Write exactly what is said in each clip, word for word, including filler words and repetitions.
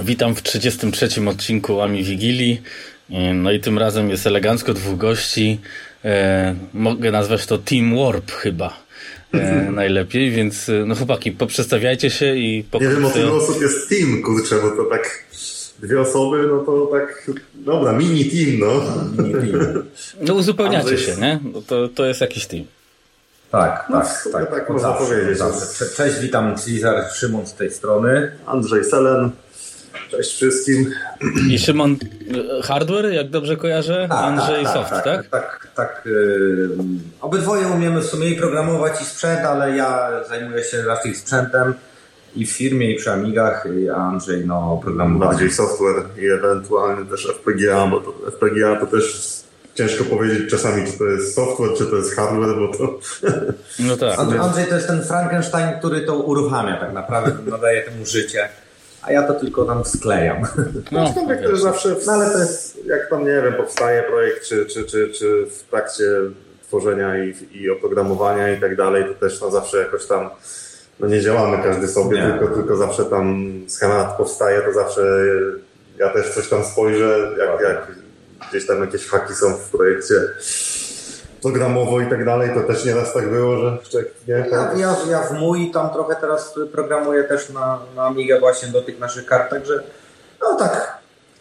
Witam w trzydziestym trzecim odcinku Ami Wigilii. No i tym razem jest elegancko dwóch gości. E, mogę nazwać to Team Warp chyba e, najlepiej, więc no chłopaki, poprzestawiajcie się i pokrótce... Nie wiem, o tylu osób jest team, kurczę, bo to tak dwie osoby, no to tak, dobra, mini team, no. Mini team. No uzupełniacie się, nie? No to, to jest jakiś team. Tak, no, tak, tak, tak można zawsze, powiedzieć. Zawsze. Cześć, witam, Cezar, Szymon z tej strony. Andrzej Selen. Cześć wszystkim. I Szymon hardware, jak dobrze kojarzę? Tak, Andrzej tak, soft, tak? Tak, tak, tak. Yy, obydwoje umiemy w sumie i programować i sprzęt, ale ja zajmuję się raczej sprzętem i w firmie, i przy Amigach, a Andrzej no programowanie. Bardziej software i ewentualnie też F P G A, bo to F P G A to też ciężko powiedzieć czasami, czy to jest software, czy to jest hardware, bo to... No tak. Andrzej to jest ten Frankenstein, który to uruchamia tak naprawdę, nadaje temu życie. A ja to tylko tam sklejam. No, no jak też zawsze, no ale to jest, jak tam, nie wiem, powstaje projekt, czy, czy, czy, czy w trakcie tworzenia i, i oprogramowania i tak dalej, to też no, zawsze jakoś tam, no nie działamy każdy sobie, tylko, tylko zawsze tam schemat powstaje, to zawsze ja też coś tam spojrzę, jak, jak gdzieś tam jakieś haki są w projekcie programowo i tak dalej, to też nieraz tak było, że nie, ja, ja, ja w mój tam trochę teraz programuję też na, na Amigę właśnie do tych naszych kart, także no tak,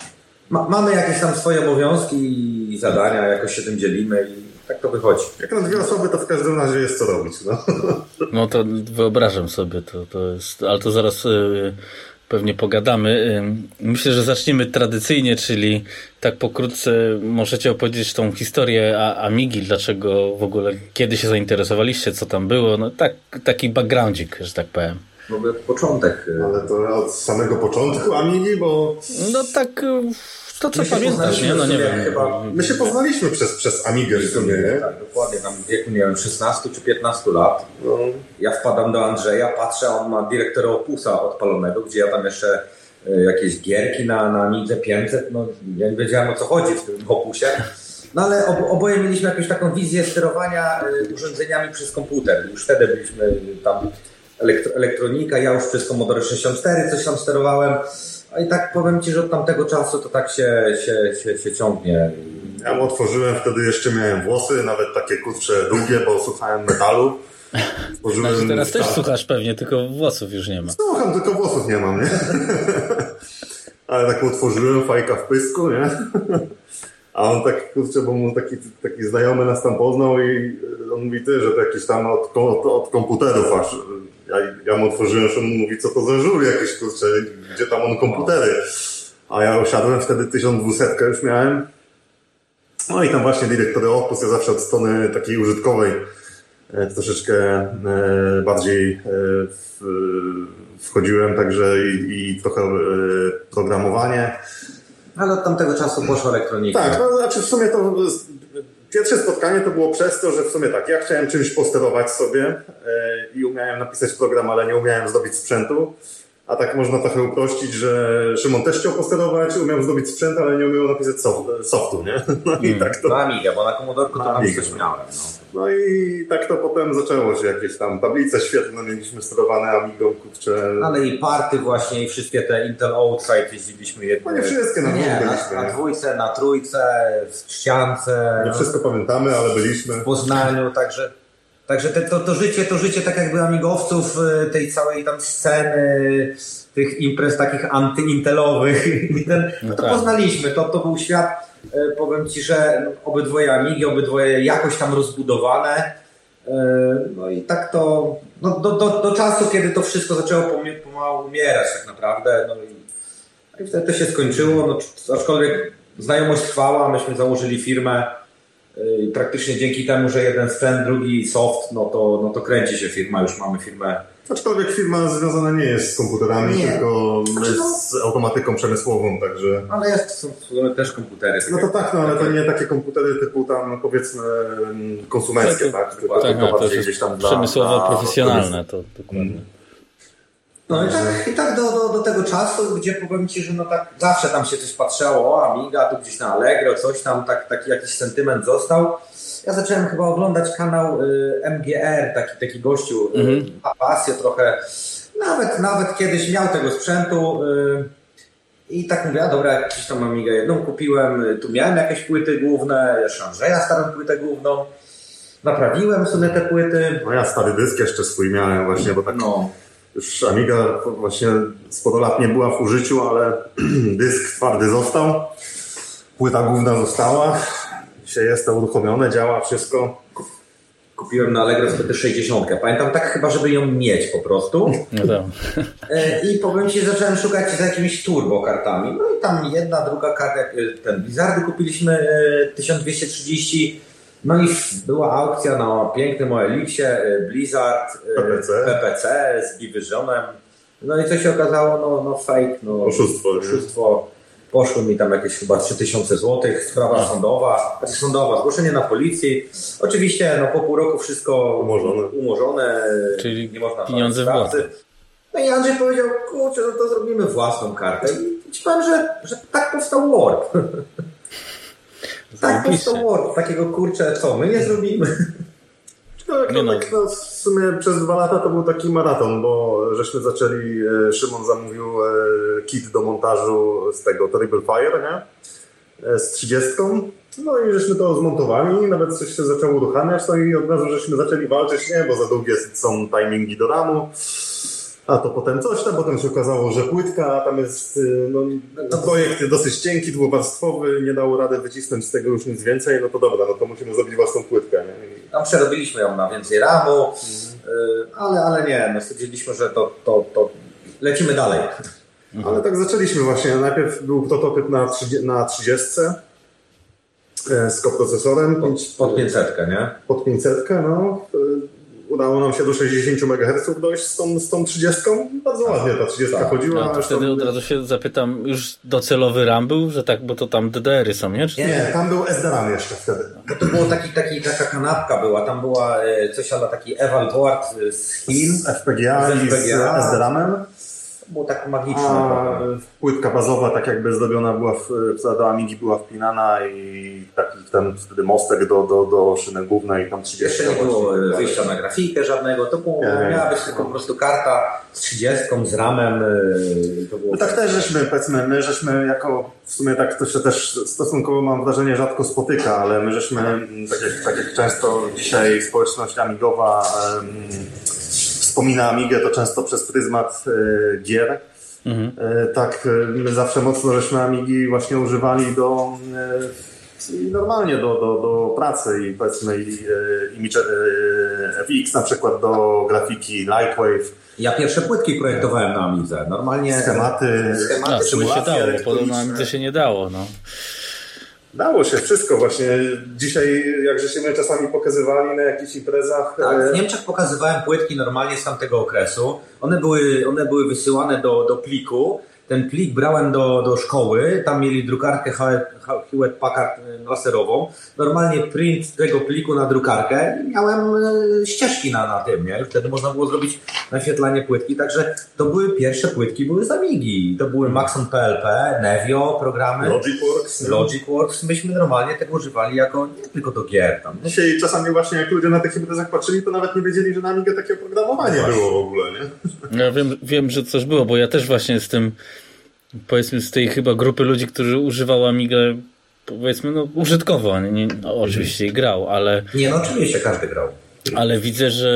ma, mamy jakieś tam swoje obowiązki i zadania, jakoś się tym dzielimy i tak to wychodzi. Jak na dwie osoby, to w każdym razie jest co robić. No, no to wyobrażam sobie, to, to jest, ale to zaraz... Yy... Pewnie pogadamy. Myślę, że zaczniemy tradycyjnie, czyli tak pokrótce możecie opowiedzieć tą historię Amigi, dlaczego w ogóle, kiedy się zainteresowaliście, co tam było, no tak, taki backgroundzik, że tak powiem. W ogóle początek. Ale to od samego początku Amigi, bo... No tak, to co pamiętasz, nie? No nie wiem. Chyba... My się poznaliśmy przez, przez Amigę w sumie, nie? Tak, dokładnie, tam w wieku, nie wiem, szesnastu czy piętnastu lat. No. Ja wpadam do Andrzeja, patrzę, on ma dyrektora Opusa odpalonego, gdzie ja tam jeszcze y, jakieś gierki na, na Amidze pięćset, no ja nie wiedziałem, o co chodzi w tym Opusie. No ale ob, oboje mieliśmy jakąś taką wizję sterowania y, urządzeniami przez komputer. Już wtedy byliśmy tam elektro, elektronika, ja już przez Commodore sześćdziesiąt cztery coś tam sterowałem. A i tak powiem Ci, że od tamtego czasu to tak się, się, się, się ciągnie. Ja mu otworzyłem, wtedy jeszcze miałem włosy, nawet takie kurcze długie, bo słuchałem metalu. Otworzyłem znaczy teraz też słuchasz pewnie, tylko włosów już nie ma. Słucham, tylko włosów nie mam, nie? Ale tak mu otworzyłem, fajka w pysku, nie? A on tak, kurczę, bo mu taki, taki znajomy nas tam poznał i on mówi, ty, że to jakiś tam od, od, od komputerów aż. Ja, ja mu otworzyłem, że on mówi, co to za żur jakiś, kurczę, gdzie tam on komputery. A ja osiadłem wtedy tysiąc dwieście już miałem. No i tam właśnie dyrektor Opus, ja zawsze od strony takiej użytkowej e, troszeczkę e, bardziej e, w, wchodziłem, także i, i trochę e, programowanie. Ale od tamtego czasu poszła elektronika. Tak, no znaczy w sumie to pierwsze spotkanie to było przez to, że w sumie tak, ja chciałem czymś posterować sobie e, i umiałem napisać program, ale nie umiałem zdobyć sprzętu. A tak można trochę uprościć, że Szymon też chciał posterować, umiał zdobyć sprzęt, ale nie umiał napisać soft, softu, nie? No i hmm, tak to... Na Amigę, bo na Commodorku to tam coś miałem. No. no i tak to potem zaczęło się, jakieś tam tablice świetne mieliśmy sterowane Amigą, kurczę. Ale i party właśnie, i wszystkie te Intel Outside jeździliśmy jedne. No nie wszystkie, na nie, byliśmy. Na, na dwójce, na trójce, w Trzciance. Nie wszystko pamiętamy, ale byliśmy. W Poznaniu, także... Także te, to, to życie, to życie tak jakby amigowców, tej całej tam sceny, tych imprez takich antyintelowych, ten, no to tak. Poznaliśmy, to, to był świat, powiem Ci, że obydwoje Amigi, obydwoje jakoś tam rozbudowane, no i tak to, no do, do, do czasu, kiedy to wszystko zaczęło pomału umierać tak naprawdę, no i, i wtedy to się skończyło, no, aczkolwiek znajomość trwała, myśmy założyli firmę. I praktycznie dzięki temu, że jeden sprzęt, drugi soft, no to, no to kręci się firma, już mamy firmę. Aczkolwiek firma związana nie jest z komputerami, nie. tylko z automatyką przemysłową, także... Ale jest, są też komputery. No to tak, no ale to nie takie komputery typu tam, no powiedzmy, konsumenckie, tak? Tylko tak, to bardziej gdzieś tam przemysłowo-profesjonalne, to dokładnie. No i tak, i tak do, do, do tego czasu, gdzie powiem Ci, że no tak zawsze tam się coś patrzało, o Amiga, tu gdzieś na Allegro, coś tam, tak, taki jakiś sentyment został. Ja zacząłem chyba oglądać kanał y, M G R, taki, taki gościu, mm-hmm. y, pasję trochę, nawet, nawet kiedyś miał tego sprzętu, y, I tak mówię, a dobra, gdzieś tam Amigę jedną kupiłem, tu miałem jakieś płyty główne, jeszcze Andrzeja starą płytę główną. Naprawiłem sobie te płyty. No ja stary dysk jeszcze swój miałem właśnie, bo tak no. Już Amiga właśnie sporo lat nie była w użyciu, ale dysk twardy został. Płyta główna została. Dzisiaj jest to uruchomione, działa wszystko. Kupiłem na Allegro wtedy sześćdziesiątkę. Pamiętam tak chyba, żeby ją mieć po prostu. No tak. I powiem Ci, zacząłem szukać za jakimiś turbo kartami. No i tam jedna, druga karta, ten Blizzardy kupiliśmy tysiąc dwieście trzydzieści. No i była aukcja na pięknym O L X-ie, Blizzard, P P C, P P C z Divisionem. No i co się okazało? No, no fake, no oszustwo. oszustwo. Poszło mi tam jakieś chyba trzy tysiące złotych, sprawa sądowa, znaczy sądowa, zgłoszenie na policję. Oczywiście no, po pół roku wszystko umorzone, umorzone czyli nie można pieniądze własne. No i Andrzej powiedział, kurczę, no to zrobimy własną kartę. I ci powiem, że, że tak powstał Word. Tak powstał Word. Takiego kurczę, co my nie zrobimy. No, jak nie no, no. Tak, no, w sumie przez dwa lata to był taki maraton, bo żeśmy zaczęli, e, Szymon zamówił e, kit do montażu z tego Terrible Fire, nie? E, z trzydziestką. No i żeśmy to zmontowali, nawet coś się zaczęło uruchamiać, no i od razu żeśmy zaczęli walczyć, nie, bo za długie są timingi do ramu. A to potem coś tam, potem się okazało, że płytka, a tam jest no, no, projekt dosyć cienki, dwuwarstwowy, nie dało rady wycisnąć z tego już nic więcej, no to dobra, no to musimy zrobić własną płytkę. Nie? Tam przerobiliśmy ją na więcej ramu, mhm. ale, ale nie, no stwierdziliśmy, że to, to, to lecimy dalej. Mhm. Ale tak zaczęliśmy właśnie, najpierw był prototyp na, na trzydziestce z koprocesorem. Pod, pod pięćsetkę, nie? Pod pięćsetkę, no. Udało nam się do sześćdziesiąt megaherców dojść z tą, z tą trzydziestką. Bardzo ładnie ta trzydziestka tak. chodziła. No, to wtedy tam... od razu się zapytam, już docelowy RAM był, że tak, bo to tam D D R-y są, nie? Czy... Nie, nie, tam był S D RAM jeszcze wtedy. Bo to było taki, taki, taka kanapka była, tam była coś ale taki eval board z Chin. Z F P G A i z S D RAM-em. Było tak magiczne. A płytka bazowa tak jakby zdobiona była, w, do Amigi była wpinana i taki ten wtedy mostek do, do, do szyny głównej, tam trzydzieści. Jeszcze nie było wyjścia na grafikę żadnego, to było, nie, miała być tylko po prostu karta z trzydziestką, z ramem. To było... No tak też żeśmy, powiedzmy, my żeśmy jako, w sumie tak to się też stosunkowo mam wrażenie rzadko spotyka, ale my żeśmy, tak jak, tak jak często dzisiaj społeczność amigowa um, wspomina Amigę, to często przez pryzmat e, gier. Mhm. E, tak, my zawsze mocno żeśmy Amigi właśnie używali do e, i normalnie do, do, do pracy i powiedzmy i, i, i F X na przykład do grafiki Lightwave. Ja pierwsze płytki projektowałem na Amidze. Normalnie schematy, schematy a, się dało, podobno na Amidze się nie dało. No. Dało się wszystko właśnie. Dzisiaj, jak żeśmy czasami pokazywali na jakichś imprezach. Tak, w Niemczech pokazywałem płytki normalnie z tamtego okresu. One były, one były wysyłane do, do pliku. Ten plik brałem do, do szkoły. Tam mieli drukarkę Hewlett Packard laserową. Normalnie print tego pliku na drukarkę. I miałem ścieżki na, na tym, nie? Wtedy można było zrobić naświetlanie płytki. Także to były pierwsze płytki, były z Amigi. To były Maxon P L P, Nevio programy. Logicworks. Logicworks. Myśmy normalnie tego używali jako nie tylko do gier. Tam. Dzisiaj czasami właśnie jak ludzie na tych imprezach patrzyli, to nawet nie wiedzieli, że na Amigę takie oprogramowanie no było w ogóle, nie? Ja wiem, wiem, że coś było, bo ja też właśnie z tym, powiedzmy z tej chyba grupy ludzi, którzy używał Amigę, powiedzmy, no użytkowo, nie, no, oczywiście i grał, ale... Nie, no oczywiście każdy grał. Ale widzę, że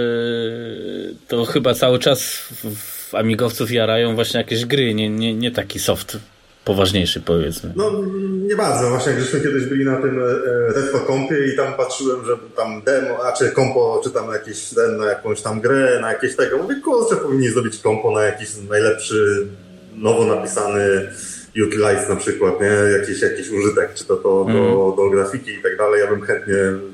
to chyba cały czas w amigowców jarają właśnie jakieś gry, nie, nie, nie taki soft poważniejszy, powiedzmy. No nie bardzo, właśnie jak żeśmy kiedyś byli na tym Retro Kompie i tam patrzyłem, że tam demo, a czy kompo, czy tam jakieś ten, na jakąś tam grę, na jakieś tego, mówię, kurczę, powinni zrobić kompo na jakiś najlepszy, nowo napisany utilize na przykład, nie? Jakiś, jakiś użytek, czy to, to mm. do, do grafiki i tak dalej, ja bym chętnie,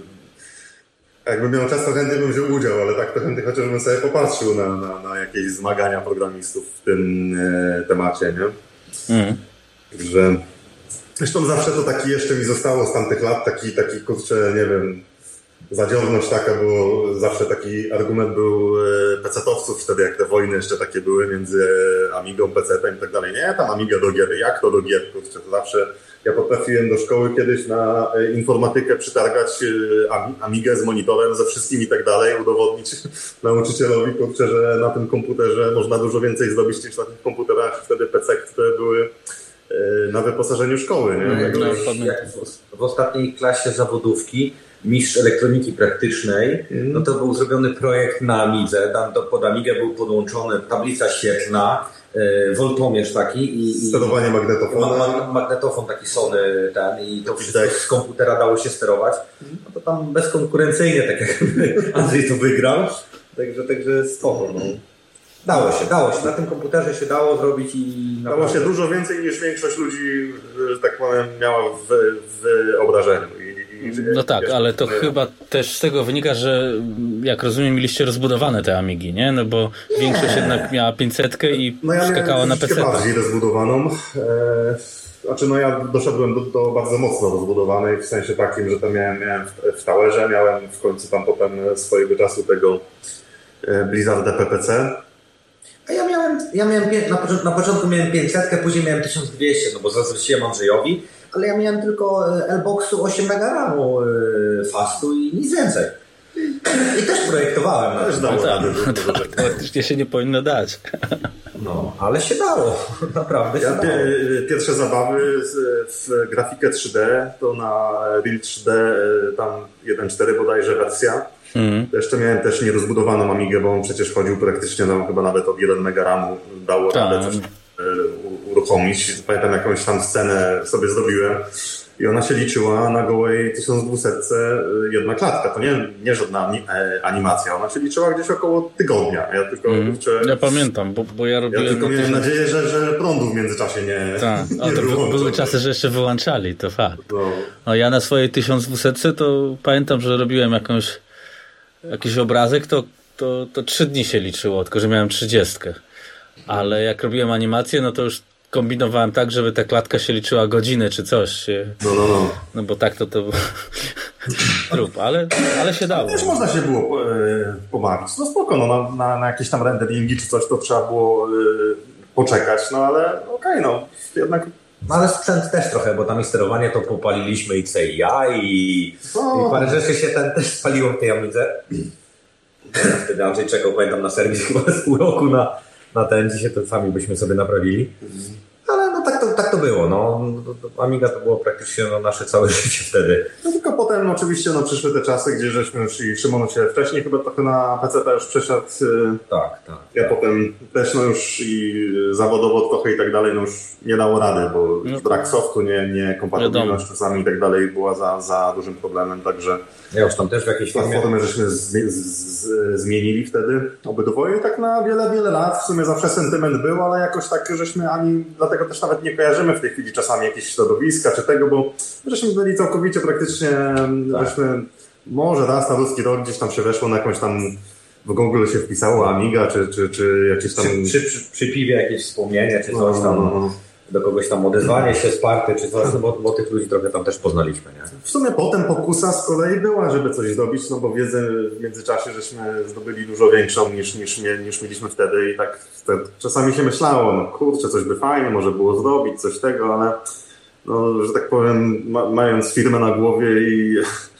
jakbym miał czas, to chętnie bym wziął udział, ale tak to chętnie chociażbym sobie popatrzył na, na, na jakieś zmagania programistów w tym e, temacie, nie? Mm. Że zresztą zawsze to taki jeszcze mi zostało z tamtych lat, taki, taki kurczę, nie wiem, zadziorność taka, bo zawsze taki argument był pecetowców wtedy, jak te wojny jeszcze takie były między Amigą, pecetem i tak dalej. Nie, tam Amiga do gier. Jak to do gier? Kurczę, to zawsze ja potrafiłem do szkoły kiedyś na informatykę przytargać Amigę z monitorem, ze wszystkim i tak dalej, udowodnić nauczycielowi, kurczę, że na tym komputerze można dużo więcej zrobić niż na tych komputerach wtedy P C, które były na wyposażeniu szkoły. Nie? Jak No, jak w, w ostatniej klasie zawodówki mistrz elektroniki praktycznej, no to był zrobiony projekt na Amidze, tam do, pod Amigę był podłączony tablica świetlna, e, woltomierz taki i, i sterowanie magnetofonu. Ma, ma, magnetofon taki Sony ten i to wszystko z komputera dało się sterować. No to tam bezkonkurencyjnie, tak jak Andrzej to wygrał, także, także spoko. No. Dało się, dało się. Na tym komputerze się dało zrobić i... Dało się dużo więcej niż większość ludzi, że tak powiem, miała w, w wyobrażeniu. I, i, no tak, wiesz, ale to nie... chyba też z tego wynika, że jak rozumiem, mieliście rozbudowane te Amigi, nie? No bo nie. Większość jednak miała pięćsetkę i no ja skakała na P C. Bardziej rozbudowaną. E, znaczy no ja doszedłem do, do bardzo mocno rozbudowanej, w sensie takim, że tam miałem, miałem w, w Towerze, miałem w końcu tam potem swojego czasu tego Blizzarda P P C. A ja miałem, ja miałem na, początku, na początku miałem pięćset, później miałem tysiąc dwieście, no bo zazdrościłem Andrzejowi, ale ja miałem tylko L-Boxu osiem mega ramu fastu i nic więcej. I też projektowałem. No, też dało no radę. Tak, to, to praktycznie się nie powinno dać. No, ale się dało. Naprawdę się ja dało. Pierwsze zabawy w grafikę trzy D to na Real trzy D tam jeden cztery bodajże wersja. Mm. Jeszcze miałem też nierozbudowaną Amigę, bo on przecież chodził praktycznie tam chyba nawet od jeden mega ramu dało Ta. radę coś uruchomić. Pamiętam jakąś tam scenę sobie zrobiłem i ona się liczyła na gołej tysiąc dwieście jedna klatka. To nie, nie żadna animacja, ona się liczyła gdzieś około tygodnia. Ja tylko mm. kurczę, ja pamiętam, bo, bo ja robiłem... Ja tylko miałem tysiąc... nadzieję, że, że prądu w międzyczasie nie Tak, a to by, były czasy, że jeszcze wyłączali, to fakt. No. No ja na swojej tysiąc dwieście to pamiętam, że robiłem jakąś jakiś obrazek, to, to, to trzy dni się liczyło, tylko że miałem trzydziestkę. Ale jak robiłem animację, no to już kombinowałem tak, żeby ta klatka się liczyła godzinę czy coś. No, no, no. No bo tak to to był trup, ale, ale się dało. Też można się było e, pobawić. No spoko, no, na, na, na jakieś tam renderingi czy coś to trzeba było e, poczekać, no ale okej, okay, no jednak... No ale sprzęt też trochę, bo tam i sterowanie to popaliliśmy i C I A i, no. i parę rzeczy się ten też spaliło w tej Amidze. Wtedy Andrzej czekał, pamiętam, na serwis chyba z pół roku na, na ten, dzisiaj to sami byśmy sobie naprawili. Ale no tak to, tak to było, no. Amiga to było praktycznie no, nasze całe życie wtedy. No tylko potem no, oczywiście no, przyszły te czasy, gdzie żeśmy już i Szymon się wcześniej chyba trochę na P C T już przeszedł. Tak, tak. Ja tak. potem też no już i zawodowo trochę i tak dalej, no już nie dało rady, bo no, brak softu, nie, nie kompatybilność czasami i tak dalej była za, za dużym problemem, także... Ja już tam też w jakiejś formie... Platformy żeśmy z, z, z, zmienili wtedy obydwoje tak na wiele, wiele lat. W sumie zawsze sentyment był, ale jakoś tak żeśmy ani... Dlatego też nawet nie kojarzymy w tej chwili czasami jakieś środowiska czy tego, bo żeśmy byli całkowicie praktycznie... Tak. Żeśmy może raz na ruski rok gdzieś tam się weszło na jakąś tam... W Google się wpisało Amiga, czy, czy, czy jakieś tam... Przy, przy, przy, przy piwie jakieś wspomnienia, czy coś tam... No, no, no. Do kogoś tam odezwanie się wsparty, czy coś, no bo, bo tych ludzi trochę tam też poznaliśmy, nie? W sumie potem pokusa z kolei była, żeby coś zrobić, no bo wiedzę w międzyczasie żeśmy zdobyli dużo większą niż, niż, niż mieliśmy wtedy i tak te, czasami się myślało, no kurczę, coś by fajnie może było zrobić, coś tego, ale no, że tak powiem, ma, mając firmę na głowie i,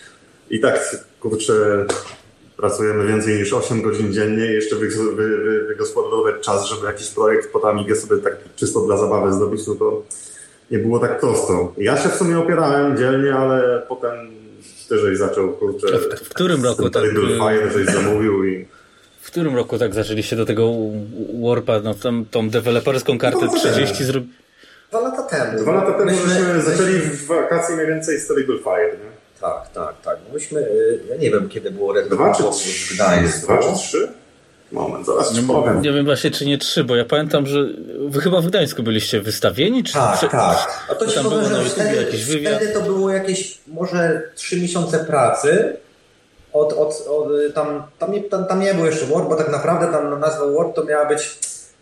i tak, kurczę, pracujemy więcej niż osiem godzin dziennie i jeszcze wy, wy, wy, wygospodarować czas, żeby jakiś projekt pod Amigę sobie tak czysto dla zabawy zrobić, no to nie było tak prosto. Ja się w sumie opierałem dzielnie, ale potem ty żeś zaczął, kurczę... W, w którym roku tak... Fire, żeś zamówił i... W którym roku tak zaczęliście do tego Warpa, no tam, tą deweloperską kartę trzydzieści zrobić? Dwa lata temu. Dwa lata temu myśmy, myśmy zaczęli w wakacji mniej więcej Storyble Fire, nie? Tak, tak, tak. Myśmy, ja nie wiem kiedy było Red Dwa czy trzy? Dwa czy trzy? Moment, zaraz ci powiem. Nie wiem właśnie czy nie trzy, bo ja pamiętam, że wy chyba w Gdańsku byliście wystawieni? Czy, tak, czy, tak. A to tam było na YouTubie jakiś wywiad? Wtedy to było jakieś może trzy miesiące pracy. Od, od, od, tam, tam, nie, tam, tam nie był jeszcze Word, bo tak naprawdę tam nazwa Word to miała być...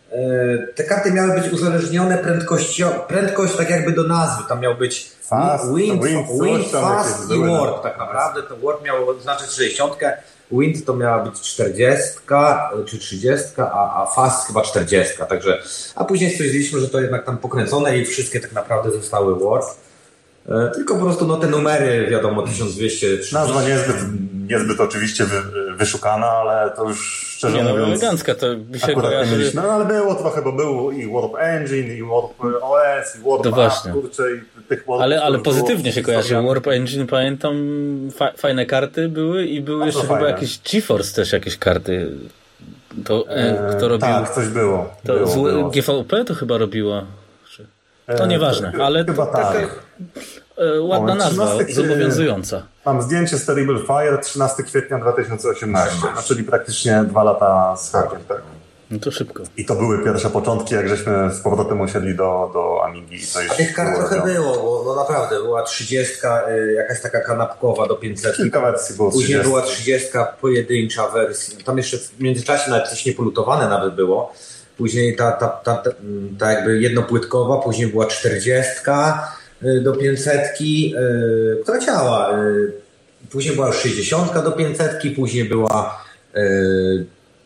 Te karty miały być uzależnione prędkością, prędkość tak jakby do nazwy. Tam miał być fast, wind, wind, wind tam fast i były, Word. Tak naprawdę to Word miał znaczyć sześćdziesiątkę. Wind to miała być czterdziestka czy trzydziestka, a, a Fast chyba czterdziestka, także, a później stwierdziliśmy, że to jednak tam pokręcone i wszystkie tak naprawdę zostały Warp. E, tylko po prostu no, te numery, wiadomo, tysiąc dwieście trzydzieści. Nazwa niezbyt, niezbyt oczywiście wy, wyszukana, ale to już szczerze nie, no, mówiąc... elegancka, to mi się kojarzy... Mieliśmy, no ale było trochę, bo był i Warp Engine, i Warp O S, i Warp to właśnie. App, kurczę, i tych Warp... Ale, ale pozytywnie się kojarzy. historia. Warp Engine, pamiętam, fa- fajne karty były i były jeszcze fajne. chyba jakieś GeForce też jakieś karty. To e, kto robił... Tak, coś było. To było, z, było. G V P to chyba robiło. Czy... To E, nieważne, to, ale chyba to, tak. taka e, ładna Moment, nazwa, trzynasty zobowiązująca. Mam zdjęcie z Terrible Fire trzynastego kwietnia dwa tysiące osiemnastego, no, czyli praktycznie dwa lata z hakiem. Tak. No to szybko. I to były pierwsze początki, jak żeśmy z powrotem osiedli do, do Amigi. I to A tych kart było, trochę no. było, bo no naprawdę była trzydziestka, y, jakaś taka kanapkowa do pięćsetki. Kilka wersji było. Później trzydzieści. była trzydziestka pojedyncza wersja. Tam jeszcze w międzyczasie nawet coś niepolutowane nawet było. Później ta, ta, ta, ta, ta jakby jednopłytkowa, później była czterdziestka y, do pięćsetki, y, która działa. Y, później była już sześćdziesiątka do pięćsetki, później była y,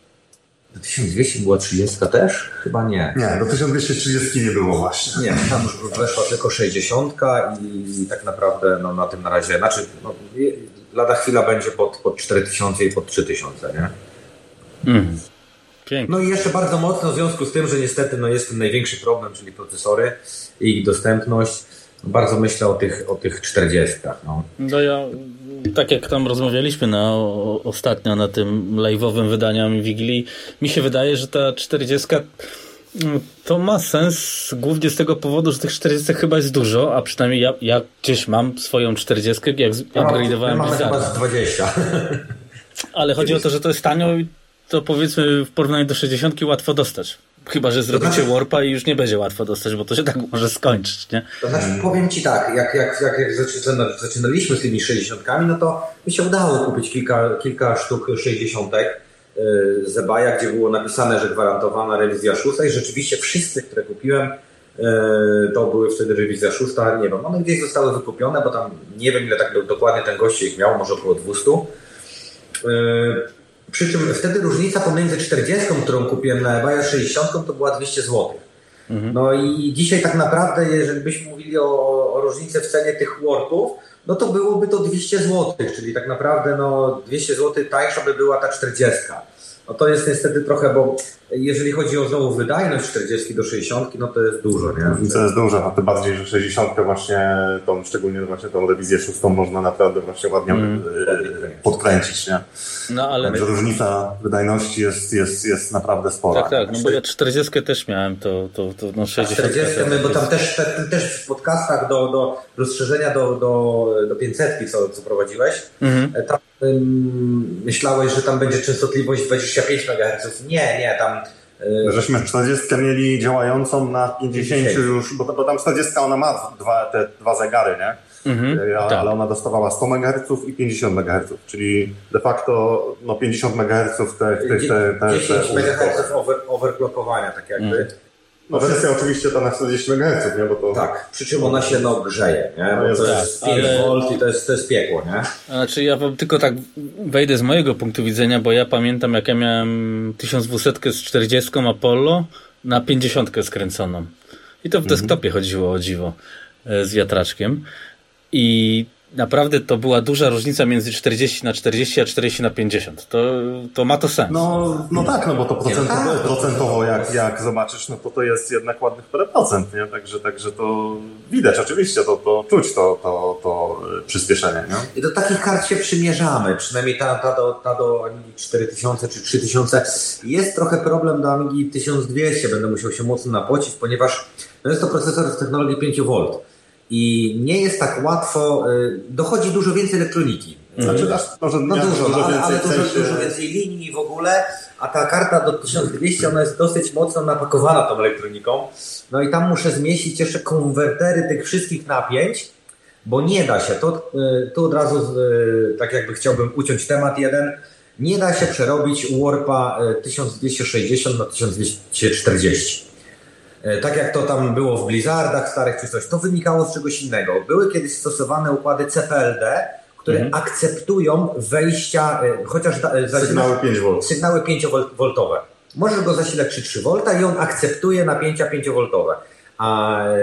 do tysiąc dwieście była trzydziestka też? Chyba nie. Nie, do tysiąc dwieście trzydzieści nie było właśnie. Nie, tam już weszła tylko sześćdziesiątka i, i tak naprawdę no, na tym na razie, znaczy no, lada chwila będzie pod, pod cztery tysiące i pod trzy tysiące, nie? Mm. Pięknie. No i jeszcze bardzo mocno w związku z tym, że niestety no, jest ten największy problem, czyli procesory i ich dostępność. Bardzo myślę o tych, o tych czterdziestkach. No. No ja, tak jak tam rozmawialiśmy na, o, ostatnio na tym live'owym wydaniu Wigilii, mi się wydaje, że ta czterdziestka to ma sens głównie z tego powodu, że tych czterdziestek chyba jest dużo, a przynajmniej ja, ja gdzieś mam swoją czterdziestkę, jak upgrade'owałem Ja mam chyba Blizzarda. z dwadzieścia. Ale chodzi o to, że to jest tanio i to powiedzmy w porównaniu do sześćdziesiątki łatwo dostać. Chyba że zrobicie Warpa i już nie będzie łatwo dostać, bo to się tak może skończyć, nie? To znaczy powiem Ci tak, jak, jak, jak, jak zaczynaliśmy z tymi sześćdziesiątkami, no to mi się udało kupić kilka, kilka sztuk sześćdziesiątek z Zebaja, gdzie było napisane, że gwarantowana rewizja szósta i rzeczywiście wszyscy, które kupiłem, to były wtedy rewizja szósta, nie wiem, one gdzieś zostały wykupione, bo tam nie wiem ile tak dokładnie ten gość ich miał, może około dwieście. Przy czym wtedy różnica pomiędzy czterdziestką, którą kupiłem na eBay, a sześćdziesiątką to była dwieście złotych. Mhm. No i dzisiaj tak naprawdę, jeżeli byśmy mówili o, o różnicy w cenie tych Warpów, no to byłoby to dwieście złotych, czyli tak naprawdę no dwieście złotych tańsza by była ta czterdziestka. No to jest niestety trochę, bo jeżeli chodzi o znowu wydajność czterdziestki do sześćdziesiątki, no to jest dużo, nie? Różnica jest duża, a tym bardziej, że sześćdziesiątkę właśnie, tą, szczególnie właśnie tą rewizję szóstą można naprawdę właśnie ładnie mm. podkręcić, nie? No ale... Także różnica wydajności jest, jest, jest naprawdę spora. Tak, tak, no bo ja czterdziestkę też miałem, to, to, to no sześćdziesiątkę... czterdziestkę, bo tam też, te, też w podcastach do, do rozszerzenia do, do, do pięćsetki, co, co prowadziłeś, mhm. tam ym, myślałeś, że tam będzie częstotliwość dwadzieścia pięć megaherców. Nie, nie, tam... Yy... Żeśmy czterdziestkę mieli działającą na pięćdziesiąt już, bo, bo tam czterdziestka ona ma dwa, te dwa zegary, nie? Mhm, ale tak. Ona dostawała sto megaherców i pięćdziesiąt megaherców, czyli de facto no pięćdziesiąt megaherców te, te, te, te, dziesięć megaherców over, overclockowania, tak jakby. Mm. No wersja oczywiście ta na czterdzieści megaherców, nie? Bo to... Tak, przy czym ona się no grzeje, nie? Bo no to tak, jest pięć wolt i to jest, to jest piekło, nie? Znaczy ja wam tylko tak wejdę z mojego punktu widzenia, bo ja pamiętam jak ja miałem tysiąc dwieście z czterdziestką Apollo na pięćdziesiątkę skręconą. I to w desktopie mhm. chodziło o dziwo z wiatraczkiem. I naprawdę to była duża różnica między czterdzieści na czterdzieści a czterdzieści na pięćdziesiąt. To, to ma to sens. No, no tak, no bo to procentowo, procentowo jak, jak zobaczysz, no to to jest jednak ładnych parę procent, nie? Także, także to widać oczywiście, to, to czuć to, to, to przyspieszenie, nie? I do takich kart się przymierzamy, przynajmniej ta, ta, do, ta do Amigi cztery tysiące czy trzy tysiące. Jest trochę problem do Amigi tysiąc dwieście, będę musiał się mocno napocić, ponieważ no jest to procesor z technologii pięć wolt. I nie jest tak łatwo, dochodzi dużo więcej elektroniki. Znaczy, może no dużo, dużo, ale, więcej, ale dużo, sensie... dużo więcej linii w ogóle, a ta karta do tysiąc dwieście, ona jest dosyć mocno napakowana tą elektroniką. No i tam muszę zmieścić jeszcze konwertery tych wszystkich napięć, bo nie da się, to tu od razu tak jakby chciałbym uciąć temat jeden, nie da się przerobić Warpa tysiąc dwieście sześćdziesiąt na tysiąc dwieście czterdzieści. Tak jak to tam było w Blizzardach starych czy coś, to wynikało z czegoś innego. Były kiedyś stosowane układy C P L D, które mhm. akceptują wejścia, chociaż da, sygnały pięć wolt. Sygnały pięciowoltowe. Możesz go zasilać trzy przecinek trzy wolta i on akceptuje napięcia pięciowoltowe. A e,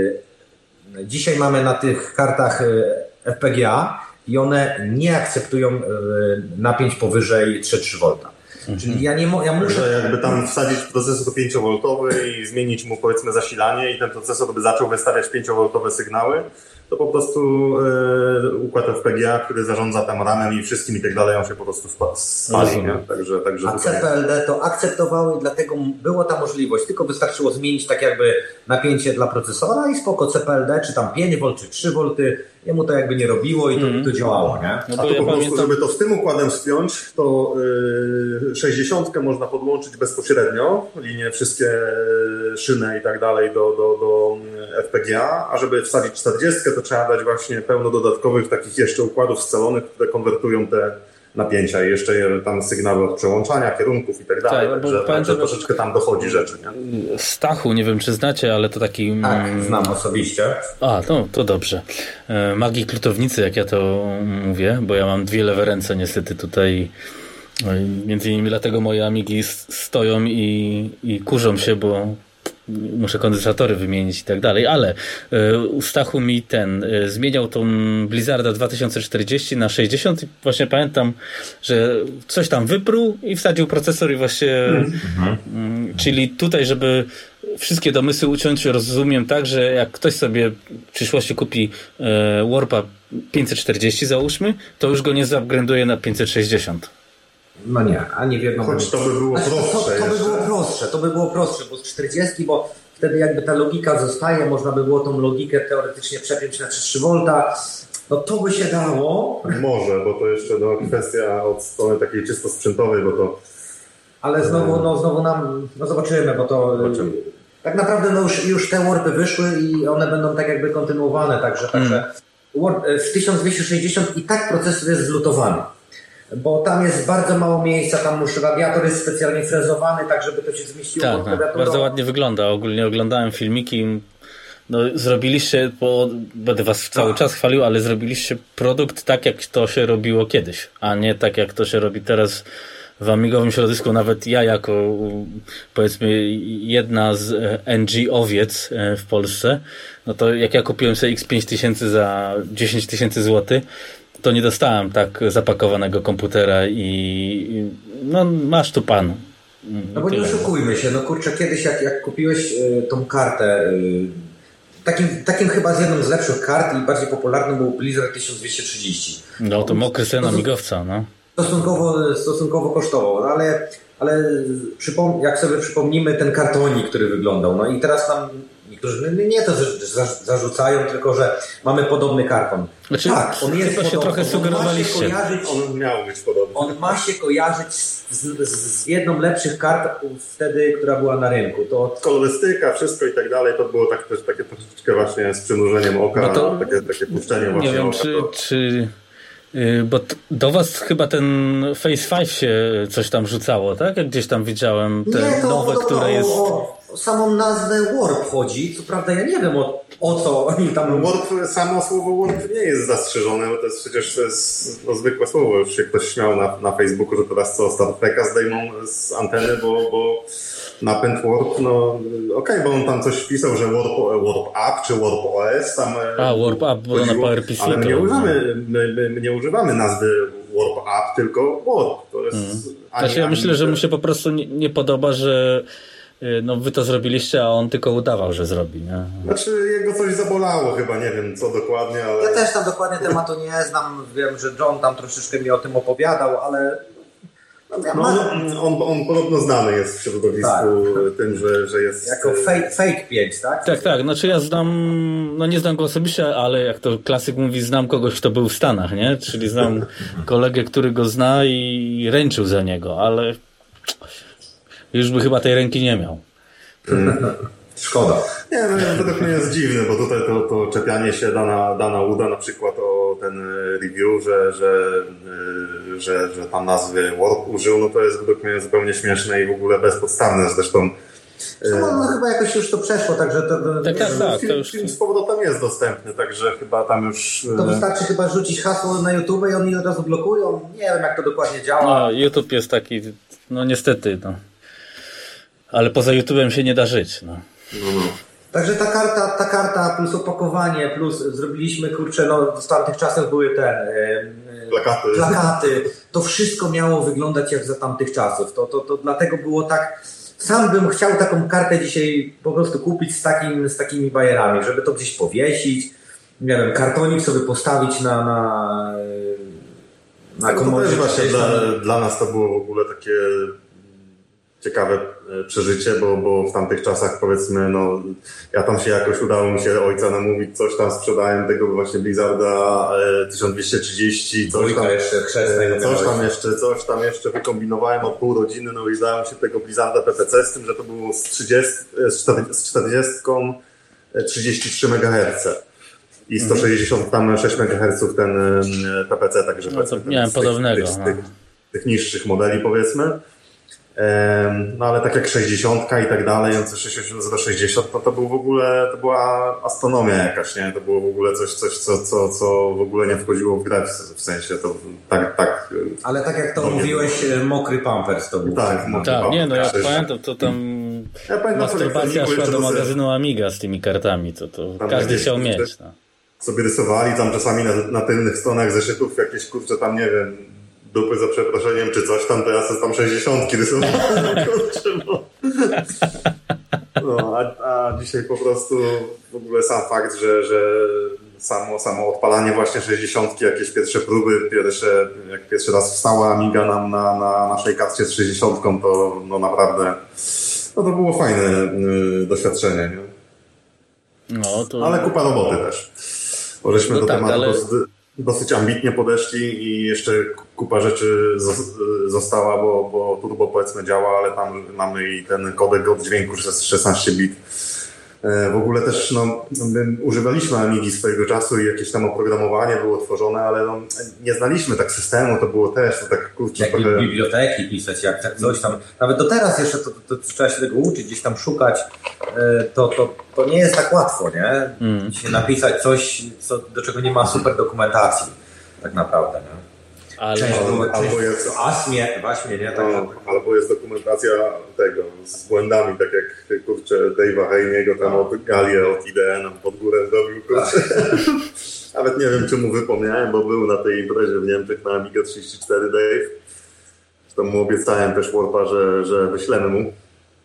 dzisiaj mamy na tych kartach F P G A i one nie akceptują e, napięć powyżej trzy przecinek trzy wolta. Mhm. Czyli ja nie mo- ja muszę... Że jakby tam wsadzić procesor pięciowoltowy i zmienić mu powiedzmy zasilanie i ten procesor by zaczął wystawiać pięciowoltowe sygnały, to po prostu yy, układ F P G A, który zarządza tam ramem i wszystkim i tak dalej, on się po prostu spali. Nie? Także, także A tutaj... C P L D to akceptowały i dlatego była ta możliwość. Tylko wystarczyło zmienić tak jakby napięcie dla procesora i spoko C P L D, czy tam pięć wolt, czy trzy wolty, jemu to jakby nie robiło i to, mm. to działało. Nie? No A to ja po prostu, pamiętam... żeby to z tym układem spiąć, to yy, sześćdziesiątkę można podłączyć bezpośrednio, linie wszystkie, szyny i tak dalej do, do, do F P G A, a żeby wsadzić czterdziestkę, to trzeba dać właśnie pełno dodatkowych takich jeszcze układów scalonych, które konwertują te napięcia i jeszcze tam sygnały od przełączania, kierunków i tak dalej, tak, także, pamiętam, także troszeczkę tam dochodzi rzeczy. Nie? Stachu, nie wiem czy znacie, ale to taki... Tak, znam osobiście. A, to, to dobrze. Magii klutownicy, jak ja to mówię, bo ja mam dwie lewe ręce niestety tutaj. Między innymi dlatego moje Amigi stoją i, i kurzą się, bo muszę kondensatory wymienić i tak dalej, ale u Stachu mi ten zmieniał tą Blizzarda dwa tysiące czterdzieści na sześćdziesiąt i właśnie pamiętam, że coś tam wypruł i wsadził procesor i właśnie mm. czyli tutaj, żeby wszystkie domysły uciąć, rozumiem tak, że jak ktoś sobie w przyszłości kupi e, Warpa pięćset czterdzieści załóżmy, to już go nie zaupgrade'uje na pięćset sześćdziesiąt. No nie, ani w jedną... Choć to by było znaczy, prostsze. To, to by było prostsze, to by było prostsze, bo z czterdziestki, bo wtedy jakby ta logika zostaje, można by było tą logikę teoretycznie przepiąć na trzy przecinek trzy wolta, no to by się dało. Może, bo to jeszcze no, kwestia od strony takiej czysto sprzętowej, bo to... Ale znowu, no znowu nam, no zobaczymy, bo to... Zobaczymy. Tak naprawdę no już, już te warpy wyszły i one będą tak jakby kontynuowane, także, mm. także warp, w tysiąc dwieście sześćdziesiąt i tak procesor jest zlutowany. Bo tam jest bardzo mało miejsca, tam już radiator jest specjalnie frezowany, tak żeby to się zmieściło tak, pod klawiaturą. Bardzo ładnie wygląda. Ogólnie oglądałem filmiki. No, zrobiliście, bo będę was cały A. czas chwalił, ale zrobiliście produkt tak, jak to się robiło kiedyś, a nie tak, jak to się robi teraz w amigowym środowisku. Nawet ja jako, powiedzmy, jedna z N G owiec w Polsce, no to jak ja kupiłem sobie X pięć tysięcy za dziesięć tysięcy złotych, to nie dostałem tak zapakowanego komputera i no masz tu pan. No bo nie oszukujmy się, no kurczę, kiedyś jak, jak kupiłeś y, tą kartę, y, takim, takim chyba z jedną z lepszych kart i bardziej popularną był Blizzard tysiąc dwieście trzydzieści. No to mokry sen amigowca, no. Stosunkowo, stosunkowo kosztował, no ale, ale przypom- jak sobie przypomnimy ten kartonik, który wyglądał, no i teraz nam niektórzy nie to zarzucają, tylko że mamy podobny karton. Znaczy, tak, on jest chyba się trochę sugerowaliście. On miał być podobny. On ma się kojarzyć z, z, z jedną z lepszych kart wtedy, która była na rynku. To... Kolorystyka, wszystko i tak dalej, to było tak, takie troszeczkę właśnie z przymrużeniem oka, no to, takie, takie puszczenie właśnie nie wiem, oka. Czy, to... czy, yy, bo t- do was chyba ten Phase pięć się coś tam rzucało, tak? Jak gdzieś tam widziałem te nie, to, nowe, to, które to, jest... O, o samą nazwę Warp chodzi. Co prawda ja nie wiem o, o co oni tam... No, warp, samo słowo Warp nie jest zastrzeżone, bo to jest przecież to jest no, zwykłe słowo. Już się ktoś śmiał na, na Facebooku, że teraz co Star Treka zdejmą z anteny, bo, bo napęd Warp, no okej, okay, bo on tam coś pisał, że Warp, warp App czy Warp O S tam... A, Warp App, bo na PowerPC. Ale my nie, używamy, my, my, my nie używamy nazwy Warp App, tylko Warp. To jest hmm. ani, znaczy ja ani, myślę, że mu się po prostu nie, nie podoba, że no wy to zrobiliście, a on tylko udawał, że zrobi. Nie? Znaczy jego coś zabolało chyba, nie wiem co dokładnie, ale... Ja też tam dokładnie tematu nie znam, wiem, że John tam troszeczkę mi o tym opowiadał, ale... No, no, on, on, on podobno znany jest w środowisku tak. tym, że, że jest... Jako fake, fake pięć, tak? Tak, tak. Znaczy ja znam, no nie znam go osobiście, ale jak to klasyk mówi, znam kogoś, kto był w Stanach, nie? Czyli znam kolegę, który go zna i ręczył za niego, ale już by chyba tej ręki nie miał. Szkoda. Nie, no według mnie jest dziwne, bo tutaj to, to czepianie się Dana, Dana Wooda na przykład o ten review, że, że, że, że tam nazwy Warp użył, no to jest według mnie zupełnie śmieszne i w ogóle bezpodstawne. Zresztą No, no chyba jakoś już to przeszło, także to... Tak, tak, tak. Film, to już... film z powrotem jest dostępny, także chyba tam już... To wystarczy chyba rzucić hasło na YouTube i oni od razu blokują. Nie wiem, jak to dokładnie działa. No, YouTube jest taki, no niestety, no. Ale poza YouTube'em się nie da żyć, no. No, no. Także ta karta, ta karta plus opakowanie, plus zrobiliśmy, kurczę, no w tamtych czasach były te yy, plakaty. plakaty. To wszystko miało wyglądać jak za tamtych czasów. To, to, to dlatego było tak... Sam bym chciał taką kartę dzisiaj po prostu kupić z, takim, z takimi bajerami, żeby to gdzieś powiesić, nie wiem, kartonik sobie postawić na na, na komodzie. No właśnie dla, dla nas to było w ogóle takie ciekawe przeżycie, bo, bo w tamtych czasach powiedzmy, no ja tam się jakoś udało mi się ojca namówić, coś tam sprzedałem tego właśnie Blizzarda tysiąc dwieście trzydzieści, coś tam, jeszcze coś tam jeszcze, coś tam jeszcze wykombinowałem od pół rodziny, no i dałem się tego Blizzarda P P C z tym, że to było z trzydzieści, z czterdzieści, trzydzieści trzy megaherce. I sto sześćdziesiąt tam sześć megaherców ten P P C, także no to miałem z podobnego. Tych, tych, tych, tych niższych modeli powiedzmy. No ale tak jak sześćdziesiątka i tak dalej, C sześćdziesiąt zero sześćdziesiąt, to to był w ogóle, to była astronomia jakaś, nie? To było w ogóle coś, coś co, co, co w ogóle nie wchodziło w grę, w sensie to tak, tak. Ale tak jak to mówiłeś, mokry pampers to był. Tak, no, tak, nie, no ja pamiętam, to tam ja pamiętam, masturbacja szła do magazynu Amiga z tymi kartami, to, to każdy chciał mieć. No. Sobie rysowali tam czasami na, na tylnych stronach zeszytów jakieś, kurczę, tam nie wiem, dupy za przeproszeniem, czy coś tam, to ja sobie tam sześćdziesiątki rysowałem. no, no a, a dzisiaj po prostu w ogóle sam fakt, że, że samo, samo odpalanie właśnie sześćdziesiątki, jakieś pierwsze próby, pierwsze, jak pierwszy raz wstała Amiga nam na, na naszej karcie z sześćdziesiątką, to no naprawdę no to było fajne y, doświadczenie. Nie? No, to... Ale kupa roboty też. Bo żeśmy no do tak, tematu ale... dosyć ambitnie podeszli i jeszcze kupa rzeczy została, bo, bo turbo powiedzmy działa, ale tam mamy i ten kodek od dźwięku szesnaście bit. W ogóle też no, my używaliśmy Amigi swojego czasu i jakieś tam oprogramowanie było tworzone, ale no, nie znaliśmy tak systemu, to było też to tak kurczę. Jak trochę... biblioteki pisać, jak tak coś tam, nawet do teraz jeszcze to, to, to trzeba się tego uczyć, gdzieś tam szukać, to, to, to nie jest tak łatwo, nie? Mm. Się napisać coś, co, do czego nie ma super dokumentacji, tak naprawdę, nie? Ale... Część było, albo część jest, w Aśmie, w Aśmie, nie? Tak, no, albo jest dokumentacja tego, z błędami, tak jak kurczę Dave'a Heiniego tam od Galię, od I D E nam pod górę zrobił, kurczę. Nawet nie wiem, czy mu wypomniałem, bo był na tej imprezie w Niemczech na Amiga trzydzieści cztery Dave. Zresztą mu obiecałem też Warpa, że, że wyślemy mu.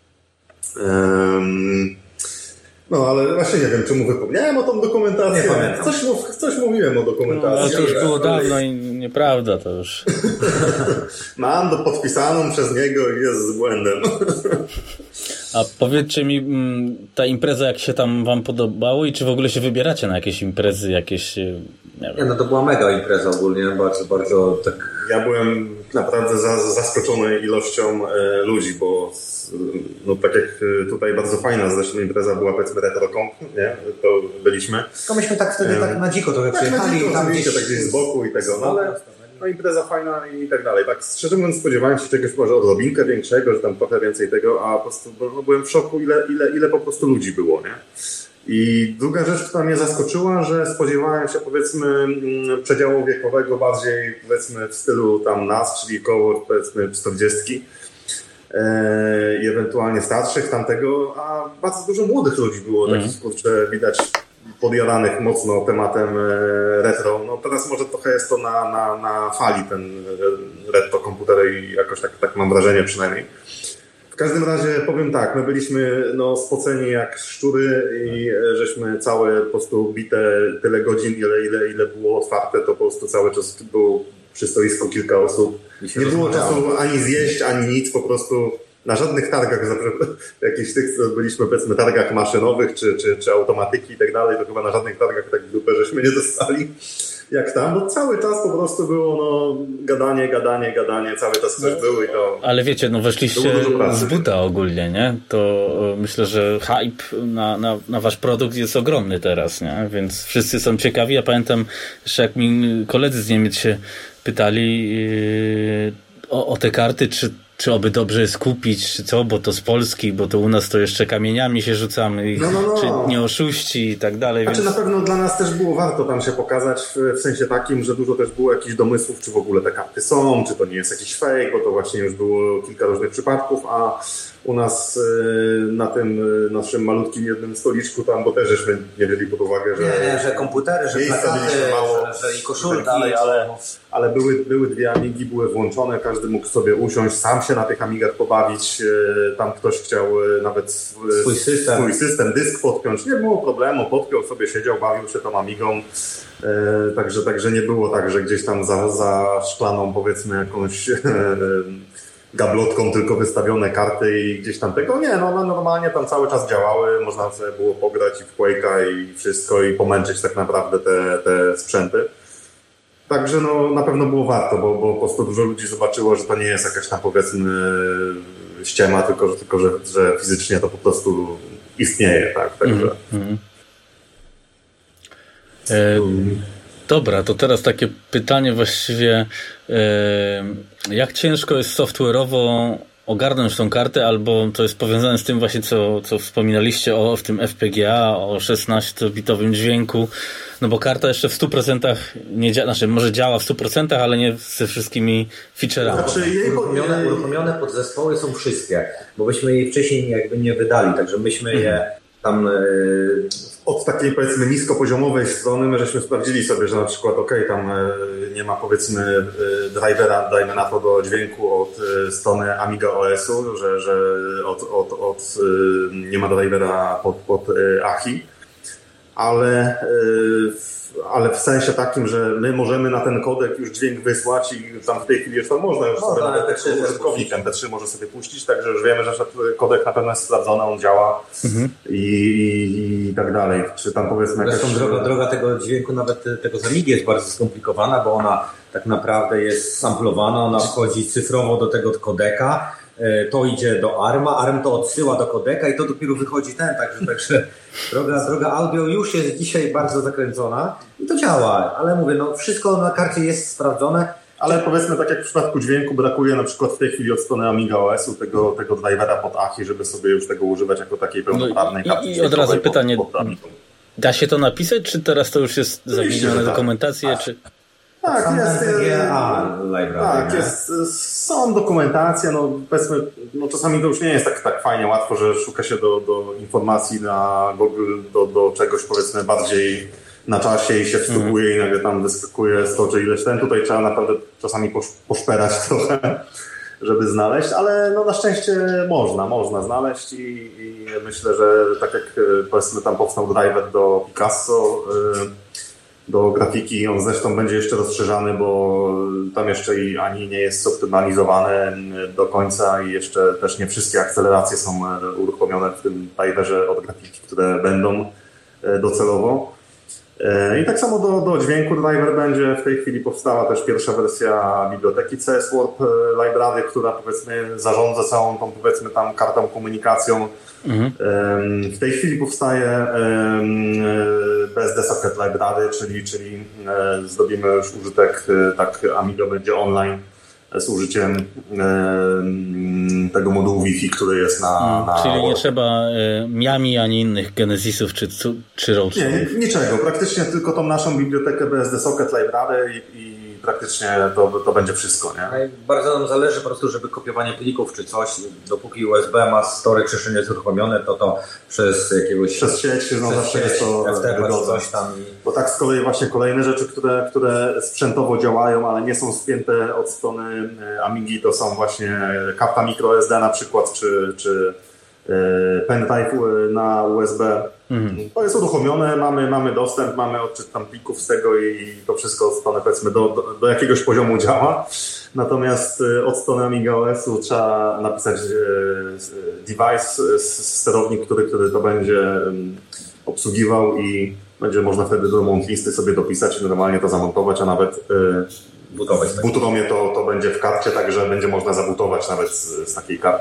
Um, No, ale właśnie nie wiem, czy mu wypomniałem o tą dokumentację. Nie pamiętam. Coś, coś mówiłem o dokumentacji. No, ale to już było dawno i nieprawda to już. Mam do podpisaną przez niego i jest z błędem. A powiedzcie mi, ta impreza jak się tam wam podobało i czy w ogóle się wybieracie na jakieś imprezy, jakieś, nie wiem. Nie, no to była mega impreza ogólnie, bardzo, bardzo tak... Ja byłem naprawdę za, zaskoczony ilością e, ludzi, bo no tak jak tutaj bardzo fajna zresztą impreza była, powiedzmy RetroConf, nie? To byliśmy. To myśmy tak wtedy um, tak na dziko trochę tak, przyjechali. Dziko, tam gdzieś, tak gdzieś z boku i tego, no ale no, impreza fajna i tak dalej. Tak szczerze mówiąc spodziewałem się czegoś może odrobinkę większego, że tam trochę więcej tego, a po prostu no, byłem w szoku, ile, ile, ile po prostu ludzi było, nie? I druga rzecz, która mnie zaskoczyła, że spodziewałem się powiedzmy przedziału wiekowego bardziej powiedzmy w stylu tam nas, czyli koło powiedzmy czterdziestki i ewentualnie starszych tamtego, a bardzo dużo młodych ludzi było, mm. takich kurczę widać podjadanych mocno tematem retro. No teraz może trochę jest to na, na, na fali ten retro komputery i jakoś tak, tak mam wrażenie przynajmniej. W każdym razie powiem tak, my byliśmy no, spoceni jak szczury i żeśmy całe po prostu bite tyle godzin, ile, ile, ile było otwarte, to po prostu cały czas było przy stoisku kilka osób. Nie było czasu ani zjeść, ani nic, po prostu na żadnych targach, jakichś tych, co byliśmy powiedzmy targach maszynowych, czy, czy, czy automatyki i tak dalej, to chyba na żadnych targach tak w dupę żeśmy nie dostali jak tam, bo cały czas po prostu było no gadanie, gadanie, gadanie, cały czas ktoś no, był i to... Ale wiecie, no weszliście z buta ogólnie, nie? To myślę, że hype na, na, na wasz produkt jest ogromny teraz, nie? Więc wszyscy są ciekawi. Ja pamiętam jeszcze jak mi koledzy z Niemiec się pytali yy, o, o te karty, czy czy oby dobrze jest kupić, czy co, bo to z Polski, bo to u nas to jeszcze kamieniami się rzucamy, i, no, no, no. czy nie oszuści i tak dalej. Znaczy więc... na pewno dla nas też było warto tam się pokazać, w, w sensie takim, że dużo też było jakichś domysłów, czy w ogóle te karty są, czy to nie jest jakiś fake, bo to właśnie już było kilka różnych przypadków, a u nas na tym naszym malutkim jednym stoliczku tam, bo też żeśmy nie wzięli pod uwagę, że... Nie, nie, że komputery, że plakaty, mało, że, że i koszulki, dalej, ale, ale były, były dwie Amigi, były włączone, każdy mógł sobie usiąść, sam się na tych Amigach pobawić, tam ktoś chciał nawet swój system, swój system dysk podpiąć, nie było problemu, podpiął sobie, siedział, bawił się tą Amigą, także, także nie było tak, że gdzieś tam za, za szklaną, powiedzmy, jakąś gablotką tylko wystawione karty i gdzieś tam tego. Nie, no, no normalnie tam cały czas działały, można sobie było pograć i w Quake'a i wszystko i pomęczyć tak naprawdę te, te sprzęty. Także no na pewno było warto, bo, bo po prostu dużo ludzi zobaczyło, że to nie jest jakaś tam, powiedzmy, ściema, tylko, że, tylko że, że fizycznie to po prostu istnieje, tak? Także... Mm-hmm. E, dobra, to teraz takie pytanie właściwie, e, jak ciężko jest software'owo ogarnąć tą kartę, albo to jest powiązane z tym właśnie, co, co wspominaliście o w tym F P G A, o szesnastobitowym dźwięku, no bo karta jeszcze w stu procentach nie działa, znaczy może działa w stu procentach, ale nie ze wszystkimi feature'ami. Znaczy, jej uruchomione, uruchomione podzespoły są wszystkie, bo byśmy jej wcześniej jakby nie wydali, także myśmy mhm. je tam yy, od takiej, powiedzmy, niskopoziomowej strony my żeśmy sprawdzili sobie, że na przykład okej, okay, tam yy, nie ma, powiedzmy, yy, drivera, dajmy na to, do dźwięku od yy, strony Amiga O S-u, że, że od, od, od, yy, nie ma drivera pod, pod yy, A C I, ale yy, ale w sensie takim, że my możemy na ten kodek już dźwięk wysłać i tam w tej chwili już tam można już no, sobie no, nawet użytkownik M P trzy może sobie puścić, także już wiemy, że kodek na pewno jest sprawdzony, on działa mhm. i, i, i tak dalej. Czy tam powiedzmy jakaś... Zresztą droga, droga tego dźwięku, nawet tego z Amigi jest bardzo skomplikowana, bo ona tak naprawdę jest samplowana, ona wchodzi cyfrowo do tego kodeka, to idzie do ARMa, ARM to odsyła do kodeka i to dopiero wychodzi ten, także, także droga, droga audio już jest dzisiaj bardzo zakręcona i to działa, ale mówię, no wszystko na karcie jest sprawdzone. Ale powiedzmy, tak jak w przypadku dźwięku, brakuje na przykład w tej chwili od strony Amiga O S-u tego, tego drivera pod A C I, żeby sobie już tego używać jako takiej pełnoprawnej no karty. I, i od razu pytanie, pod, pod da się to napisać, czy teraz to już jest zawinione tak. dokumentację, czy... Tak, tak jest, jest, library, tak jest, są dokumentacje, no powiedzmy, no czasami to już nie jest tak, tak fajnie łatwo, że szuka się do, do informacji na Google, do, do czegoś, powiedzmy, bardziej na czasie i się wstukuje mm. i nagle tam wyskakuje sto czy ileś ten. Tutaj trzeba naprawdę czasami posz, poszperać trochę, żeby znaleźć, ale no na szczęście można, można znaleźć i, i myślę, że tak jak powiedzmy tam powstał driver do Picasso, do grafiki, on zresztą będzie jeszcze rozszerzany, bo tam jeszcze i ani nie jest zoptymalizowany do końca i jeszcze też nie wszystkie akceleracje są uruchomione w tym driverze od grafiki, które będą docelowo. I tak samo do, do dźwięku driver będzie. W tej chwili powstała też pierwsza wersja biblioteki C S Warp Library, która powiedzmy zarządza całą tą, powiedzmy, tam kartą komunikacją. Mhm. W tej chwili powstaje B S D Socket Library, czyli, czyli zrobimy już użytek, tak Amiga będzie online z użyciem tego modułu Wi-Fi, który jest na... na Czyli nie trzeba Miami ani innych Genesisów czy, czy Roach. Nie, niczego. Praktycznie tylko tą naszą bibliotekę B S D Socket Library i, i praktycznie to, to będzie wszystko. Nie? Bardzo nam zależy po prostu, żeby kopiowanie plików czy coś, dopóki U S B ma storage jeszcze nie jest uruchomione, to to przez jakiegoś... Przez sieć, no zawsze jest to coś tam. I... Bo tak z kolei właśnie kolejne rzeczy, które, które sprzętowo działają, ale nie są spięte od strony Amigi, to są właśnie karta microSD na przykład, czy, czy pendrive na U S B. Mhm. To jest uruchomione, mamy, mamy dostęp, mamy odczyt tam plików z tego i to wszystko od strony, powiedzmy, do, do, do jakiegoś poziomu działa. Natomiast od strony Amiga O S-u trzeba napisać device, sterownik, który, który to będzie obsługiwał i będzie można wtedy do mount listy sobie dopisać i normalnie to zamontować, a nawet butować. W Bootromie to, to będzie w karcie, także będzie można zabutować nawet z, z takiej karty.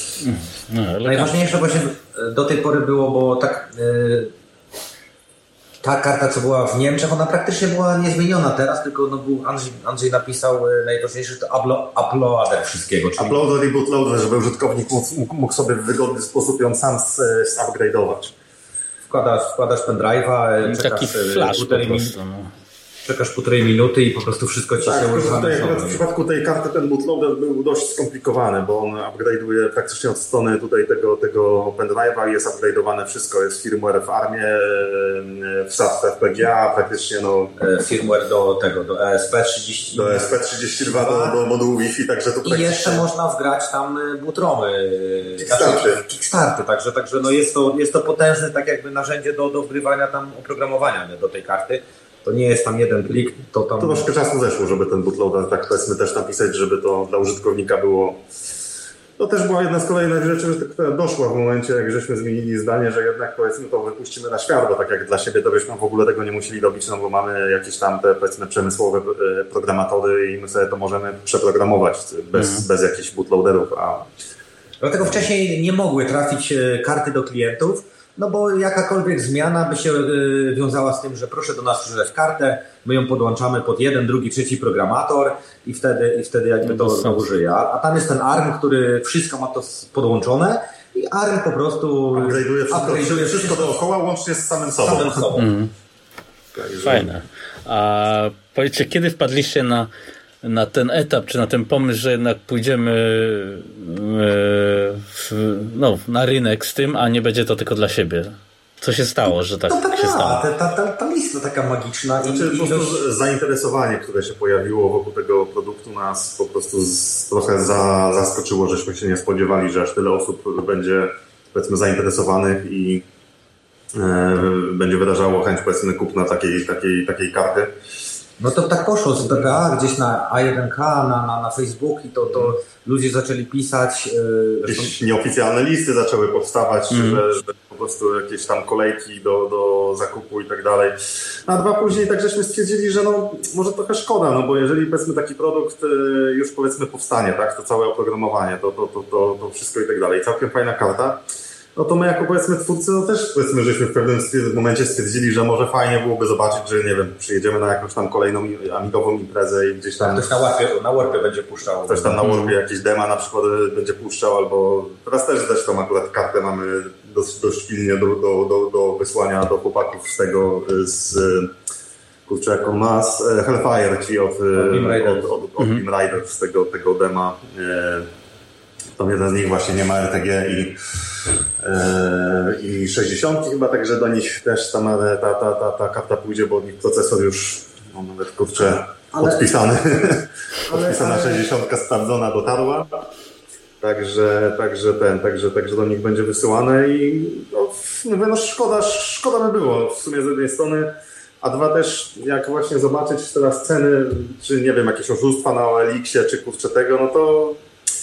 No, Najważniejsze właśnie do tej pory było, bo tak yy, Ta karta, co była w Niemczech, ona praktycznie była niezmieniona teraz, tylko no, był Andrzej, Andrzej napisał e, najważniejsze, to uploader wszystkiego. Czyli... Uploader i bootloader, żeby użytkownik mógł, mógł sobie w wygodny sposób ją sam zupgrade'ować. Wkładasz, wkładasz pendrive'a, taki flash po prostu. No. Czekasz półtorej minuty i po prostu wszystko ci tak, się uruchamia. W przypadku tej karty ten bootloader był dość skomplikowany, bo on upgrade'uje praktycznie od strony tutaj tego, tego pendrive'a i jest upgrade'owane wszystko. Jest firmware w armie, wsad w F P G A, praktycznie no... Firmware do tego, do E S P trzydzieści do E S P trzydzieści dwa, do, do modułu Wi-Fi, także tu praktycznie... I jeszcze można wgrać tam bootromy, Kickstarty. Kickstarty, także, także no jest, to, jest to potężne tak jakby narzędzie do, do wgrywania tam oprogramowania do tej karty. To nie jest tam jeden plik, to tam... To troszkę czasu zeszło, żeby ten bootloader, tak powiedzmy, też napisać, żeby to dla użytkownika było... To też była jedna z kolejnych rzeczy, która doszła w momencie, jak żeśmy zmienili zdanie, że jednak powiedzmy to wypuścimy na świat, bo tak jak dla siebie to byśmy w ogóle tego nie musieli robić, no bo mamy jakieś tam te powiedzmy przemysłowe programatory i my sobie to możemy przeprogramować bez, mhm. bez jakichś bootloaderów. A... Dlatego wcześniej nie mogły trafić karty do klientów, no bo jakakolwiek zmiana by się y, wiązała z tym, że proszę do nas przyjrzeć kartę, my ją podłączamy pod jeden, drugi, trzeci programator i wtedy, i wtedy jakby to znowu żyje. A, a tam jest ten A R M, który wszystko ma to podłączone i A R M po prostu upgrade'uje wszystko, upgrade'uje wszystko dookoła, łącznie z samym sobą. Samym sobą. Mm. Fajne. A powiedzcie, kiedy wpadliście na na ten etap, czy na ten pomysł, że jednak pójdziemy w, no, na rynek z tym, a nie będzie to tylko dla siebie? Co się stało, że tak no, tak się ta, stało? Ta, ta, ta lista taka magiczna. Znaczy, i, po prostu zainteresowanie, które się pojawiło wokół tego produktu, nas po prostu z, trochę za, zaskoczyło, żeśmy się nie spodziewali, że aż tyle osób będzie, powiedzmy, zainteresowanych i e, będzie wyrażało chęć, powiedzmy, kupna takiej, takiej, takiej karty. No to tak poszło z B G A, gdzieś na A jeden K, na, na, na Facebook i to, to ludzie zaczęli pisać. Yy, jakieś nieoficjalne listy zaczęły powstawać, mm. że, że po prostu jakieś tam kolejki do, do zakupu i tak dalej. A dwa później tak żeśmy stwierdzili, że no może trochę szkoda, no bo jeżeli powiedzmy taki produkt już powiedzmy powstanie, tak, to całe oprogramowanie, to, to, to, to, to wszystko i tak dalej, całkiem fajna karta. No to my jako powiedzmy twórcy, no też powiedzmy, żeśmy w pewnym momencie stwierdzili, że może fajnie byłoby zobaczyć, że nie wiem, przyjedziemy na jakąś tam kolejną amigową imprezę i gdzieś tam... Ktoś na warpie, na warpie będzie puszczał. Ktoś tam na warpie jakieś dema na przykład będzie puszczał, albo teraz też zresztą akurat kartę mamy dość, dość pilnie do, do, do, do wysłania do chłopaków z tego, z kurczę, jak on ma, z Hellfire, czyli od, od, od, od, od mhm. Beam Riders, z tego, tego dema. Tam jeden z nich właśnie nie ma R T G i, yy, i sześćdziesiąt chyba, także do nich też ta, ta, ta, ta, ta karta pójdzie, bo od nich procesor już no, nawet kurczę ale, podpisany. Ale, Podpisana ale... sześćdziesiątka sprawdzona dotarła. Także, także ten, także, także do nich będzie wysyłane i no, mówię, no szkoda, szkoda by było w sumie z jednej strony, a dwa też jak właśnie zobaczyć teraz ceny, czy nie wiem, jakieś oszustwa na O L X-ie, czy kurczę tego, no to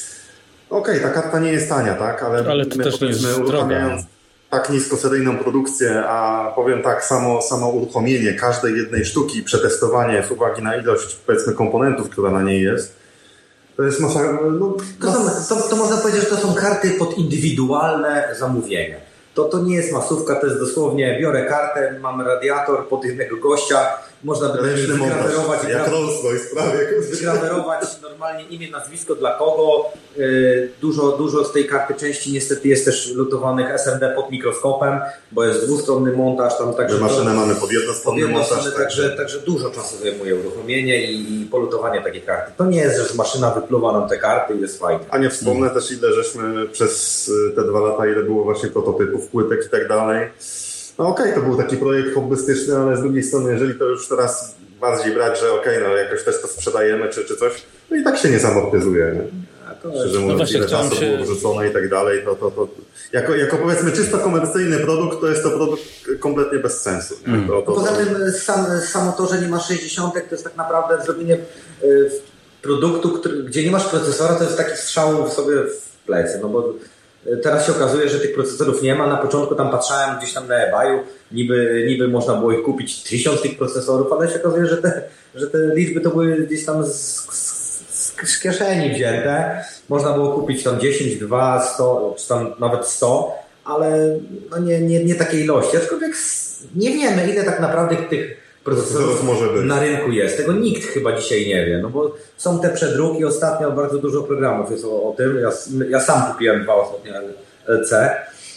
okej, okay, ta karta nie jest tania, tak? Ale, ale to my też nie jest droga. Tak niskoseryjną produkcję, a powiem tak, samo, samo uruchomienie każdej jednej sztuki, przetestowanie z uwagi na ilość, powiedzmy, komponentów, która na niej jest, to jest masa... No, to, są, to, to można powiedzieć, że to są karty pod indywidualne zamówienie. To, to nie jest masówka, to jest dosłownie, biorę kartę, mam radiator pod jednego gościa, można by wygrawerować, jak Rolls-Royce prawie. Wygrawerować normalnie imię, nazwisko dla kogo. Yy, dużo, dużo z tej karty części niestety jest też lutowanych S M D pod mikroskopem, bo jest dwustronny montaż. Tam także maszynę mamy pod jednostronny pod montaż. Także, także, także dużo czasu zajmuje uruchomienie i, i polutowanie takiej karty. To nie jest, że maszyna wypluwa nam te karty i jest fajnie. A nie wspomnę hmm. też ile żeśmy przez te dwa lata, ile było właśnie prototypów, płytek i tak dalej. No okej, okay, to był taki projekt hobbystyczny, ale z drugiej strony, jeżeli to już teraz bardziej brać, że okej, okay, no jakoś też to sprzedajemy czy, czy coś, no i tak się nie zamortyzuje. Nie? Szczerze mówiąc, no ile czasu się... było wrzucone i tak dalej, to, to, to jako, jako powiedzmy czysto komercyjny produkt, to jest to produkt kompletnie bez sensu. Nie? Mm. To, to, Poza to... tym sam, samo to, że nie masz sześćdziesiątek, to jest tak naprawdę zrobienie y, produktu, który, gdzie nie masz procesora, to jest taki strzał w sobie w plecy, no bo teraz się okazuje, że tych procesorów nie ma. Na początku tam patrzałem gdzieś tam na eBayu, niby, niby można było ich kupić tysiąc tych procesorów, ale się okazuje, że te, że te liczby to były gdzieś tam z, z, z kieszeni wzięte. Można było kupić tam dziesięć, dwa, sto, czy tam nawet sto, ale no nie, nie, nie takiej ilości. Aczkolwiek nie wiemy, ile tak naprawdę tych procesorów może być. Na rynku jest. Tego nikt chyba dzisiaj nie wie, no bo są te przedruki, ostatnio bardzo dużo programów jest o, o tym. Ja, ja sam kupiłem dwa ostatnio L C,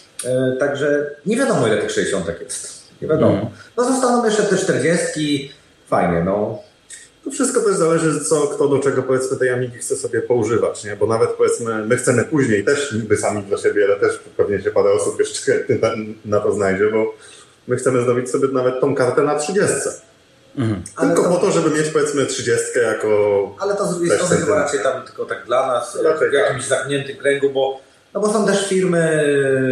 e, także nie wiadomo, ile tych sześćdziesiątek jest. Nie wiadomo. Mm. No zostaną jeszcze te czterdziestki, fajnie, no. To wszystko też zależy, co kto do czego, powiedzmy, tej Amigi chce sobie poużywać, nie? Bo nawet, powiedzmy, my chcemy później też niby sami dla siebie, ale też pewnie się parę osób jeszcze na, na to znajdzie, bo my chcemy zrobić sobie nawet tą kartę na trzydziestce. Mhm. Tylko to, po to, żeby mieć, powiedzmy, trzydziestkę jako... Ale to z drugiej strony chyba raczej tam tylko tak dla nas, raczej w jakimś tak. zamkniętym kręgu, bo, no bo są też firmy,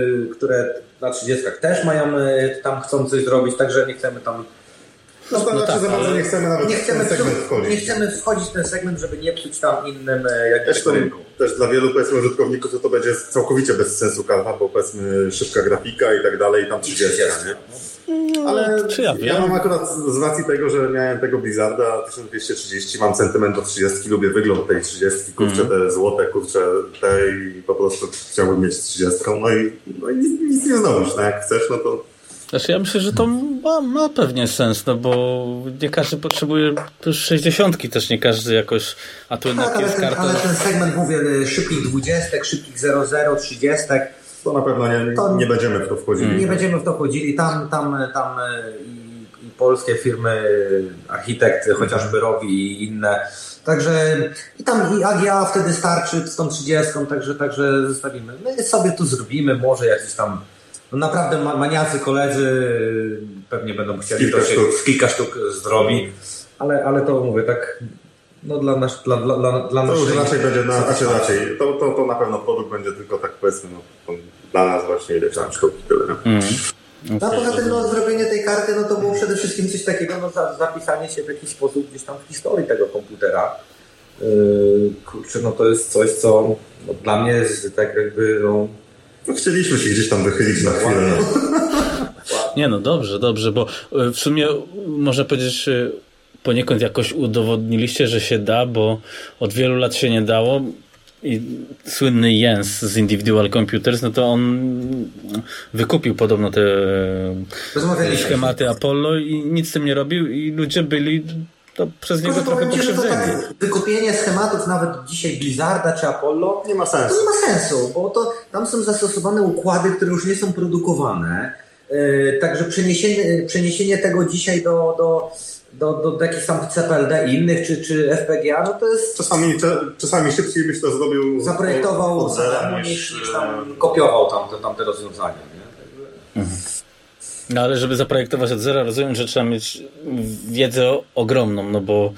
które na trzydziestkach też mają, tam chcą coś zrobić, także nie chcemy tam... No, no, no tak, za bardzo nie chcemy nawet nie chcemy w ten segment wchodzić. Nie chcemy wchodzić w ten segment, żeby nie psuć tam innym jakimś rynku. Też dla wielu, powiedzmy, użytkowników to, to będzie całkowicie bez sensu karta, bo powiedzmy szybka grafika i tak dalej, i tam trzydzieści, nie? No, ale czy ja, wiem? Ja mam akurat z racji tego, że miałem tego Blizzarda tysiąc dwieście trzydzieści, mam sentyment do trzydziestki, lubię wygląd tej trzydziestki, kurczę, mm. te złote, kurczę, te i po prostu chciałbym mieć trzydziestką, no i, no i nic, nic nie zrobisz, no jak chcesz, no to... Znaczy ja myślę, że to ma, ma pewnie sens, no bo nie każdy potrzebuje sześćdziesiątki, też nie każdy jakoś, a tu jednak tak, jest ale ten, karta... ale ten segment, mówię, szybkich dwudziestek, szybkich zero zero, trzydziestek, to na pewno nie, to nie będziemy w to wchodzili. Nie będziemy w to wchodzili, tam, tam, tam i, i polskie firmy, Architekt chociażby robi i inne, także i tam i A G A wtedy starczy z tą trzydziestką, także, także zostawimy. My sobie tu zrobimy, może jakiś tam no naprawdę maniacy koledzy pewnie będą chcieli kilka to się sztuk. kilka sztuk zrobi, ale, ale to mówię tak no dla nas dla, dla, dla, dla to naszej... już raczej będzie na, znaczy raczej, to, to, to na pewno produkt będzie tylko tak powiedzmy no, dla nas właśnie ileś tam sztuki tyle. Mm. No a poza tym no, zrobienie tej karty no to było przede wszystkim coś takiego, no zapisanie się w jakiś sposób gdzieś tam w historii tego komputera. Yy, kurczę, no to jest coś, co no, dla mnie jest tak jakby no, no chcieliśmy się gdzieś tam wychylić na chwilę. Nie no, dobrze, dobrze, bo w sumie można powiedzieć poniekąd jakoś udowodniliście, że się da, bo od wielu lat się nie dało i słynny Jens z Individual Computers, no to on wykupił podobno te schematy Apollo i nic z tym nie robił i ludzie byli to przez niego trochę pokrzywdzeni. Tak, wykupienie schematów nawet dzisiaj Blizzarda czy Apollo nie ma sensu. To nie ma sensu, bo to, tam są zastosowane układy, które już nie są produkowane. Yy, także przeniesienie, przeniesienie tego dzisiaj do, do, do, do, do jakichś tam C P L D innych czy, czy F P G A, no to jest... Czasami, czasami szybciej byś to zrobił zaprojektował od zera niż, niż tam kopiował tam, tam te rozwiązania. Nie? Mhm. No ale żeby zaprojektować od zera, rozumiem, że trzeba mieć wiedzę ogromną, no bo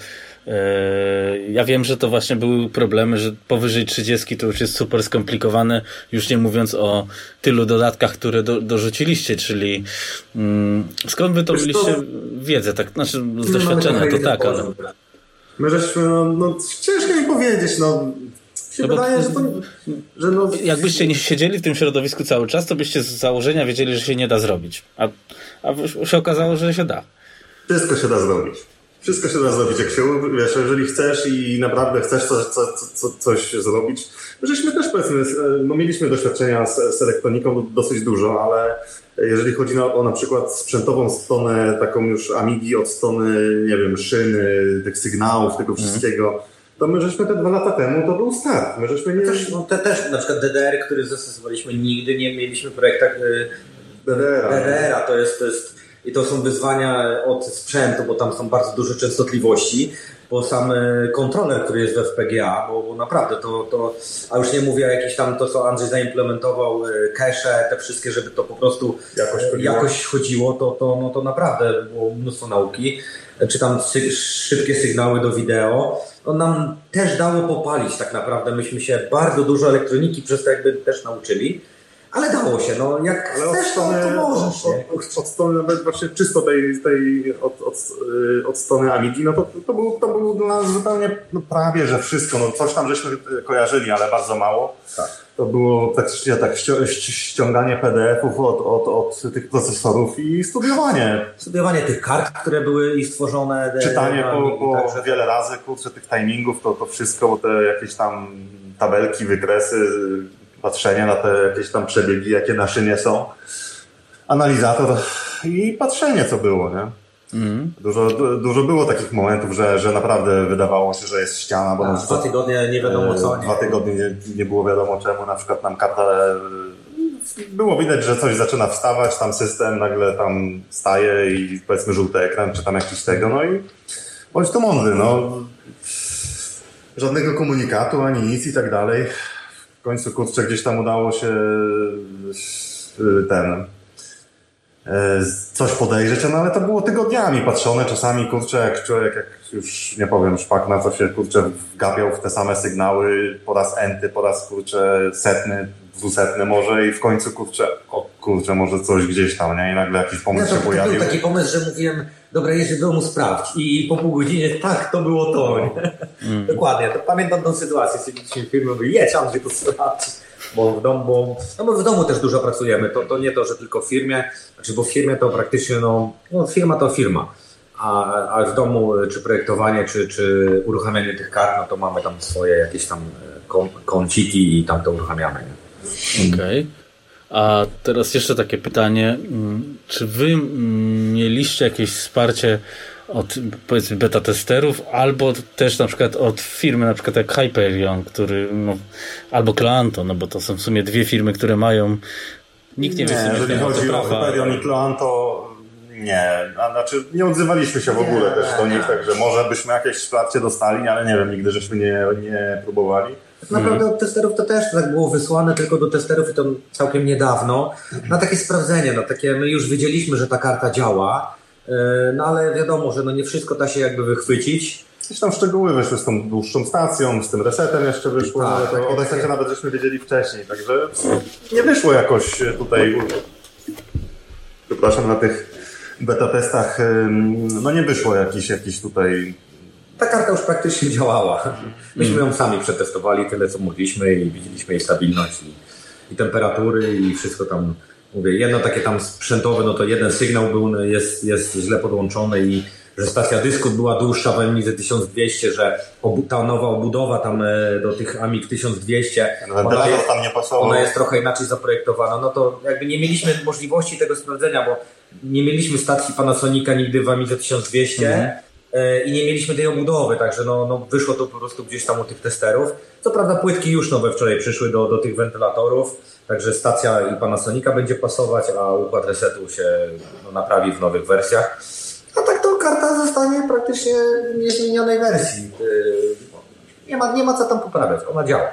e, ja wiem, że to właśnie były problemy, że powyżej trzydziestki to już jest super skomplikowane, już nie mówiąc o tylu dodatkach, które do, dorzuciliście, czyli mm, skąd wy to Wiesz mieliście to... wiedzę, tak, znaczy z doświadczenia to tak, ale... My żeśmy, no, no ciężko mi powiedzieć, no się no wydaje, bo, że to, że no... Jakbyście nie siedzieli w tym środowisku cały czas, to byście z założenia wiedzieli, że się nie da zrobić. A, a się okazało, że się da. Wszystko się da zrobić. Wszystko się da zrobić. Jak się, wiesz, jeżeli chcesz i naprawdę chcesz coś, co, co, coś zrobić. Żeśmy też, powiedzmy, no mieliśmy doświadczenia z, z elektroniką dosyć dużo, ale jeżeli chodzi na, o na przykład sprzętową stronę, taką już Amigi od strony, nie wiem, szyny, tych sygnałów, tego wszystkiego, mm. to my żeśmy te dwa lata temu, to był start. My żeśmy nie... Też, no, te, też na przykład D D R, który zastosowaliśmy, nigdy nie mieliśmy w projektach D D R-a. D D R-a to jest, to jest, i to są wyzwania od sprzętu, bo tam są bardzo duże częstotliwości, bo sam kontroler, który jest w F P G A, bo, bo naprawdę to, to, a już nie mówię o jakieś tam to, co Andrzej zaimplementował, cache, te wszystkie, żeby to po prostu jakoś, jakoś chodziło, to, to, no, to naprawdę było mnóstwo nauki. Czy tam szybkie sygnały do wideo, to nam też dało popalić tak naprawdę. Myśmy się bardzo dużo elektroniki przez to jakby też nauczyli, ale dało się, no jak ale chcesz, to, to możesz. Od, od, od strony nawet właśnie czysto tej, tej od, od, od strony Amigi, no to, to, był, to był dla nas zupełnie no prawie, że wszystko, no coś tam żeśmy kojarzyli, ale bardzo mało. Tak. To było praktycznie tak ściąganie P D F-ów od, od, od tych procesorów i studiowanie. Studiowanie tych kart, które były i stworzone. Czytanie po, po także wiele razy, kurczę, tych timingów, to, to wszystko, te jakieś tam tabelki, wykresy, patrzenie na te jakieś tam przebiegi, jakie na szynie są, analizator i patrzenie, co było, nie? Mm. Dużo, dużo było takich momentów, że, że naprawdę wydawało się, że jest ściana. Bo A, na dwa tygodnie nie wiadomo co. Nie? Dwa tygodnie nie, nie było wiadomo czemu, na przykład nam karta było widać, że coś zaczyna wstawać, tam system nagle tam staje i powiedzmy żółty ekran, czy tam jakiś tego, no i bądź to mądry, no. Żadnego komunikatu, ani nic i tak dalej. W końcu, kurczę, gdzieś tam udało się ten coś podejrzeć, no ale to było tygodniami patrzone, czasami, kurczę, jak człowiek, jak już nie powiem, szpak na co się, kurczę, wgapiał w te same sygnały, po raz enty, po raz, kurczę, setny, dwusetny może i w końcu, kurczę, o kurczę, może coś gdzieś tam, nie? I nagle jakiś pomysł ja, to, się pojawił. To był taki pomysł, że mówiłem, dobra, jeźdź do domu, sprawdź. I po pół godzinie, tak, to było to. Mm. Dokładnie, to pamiętam tą sytuację, siedzieliśmy w firmie, mówię, jedź Andrzej, to sprawdź. Bo w domu, bo, no bo w domu też dużo pracujemy, to, to nie to, że tylko w firmie, znaczy bo w firmie to praktycznie, no, no firma to firma, a, a w domu czy projektowanie, czy, czy uruchamianie tych kart, no to mamy tam swoje jakieś tam kąciki i tam to uruchamiamy. Okej. Okay. A teraz jeszcze takie pytanie, czy wy mieliście jakieś wsparcie od, powiedzmy, beta testerów, albo też na przykład od firmy na przykład jak Hyperion, który, no, albo Cleanto, no bo to są w sumie dwie firmy, które mają, nikt nie, nie wie, jeżeli chodzi o Hyperion i Cleanto, nie, a znaczy nie odzywaliśmy się w ogóle nie, też do nich, także może byśmy jakieś wsparcie dostali, ale nie wiem, nigdy żeśmy nie, nie próbowali. Naprawdę od testerów to też tak było wysłane tylko do testerów i to całkiem niedawno, na takie sprawdzenie, no takie my już wiedzieliśmy, że ta karta działa, no ale wiadomo, że no nie wszystko da się jakby wychwycić. Jakieś tam szczegóły wyszły z tą dłuższą stacją, z tym resetem jeszcze wyszło, tak, ale to tak, o resecie nawet żeśmy wiedzieli wcześniej, także nie wyszło jakoś tutaj, przepraszam, na tych beta testach, no nie wyszło jakiś, jakiś tutaj... Ta karta już praktycznie działała. Myśmy ją sami przetestowali, tyle co mogliśmy i widzieliśmy jej stabilność i, i temperatury i wszystko tam. Mówię, jedno takie tam sprzętowe, no to jeden sygnał był, jest, jest źle podłączony i że stacja dysku była dłuższa w Amidze tysiąc dwieście, że obu, ta nowa obudowa tam do tych Amig tysiąc dwieście, ona jest, tam nie pasował. Ona jest trochę inaczej zaprojektowana. No to jakby nie mieliśmy możliwości tego sprawdzenia, bo nie mieliśmy stacji Panasonica nigdy w Amidze tysiąc dwieście mhm. i nie mieliśmy tej obudowy, także no, no wyszło to po prostu gdzieś tam u tych testerów. Co prawda płytki już nowe wczoraj przyszły do, do tych wentylatorów, także stacja i Panasonica będzie pasować, a układ resetu się no, naprawi w nowych wersjach. A tak to karta zostanie praktycznie w niezmienionej wersji. Nie ma, nie ma co tam poprawiać, ona działa.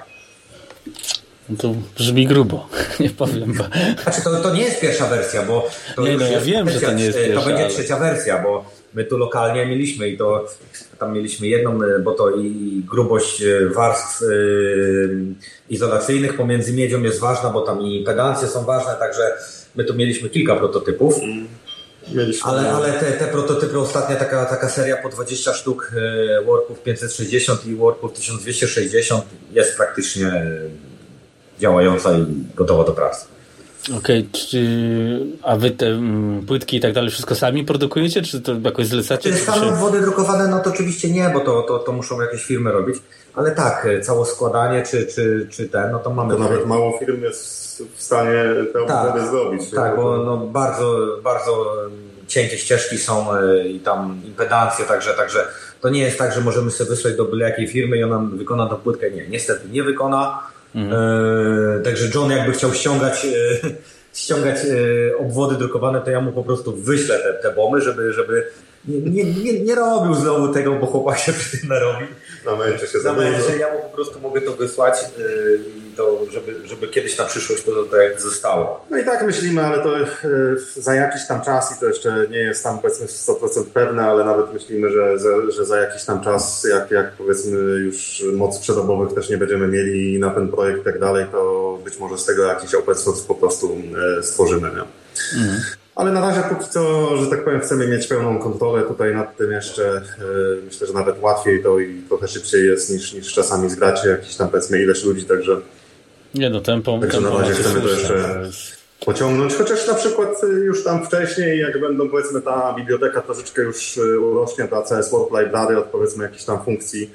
No to brzmi grubo, nie powiem. Bo... Znaczy to, to nie jest pierwsza wersja, bo to nie, już no, ja jest wiem, wersja, że to nie jest pierwsza, to będzie ale... trzecia wersja, bo my tu lokalnie mieliśmy i to tam mieliśmy jedną, bo to i grubość warstw yy, izolacyjnych pomiędzy miedzią jest ważna, bo tam i impedancje są ważne, także my tu mieliśmy kilka prototypów. Mieliśmy. Ale, ale te, te prototypy, ostatnia taka, taka seria po dwadzieścia sztuk yy, Warpów pięćset sześćdziesiąt i Warpów tysiąc dwieście sześćdziesiąt jest praktycznie działająca i gotowa do pracy. Okej, okay, a wy te m, płytki i tak dalej wszystko sami produkujecie, czy to jakoś zlecacie? Samą się... wody drukowane, no to oczywiście nie, bo to, to, to muszą jakieś firmy robić, ale tak, całe składanie czy, czy, czy ten, no to mamy... To nawet mało firm jest w stanie te obudowy tak, zrobić. Tak, bo no bardzo, bardzo cienkie ścieżki są i tam impedancje, także, także to nie jest tak, że możemy sobie wysłać do byle jakiej firmy i ona wykona tą płytkę. Nie, niestety nie wykona. Mhm. E, także John jakby chciał ściągać, e, ściągać e, obwody drukowane, to ja mu po prostu wyślę te, te bomy, żeby, żeby nie, nie, nie, nie robił znowu tego, bo chłopak się przy tym narobi. Zamęczy się za Zamęczy, ja mu po prostu mogę to wysłać yy, i to, żeby, żeby kiedyś na przyszłość to, to jak zostało. No i tak myślimy, ale to yy, za jakiś tam czas i to jeszcze nie jest tam powiedzmy sto procent pewne, ale nawet myślimy, że za, że za jakiś tam czas, jak, jak powiedzmy już mocy przerobowych też nie będziemy mieli na ten projekt i tak dalej, to być może z tego jakiś open source po prostu yy, stworzymy. Nie? Mhm. Ale na razie póki co, że tak powiem, chcemy mieć pełną kontrolę tutaj nad tym jeszcze. Yy, myślę, że nawet łatwiej to i trochę szybciej jest niż, niż czasami zgracie jakiś tam powiedzmy ileś ludzi, także... Nie no, tempo... Także tempo na razie chcemy to jeszcze jest... pociągnąć, chociaż na przykład już tam wcześniej, jak będą powiedzmy ta biblioteka troszeczkę już urośnie, ta C S Warp Library od powiedzmy jakichś tam funkcji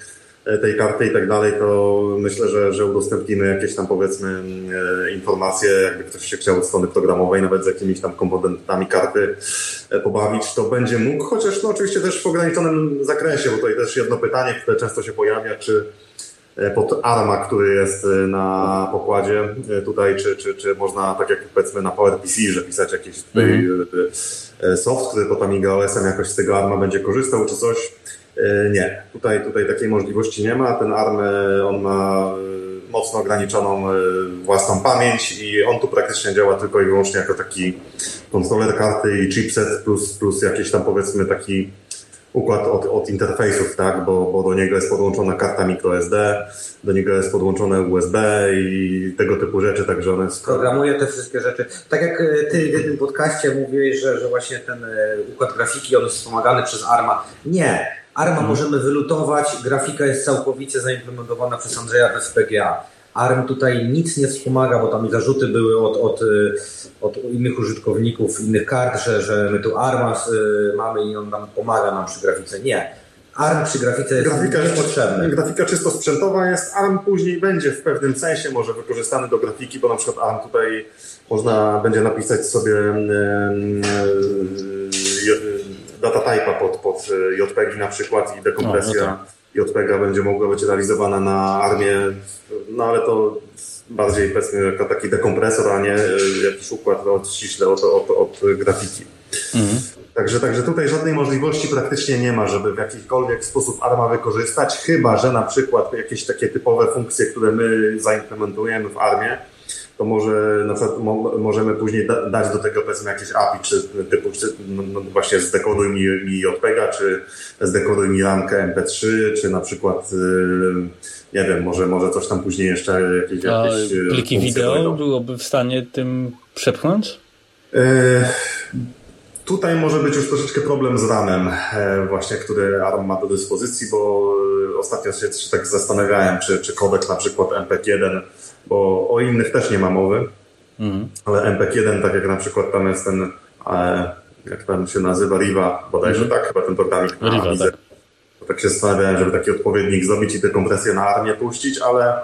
tej karty i tak dalej, to myślę, że, że udostępnimy jakieś tam powiedzmy informacje, jakby ktoś się chciał od strony programowej, nawet z jakimiś tam komponentami karty pobawić, to będzie mógł, chociaż no oczywiście też w ograniczonym zakresie, bo tutaj też jedno pytanie, które często się pojawia, czy pod ARMA, który jest na pokładzie tutaj, czy, czy, czy można, tak jak powiedzmy na PowerPC, że pisać jakiś tutaj mm-hmm. soft, który pod Amiga O S-em jakoś z tego ARMA będzie korzystał, czy coś. Nie, tutaj, tutaj takiej możliwości nie ma. Ten ARM, on ma mocno ograniczoną własną pamięć i on tu praktycznie działa tylko i wyłącznie jako taki kontroler karty i chipset plus, plus jakiś tam powiedzmy taki układ od, od interfejsów, tak, bo, bo do niego jest podłączona karta microSD, do niego jest podłączone U S B i tego typu rzeczy, także one... Programuje te wszystkie rzeczy. Tak jak ty w jednym podcaście mówiłeś, że, że właśnie ten układ grafiki, on jest wspomagany przez ARMA. Nie. ARMA hmm. możemy wylutować, grafika jest całkowicie zaimplementowana przez Andrzeja w S P G A. ARM tutaj nic nie wspomaga, bo tam zarzuty były od, od, od innych użytkowników, innych kart, że, że my tu ARMA mamy i on nam pomaga nam przy grafice. Nie. ARM przy grafice jest grafika niepotrzebny. Grafika czysto sprzętowa jest. ARM później będzie w pewnym sensie może wykorzystany do grafiki, bo na przykład ARM tutaj można będzie napisać sobie data type'a pod, pod J P G na przykład i dekompresja. No, no J P G będzie mogła być realizowana na ARMie, no ale to bardziej powiedzmy jako taki dekompresor, a nie jakiś układ od, ściśle od, od, od grafiki. Mhm. Także, także tutaj żadnej możliwości praktycznie nie ma, żeby w jakikolwiek sposób ARMA wykorzystać, chyba że na przykład jakieś takie typowe funkcje, które my zaimplementujemy w ARMie, to może na przykład mo, możemy później da, dać do tego powiedzmy jakieś A P I, czy typu czy, no, no właśnie zdekoduj mi, mi J P G A, czy zdekoduj mi ramkę M P trzy, czy na przykład yy, nie wiem, może, może coś tam później jeszcze jakieś, A jakieś pliki wideo dojdą. Byłoby w stanie tym przepchnąć? Yy, tutaj może być już troszeczkę problem z ramem właśnie, który ARM ma do dyspozycji, bo ostatnio się tak zastanawiałem, czy, czy kodek na przykład M P jeden, bo o innych też nie ma mowy, mm. ale M P jeden, tak jak na przykład tam jest ten, jak tam się nazywa, Riva, bodajże mm. tak, chyba ten programik na Riva, Amidze. tak. Tak się zastanawiałem, żeby taki odpowiednik zrobić i tę kompresję na ARMie puścić, ale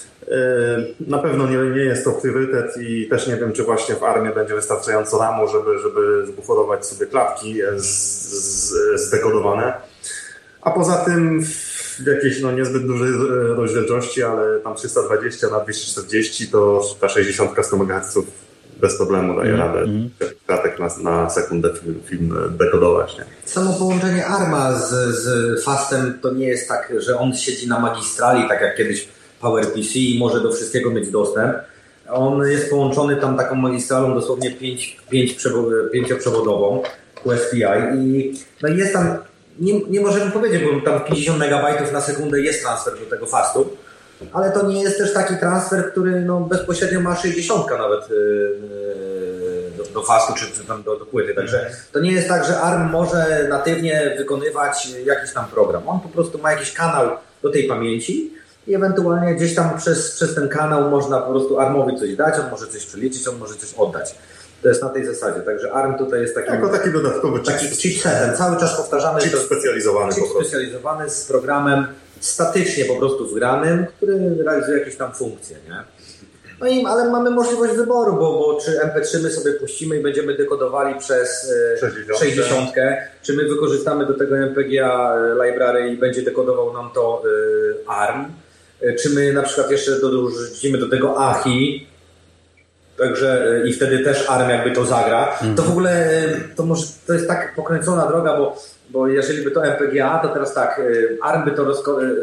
na pewno nie, nie jest to priorytet i też nie wiem, czy właśnie w ARMie będzie wystarczająco ramu, żeby, żeby zbuforować sobie klatki z, z, zdekodowane. A poza tym w jakiejś no, niezbyt dużej rozdzielczości, ale tam trzysta dwadzieścia na dwieście czterdzieści, to ta sześćdziesiąt sto megaherców bez problemu daje mm, radę mm. klatek na, na sekundę film, film dekodować. Nie? Samo połączenie ARMa z, z Fastem to nie jest tak, że on siedzi na magistrali, tak jak kiedyś PowerPC i może do wszystkiego mieć dostęp. On jest połączony tam taką magistralą dosłownie pięć, pięć pięcioprzewodową U S B I i no jest tam, nie, nie możemy powiedzieć, bo tam pięćdziesiąt megabajtów na sekundę jest transfer do tego fastu, ale to nie jest też taki transfer, który no bezpośrednio ma sześćdziesiąt nawet yy, do, do fastu czy, czy tam do, do płyty. Także to nie jest tak, że ARM może natywnie wykonywać jakiś tam program. On po prostu ma jakiś kanał do tej pamięci i ewentualnie gdzieś tam przez, przez ten kanał można po prostu ARMowi coś dać, on może coś przeliczyć, on może coś oddać. To jest na tej zasadzie. Także ARM tutaj jest taki... Jako taki dodatkowy taki chipsetem. Cały czas powtarzamy... Chip to, specjalizowany chip po prostu. specjalizowany z programem statycznie po prostu wgranym, który realizuje jakieś tam funkcje, nie? No i, ale mamy możliwość wyboru, bo, bo czy M P trzy my sobie puścimy i będziemy dekodowali przez e, sześćdziesiąt, czy my wykorzystamy do tego M P G A library i będzie dekodował nam to e, ARM, e, czy my na przykład jeszcze dorzucimy do tego A H I, także e, i wtedy też ARM jakby to zagra, mhm. to w ogóle e, to, może, to jest tak pokręcona droga, bo, bo jeżeli by to M P G A, to teraz tak, e, ARM by to rozko... E,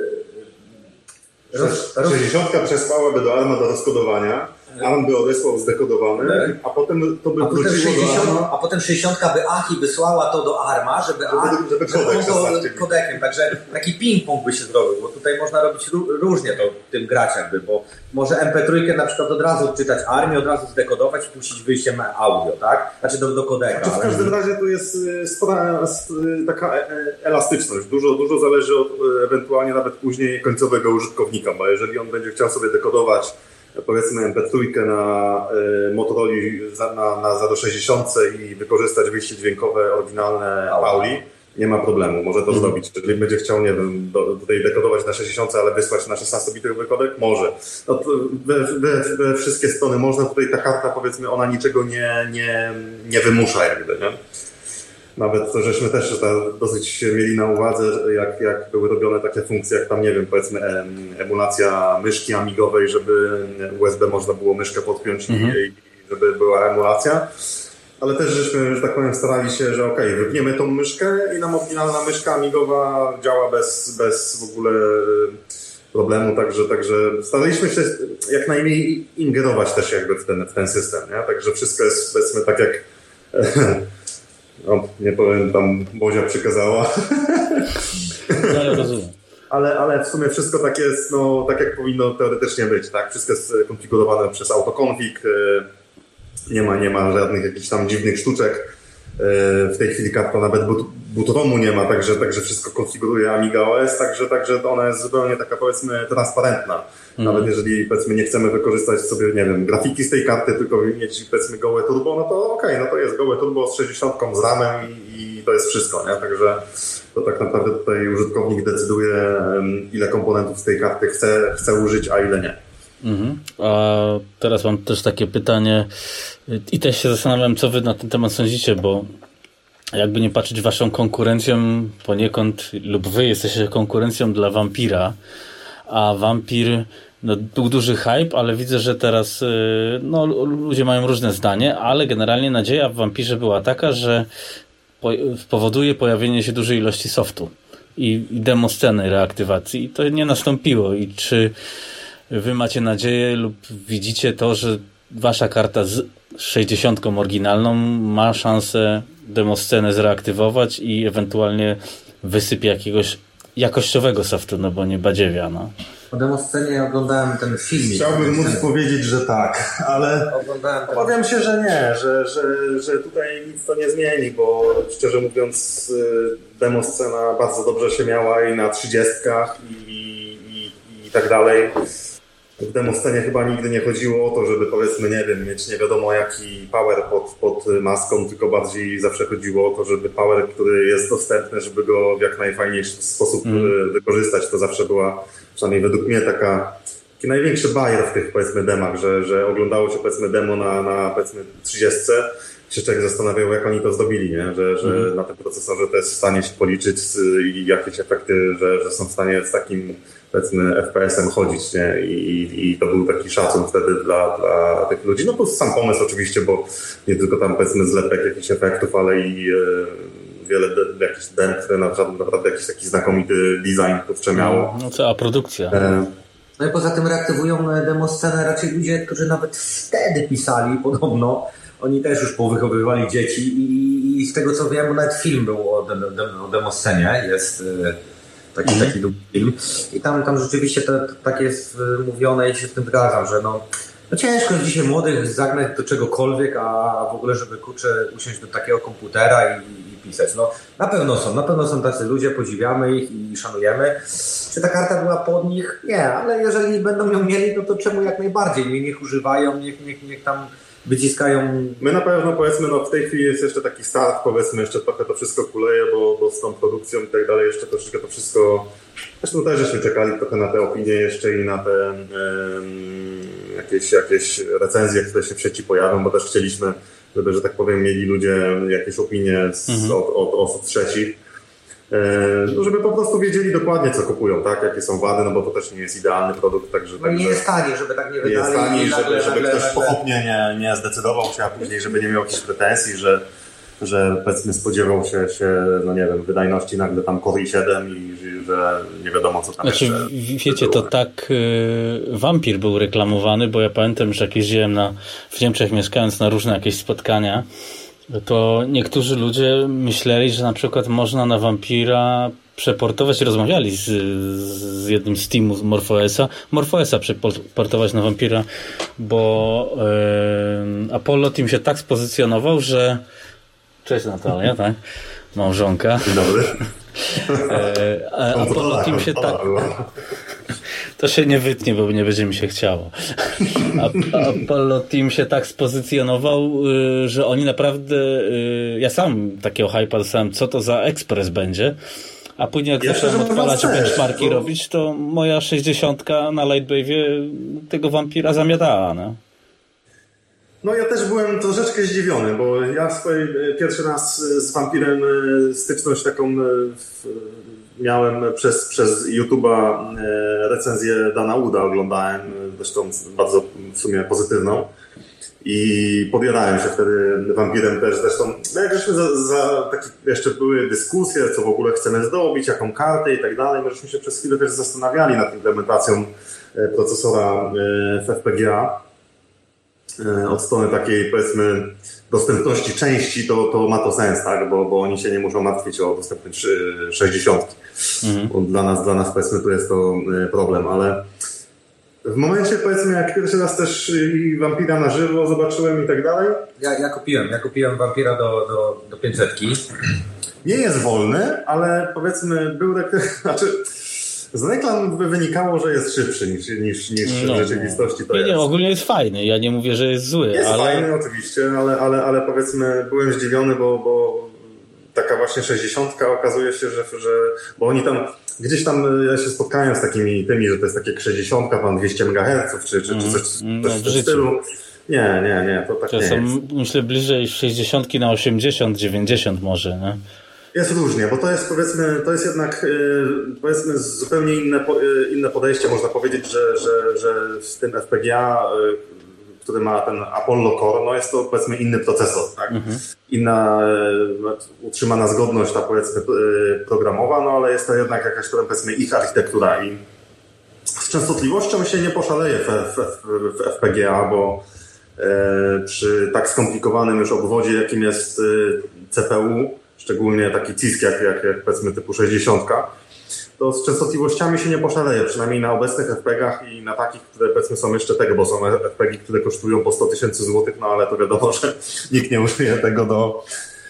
Roz, roz... sześćdziesiąt przesłałaby do ARMa do rozkodowania, ARM by odesłał zdekodowany, tak. a potem to by a wróciło sześćdziesiąt, do ARMa. A potem sześćdziesiąt by A H I wysłała to do ARMa, żeby, żeby, ARM, żeby kodek żeby kodekiem. Także taki ping-pong by się zrobił, bo tutaj można robić różnie to tym grać jakby, bo może M P trzy na przykład od razu odczytać ARMie, od razu zdekodować i puścić wyjściem audio, tak? Znaczy do, do kodeka. Znaczy w każdym ale... razie tu jest spora taka elastyczność. Dużo, dużo zależy od ewentualnie nawet później końcowego użytkownika, bo jeżeli on będzie chciał sobie dekodować powiedzmy M P trzy na y, Motorola na, na zero sześćdziesiąt i wykorzystać wyjście dźwiękowe oryginalne Pauli, nie ma problemu, może to mm. zrobić. Jeżeli będzie chciał, nie wiem, do, tutaj dekodować na sześćdziesiąt, ale wysłać na szesnastobitowy kodek, może. No to we, we, we wszystkie strony można, tutaj ta karta, powiedzmy, ona niczego nie, nie, nie wymusza jakby, nie? Nawet to, żeśmy też dosyć mieli na uwadze, jak, jak były robione takie funkcje, jak tam, nie wiem, powiedzmy emulacja myszki amigowej, żeby U S B można było myszkę podpiąć mm. i, i żeby była emulacja. Ale też żeśmy, że tak powiem, starali się, że okej, okay, wypniemy tą myszkę i nam oryginalna myszka amigowa działa bez, bez w ogóle problemu, także, także staraliśmy się jak najmniej ingerować też jakby w ten, w ten system, nie? Także wszystko jest, powiedzmy, tak jak no, nie powiem, tam Bozia przykazała. No, rozumiem. Ale, ale w sumie wszystko tak jest, no, tak jak powinno teoretycznie być, tak? Wszystko jest konfigurowane przez autoconfig, nie ma, nie ma żadnych jakichś tam dziwnych sztuczek. W tej chwili karta nawet boot, boot-romu nie ma, także, także wszystko konfiguruje Amiga O S, także, także ona jest zupełnie taka, powiedzmy, transparentna. Mm. Nawet jeżeli, powiedzmy, nie chcemy wykorzystać sobie, nie wiem, grafiki z tej karty, tylko mieć, powiedzmy, gołe turbo, no to okej, okay, no to jest gołe turbo z sześćdziesiątką z ramem i, i to jest wszystko, nie? Także to tak naprawdę tutaj użytkownik decyduje, ile komponentów z tej karty chce, chce użyć, a ile nie. Mhm. A teraz mam też takie pytanie i też się zastanawiam, co wy na ten temat sądzicie, bo jakby nie patrzeć, waszą konkurencją poniekąd, lub wy jesteście konkurencją dla Vampira, a Vampir, no, był duży hype, ale widzę, że teraz no, ludzie mają różne zdanie, ale generalnie nadzieja w Vampirze była taka, że powoduje pojawienie się dużej ilości softu i, i demo sceny reaktywacji i to nie nastąpiło. I czy wy macie nadzieję lub widzicie to, że wasza karta z sześćdziesiątką oryginalną ma szansę demoscenę zreaktywować i ewentualnie wysypie jakiegoś jakościowego softu, no bo nie badziewia, no. O demoscenie oglądałem ten film. Chciałbym móc powiedzieć, że tak, ale obawiam się, że nie, że, że, że tutaj nic to nie zmieni, bo szczerze mówiąc demoscena bardzo dobrze się miała i na trzydziestkach i, i, i tak dalej. W demoscenie chyba nigdy nie chodziło o to, żeby, powiedzmy, nie wiem, mieć nie wiadomo jaki power pod, pod maską, tylko bardziej zawsze chodziło o to, żeby power, który jest dostępny, żeby go w jak najfajniejszy sposób mm. wykorzystać. To zawsze była, przynajmniej według mnie, taka, taki największy bajer w tych, powiedzmy, demach, że, że oglądało się, powiedzmy, demo na, na powiedzmy, trzydziestce, się człowiek zastanawiał, jak oni to zrobili, nie? Że, że mm. na tym procesorze to jest w stanie się policzyć i jakieś efekty, że, że są w stanie z takim, powiedzmy, F P S-em chodzić, nie? I, i to był taki szacun wtedy dla, dla tych ludzi. No plus sam pomysł oczywiście, bo nie tylko tam, powiedzmy, zlepek jakichś efektów, ale i e, wiele de, jakichś dem, które naprawdę, naprawdę jakiś taki znakomity design kurczę miało. No cała produkcja. E, No i poza tym reaktywują demoscenę raczej ludzie, którzy nawet wtedy pisali podobno. Oni też już powychowywali dzieci i, i z tego co wiem, nawet film był o, de, de, o demoscenie, jest taki, mm. taki długi film i tam, tam rzeczywiście to, to tak jest mówione i się z tym zgadzam, że no, no ciężko jest dzisiaj młodych zagnać do czegokolwiek, a w ogóle żeby kurczę usiąść do takiego komputera i, i pisać. No na pewno są, na pewno są tacy ludzie, podziwiamy ich i szanujemy. Czy ta karta była pod nich? Nie, ale jeżeli będą ją mieli, no to czemu jak najbardziej? Niech, niech używają, niech, niech, niech tam wyciskają. My na pewno, powiedzmy, no w tej chwili jest jeszcze taki start, powiedzmy, jeszcze trochę to wszystko kuleje, bo, bo z tą produkcją i tak dalej jeszcze troszeczkę to wszystko, zresztą też żeśmy czekali trochę na te opinie jeszcze i na te um, jakieś, jakieś recenzje, które się w sieci pojawią, bo też chcieliśmy, żeby, że tak powiem, mieli ludzie jakieś opinie z, mhm. od, od osób trzecich. No, żeby po prostu wiedzieli dokładnie, co kupują, tak? Jakie są wady, no bo to też nie jest idealny produkt, także... No nie jest tani, żeby tak nie wydali. Nie jest tani, żeby, nagle, żeby nagle, ktoś nagle. pochopnie nie, nie zdecydował się, a później, żeby nie miał jakichś pretensji, że, że powiedzmy spodziewał się, się, no nie wiem, wydajności nagle tam Core i siedem i że nie wiadomo, co tam znaczy, jeszcze... Wiecie, to tak yy, Vampir był reklamowany, bo ja pamiętam, że jak jeździłem na, w Niemczech mieszkając na różne jakieś spotkania, to niektórzy ludzie myśleli, że na przykład można na Vampira przeportować, rozmawiali z, z jednym z teamu z MorphOS-a, MorphOS-a przeportować na Vampira, bo e, Apollo Team się tak spozycjonował, że cześć Natalia, tak? Małżonka. Dzień dobry. E, Apollo Team się tak To się nie wytnie, bo nie będzie mi się chciało. A, a Apollo Team się tak spozycjonował, że oni naprawdę... Ja sam takiego hype'a dostałem, co to za ekspres będzie. A później jak ja zacząłem odpalać benchmarki bo... robić, to moja sześćdziesiątka na Lightwave'ie tego wampira zamiatała, no. No ja też byłem troszeczkę zdziwiony, bo ja swój pierwszy raz z wampirem styczność taką w, miałem przez, przez YouTube'a recenzję Dana Wooda oglądałem, zresztą bardzo w sumie pozytywną. I podjarałem się wtedy wampirem też, zresztą jak żeśmy za, za takie jeszcze były dyskusje, co w ogóle chcemy zdobyć, jaką kartę i tak dalej, my żeśmy się przez chwilę też zastanawiali nad implementacją procesora w F P G A. Od strony takiej, powiedzmy, dostępności części, to, to ma to sens, tak, bo, bo oni się nie muszą martwić o dostępność sześćdziesiątki. Mhm. Dla nas, dla nas, powiedzmy, tu jest to problem, ale w momencie, powiedzmy, jak pierwszy raz też i Vampira na żywo zobaczyłem i tak dalej. Ja, ja kupiłem, ja kupiłem Vampira do, do, do pięćsetki. Nie jest wolny, ale powiedzmy był tak, znaczy z reklam by wynikało, że jest szybszy niż, niż, niż no, w rzeczywistości to nie, jest. Nie, ogólnie jest fajny, ja nie mówię, że jest zły. Jest ale... fajny oczywiście, ale, ale, ale powiedzmy byłem zdziwiony, bo, bo taka właśnie sześćdziesiątka okazuje się, że, że bo oni tam gdzieś tam, ja się spotkałem z takimi tymi, że to jest takie sześćdziesiątka, pan dwieście megaherców, czy, czy, czy coś, coś no, w tym stylu. Nie, nie, nie, to tak Czasem nie jest. Myślę bliżej sześćdziesiątki na osiemdziesiąt, dziewięćdziesiąt może, nie? Jest różnie, bo to jest powiedzmy, to jest jednak powiedzmy zupełnie inne, inne podejście, można powiedzieć, że, że, że w tym F P G A, który ma ten Apollo Core, no jest to powiedzmy inny procesor, tak? Mhm. Inna utrzymana zgodność ta powiedzmy programowa, no ale jest to jednak jakaś powiedzmy ich architektura i z częstotliwością się nie poszaleje w, w, w, w F P G A, bo e, przy tak skomplikowanym już obwodzie, jakim jest C P U, szczególnie taki C I S K jak, jak, jak powiedzmy typu sześćdziesiątka, to z częstotliwościami się nie poszaleje, przynajmniej na obecnych F P G-ach i na takich, które powiedzmy są jeszcze tego, bo są F P G, które kosztują po sto tysięcy złotych, no ale to wiadomo, że nikt nie użyje tego do,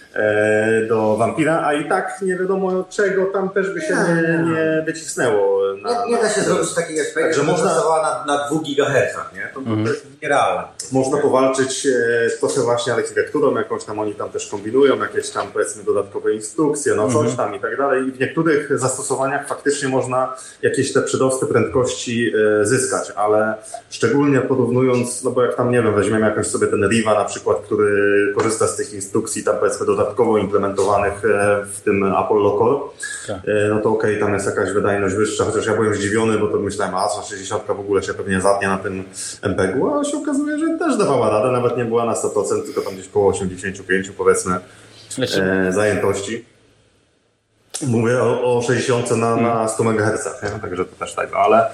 e, do Vampira, a i tak nie wiadomo czego tam też by się nie, nie wycisnęło. Na, nie, nie da się na, zrobić takiej F P G, że można na, na dwóch gigahercach, nie? To, mhm. to jest nierealne. Można powalczyć e, trochę właśnie architekturą, jakąś tam oni tam też kombinują, jakieś tam powiedzmy dodatkowe instrukcje, no coś mhm. tam i tak dalej. I w niektórych zastosowaniach faktycznie można jakieś te przyrosty prędkości e, zyskać, ale szczególnie porównując, no bo jak tam nie wiem, weźmiemy jakąś sobie ten Riva na przykład, który korzysta z tych instrukcji tam powiedzmy dodatkowo implementowanych e, w tym Apollo Core, tak. e, no to okej, okay, tam jest jakaś wydajność wyższa, chociaż ja byłem zdziwiony, bo to myślałem, a sześćdziesiątka w ogóle się pewnie zatnie na tym M P G u, a się okazuje, że też dawała radę, nawet nie była na sto procent, tylko tam gdzieś koło osiemdziesiąt pięć powiedzmy e, zajętości. Mówię o, o sześćdziesiąt na, na sto megaherców, nie? Także to też tak, ale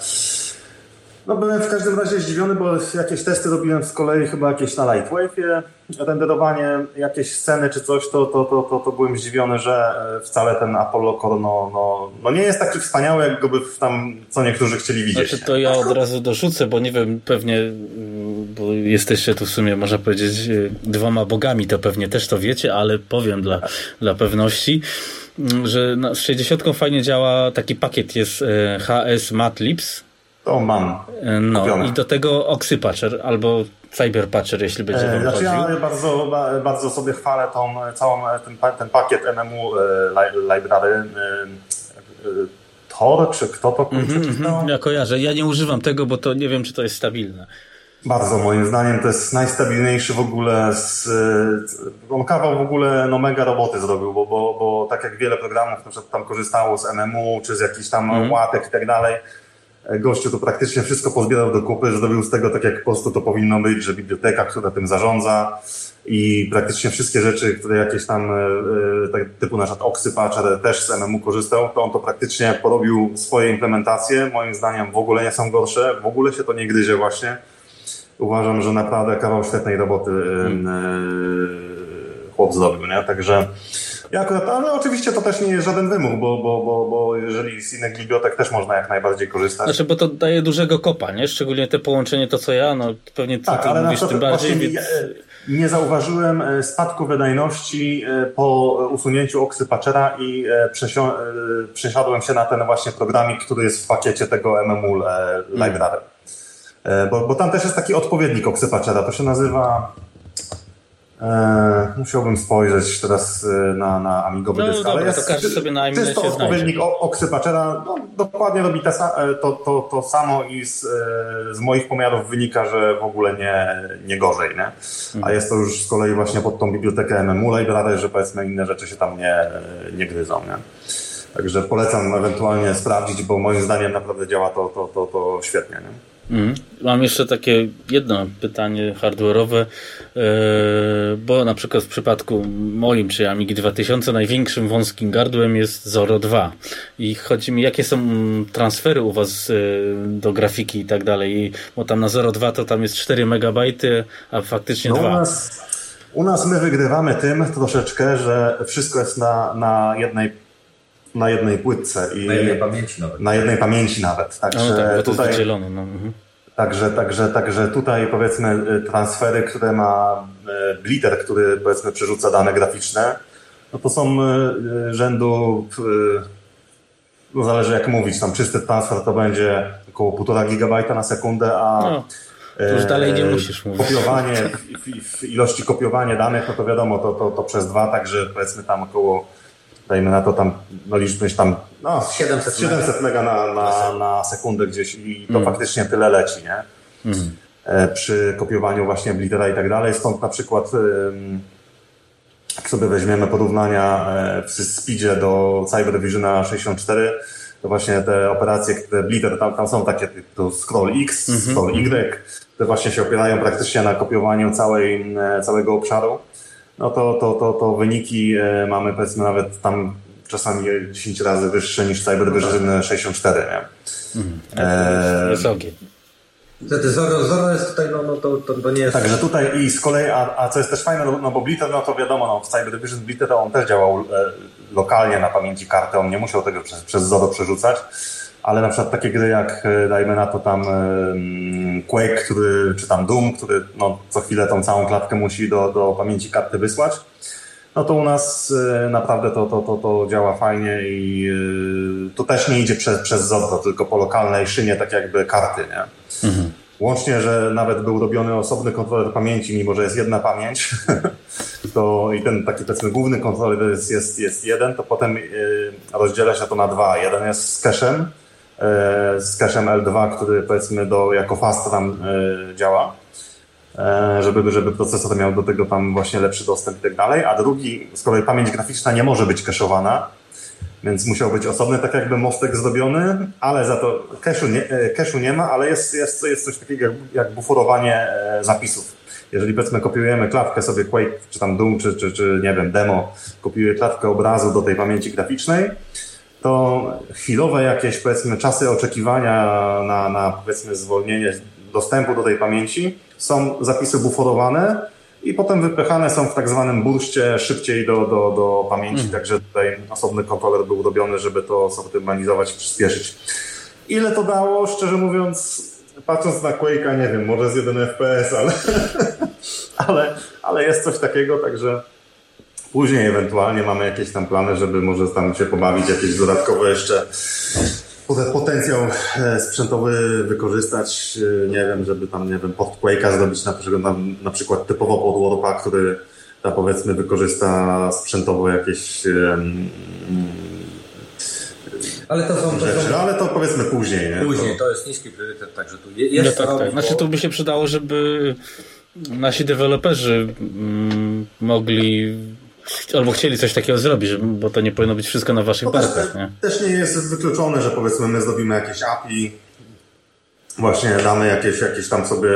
no byłem w każdym razie zdziwiony, bo jakieś testy robiłem z kolei chyba jakieś na Lightwave'ie, renderowanie, jakieś sceny czy coś, to, to, to, to, to byłem zdziwiony, że wcale ten Apollo Core no, no, no nie jest taki wspaniały, jak go by tam co niektórzy chcieli widzieć. Znaczy to ja od razu dorzucę, bo nie wiem, pewnie, bo jesteście tu w sumie, można powiedzieć, dwoma bogami, to pewnie też to wiecie, ale powiem dla, dla pewności, że z sześćdziesiątką fajnie działa, taki pakiet jest H S Matlibs. To mam. No kupione. I do tego Oxypatcher albo Cyberpatcher, jeśli będzie wam znaczy chodził. Ja bardzo, bardzo sobie chwalę tą całą ten, ten pakiet M M U library Tor, czy kto to kurczę mm-hmm, Ja kojarzę. Ja nie używam tego, bo to nie wiem, czy to jest stabilne. Bardzo, moim zdaniem to jest najstabilniejszy w ogóle z, on kawał w ogóle no mega roboty zrobił, bo, bo, bo tak jak wiele programów na przykład tam korzystało z M M U, czy z jakichś tam mm. łatek i tak dalej, gościu to praktycznie wszystko pozbierał do kupy, zrobił z tego tak jak po prostu to powinno być, że biblioteka, która tym zarządza i praktycznie wszystkie rzeczy, które jakieś tam tak, typu na przykład Oxypatcher też z M M U korzystał, to on to praktycznie porobił swoje implementacje, moim zdaniem w ogóle nie są gorsze, w ogóle się to nie gryzie właśnie. Uważam, że naprawdę kawał świetnej roboty chłop zrobił, nie? Także ja akurat, ale oczywiście to też nie jest żaden wymóg, bo, bo, bo, bo jeżeli z innych bibliotek też można jak najbardziej korzystać. Znaczy, bo to daje dużego kopa, nie? Szczególnie te połączenie, to co ja, no pewnie ty, tak, ty ale mówisz tym bardziej. Więc... nie zauważyłem spadku wydajności po usunięciu Oxypatchera i przesio- przesiadłem się na ten właśnie programik, który jest w pakiecie tego M M U Library. Bo, bo tam też jest taki odpowiednik Oxypatchera, to się nazywa... E, musiałbym spojrzeć teraz na, na Amigowy no, dysk, dobra, ale jest, to każdy sobie na Amigę czysto odpowiednik Oxypatchera, no, dokładnie robi to, to, to, to samo i z, z moich pomiarów wynika, że w ogóle nie, nie gorzej, nie? A jest to już z kolei właśnie pod tą bibliotekę M M U Library, że powiedzmy inne rzeczy się tam nie, nie gryzą, nie? Także polecam ewentualnie sprawdzić, bo moim zdaniem naprawdę działa to, to, to, to świetnie, nie? Mm. Mam jeszcze takie jedno pytanie hardware'owe, yy, bo na przykład w przypadku moim czy Amigi dwa tysiące największym wąskim gardłem jest Zorro dwa i chodzi mi, jakie są transfery u was yy, do grafiki i tak dalej, bo tam na Zorro dwa to tam jest cztery megabajty, a faktycznie no, dwa. U nas, u nas my wygrywamy tym troszeczkę, że wszystko jest na, na jednej na jednej płytce i na jednej pamięci nawet. Na jednej pamięci nawet. Także no tak, bo to tutaj, jest wydzielone. No. Mhm. Także, także, także tutaj powiedzmy transfery, które ma Blitter, który powiedzmy przerzuca dane graficzne, no to są rzędu, no zależy jak mówić, tam czysty transfer to będzie około półtora gigabajta na sekundę, a no, to już dalej nie musisz mówić. Kopiowanie, w, w ilości kopiowania danych, no to wiadomo, to, to, to przez dwa, także powiedzmy tam około, dajmy na to tam, no liczmy tam, no siedemset, siedemset mega na, na, na sekundę gdzieś i to mm. faktycznie tyle leci, nie? Mm. E, przy kopiowaniu właśnie Blittera i tak dalej, stąd na przykład ym, jak sobie weźmiemy porównania e, w Speedzie do CyberVisiona sześćdziesiąt cztery, to właśnie te operacje, które Blitter, tam, tam są takie to scroll X, mm-hmm. scroll Y, te właśnie się opierają praktycznie na kopiowaniu całej, e, całego obszaru. No to, to, to, to wyniki e, mamy powiedzmy nawet tam czasami dziesięć razy wyższe niż CyberVision sześćdziesiąt cztery, nie? Mhm. E, jest ogień. Zorro, Zorro jest tutaj, no, no to, to, to nie jest... Także tutaj i z kolei, a, a co jest też fajne, no bo Blitter, no to wiadomo, no w CyberVision Blitter on też działał e, lokalnie na pamięci karty, on nie musiał tego przez, przez Zorro przerzucać, ale na przykład takie gry jak, dajmy na to tam um, Quake, który, czy tam Doom, który no, co chwilę tą całą klatkę musi do, do pamięci karty wysłać, no to u nas y, naprawdę to, to, to, to działa fajnie i y, to też nie idzie przez, przez Zorro, tylko po lokalnej szynie tak jakby karty, nie? Mhm. Łącznie, że nawet był robiony osobny kontroler pamięci, mimo że jest jedna pamięć, to i ten taki powiedzmy główny kontroler jest, jest, jest jeden, to potem y, rozdziela się to na dwa. Jeden jest z cache'em, y, z cache'em L dwa, który powiedzmy do, jako fast RAM y, działa, y, żeby, żeby procesor miał do tego tam właśnie lepszy dostęp i tak dalej, a drugi, z kolei pamięć graficzna nie może być cache'owana, więc musiał być osobny, tak jakby mostek zdobiony, ale za to cache'u nie, cache'u nie ma, ale jest, jest, jest coś takiego jak, jak buforowanie zapisów. Jeżeli powiedzmy kopiujemy klatkę sobie Quake, czy tam Doom, czy, czy, czy nie wiem, demo, kopiuje klatkę obrazu do tej pamięci graficznej, to chwilowe jakieś powiedzmy czasy oczekiwania na, na powiedzmy zwolnienie dostępu do tej pamięci są zapisy buforowane, i potem wypychane są w tak zwanym burście szybciej do, do, do pamięci, mm. także tutaj osobny kontroler był robiony, żeby to zoptymalizować, przyspieszyć. Ile to dało? Szczerze mówiąc, patrząc na Quake'a, nie wiem, może z jeden F P S, ale, ale, ale jest coś takiego, także później ewentualnie mamy jakieś tam plany, żeby może tam się pobawić, jakieś dodatkowe jeszcze potencjał sprzętowy wykorzystać, nie wiem, żeby tam, nie wiem, pod Quake'a zrobić na przykład, na, na przykład typowo pod Warpa, który tam powiedzmy wykorzysta sprzętowo jakieś um, ale to są rzeczy, to są... ale to powiedzmy później, nie? Później, to, to jest niski priorytet, także tu jest no tak, tak. Znaczy to by się przydało, żeby nasi deweloperzy mm, mogli albo chcieli coś takiego zrobić, bo to nie powinno być wszystko na waszych barkach. Nie? Też nie jest wykluczone, że powiedzmy my zrobimy jakieś A P I, właśnie damy jakieś, jakieś tam sobie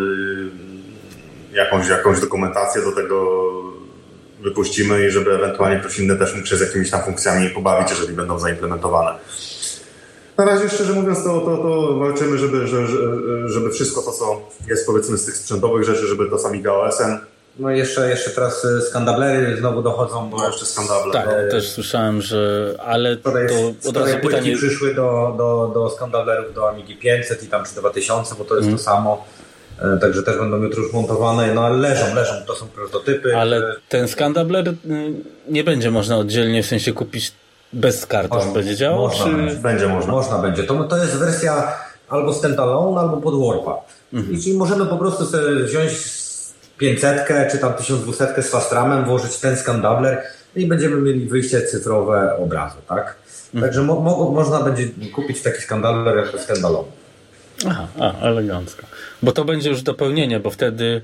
jakąś, jakąś dokumentację do tego wypuścimy i żeby ewentualnie ktoś inny też mógł się z jakimiś tam funkcjami pobawić, jeżeli będą zaimplementowane. Na razie szczerze mówiąc to, to, to walczymy, żeby, żeby, żeby wszystko to, co jest powiedzmy z tych sprzętowych rzeczy, żeby to z Amiga O S-em. No i jeszcze, jeszcze teraz skandablery znowu dochodzą, bo no jeszcze skandable. Tak, e... też słyszałem, że ale to jest, od razu pytanie... przyszły do, do, do skandablerów do Amigi pięćset i tam czy dwa tysiące, bo to jest mm. to samo. Także też będą jutro już montowane, no ale leżą, leżą, to są prototypy. Ale ten ScanDoubler nie będzie można oddzielnie, w sensie kupić bez karty, on będzie działał? Można, czy... będzie, będzie można. Można będzie. To, to jest wersja albo standalone, albo pod Warpa. Mhm. I czyli możemy po prostu sobie wziąć pięćsetkę czy tam tysiąc dwieście z fastramem, włożyć ten ScanDoubler i będziemy mieli wyjście cyfrowe obrazu, tak? Mhm. Także mo, mo, można będzie kupić taki ScanDoubler jako standalone. Aha, a, elegancko. Bo to będzie już dopełnienie, bo wtedy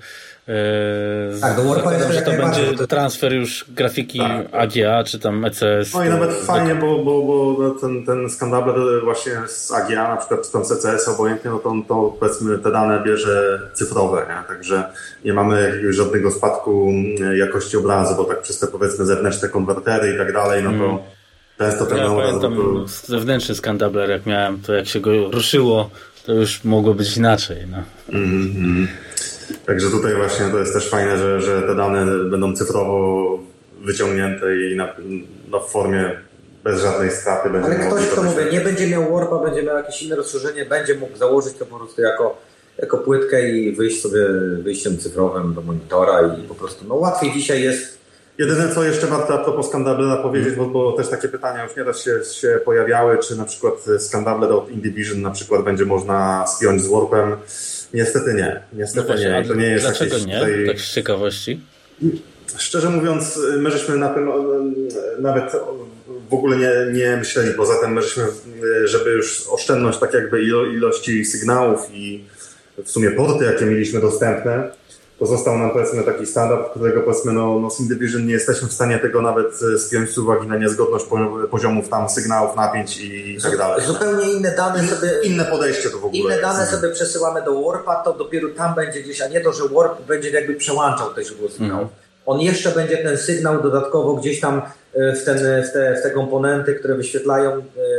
Yy, tak, do Warpa jest że to będzie to... transfer już grafiki tak. A G A czy tam E C S. No i nawet do... fajnie, bo, bo, bo ten, ten ScanDoubler właśnie z A G A na przykład czy tam z E C S obojętnie, no to, to powiedzmy te dane bierze cyfrowe, nie? Także nie mamy jakiegoś żadnego spadku jakości obrazu, bo tak przez te powiedzmy zewnętrzne konwertery i tak dalej, no to mm. często ten ja obraz... Pamiętam to... zewnętrzny ScanDoubler jak miałem, to jak się go ruszyło, to już mogło być inaczej. No. Mm-hmm. Także tutaj właśnie to jest też fajne, że, że te dane będą cyfrowo wyciągnięte i na, na w formie bez żadnej straty. Będzie Ale ktoś, kto mówię, nie będzie miał Warpa, będzie miał jakieś inne rozszerzenie, będzie mógł założyć to po prostu jako, jako płytkę i wyjść sobie wyjściem cyfrowym do monitora i po prostu no łatwiej dzisiaj jest. Jedyne co jeszcze warto a propos ScanDoublera powiedzieć, bo, bo też takie pytania już nieraz się, się pojawiały, czy na przykład ScanDoubler od InDivision na przykład będzie można spiąć z Warpem. Niestety nie. Niestety no właśnie, nie. To nie jest dlaczego jakieś nie? tutaj... Tak z ciekawości? Szczerze mówiąc, my żeśmy na tym nawet w ogóle nie, nie myśleli. Poza tym my żeśmy, żeby już oszczędność tak jakby ilo, ilości sygnałów i w sumie porty, jakie mieliśmy dostępne, to został nam powiedzmy taki standard, którego powiedzmy no, no z InDivision nie jesteśmy w stanie tego nawet spiąć z uwagi na niezgodność poziomów tam sygnałów, napięć i tak dalej. Zupełnie inne dane sobie... Inne podejście to w ogóle Inne jest. dane sobie przesyłamy do Warpa, to dopiero tam będzie gdzieś, a nie to, że Warp będzie jakby przełączał te źródło sygnałów. Mm. On jeszcze będzie ten sygnał dodatkowo gdzieś tam w, ten, w, te, w te komponenty, które wyświetlają,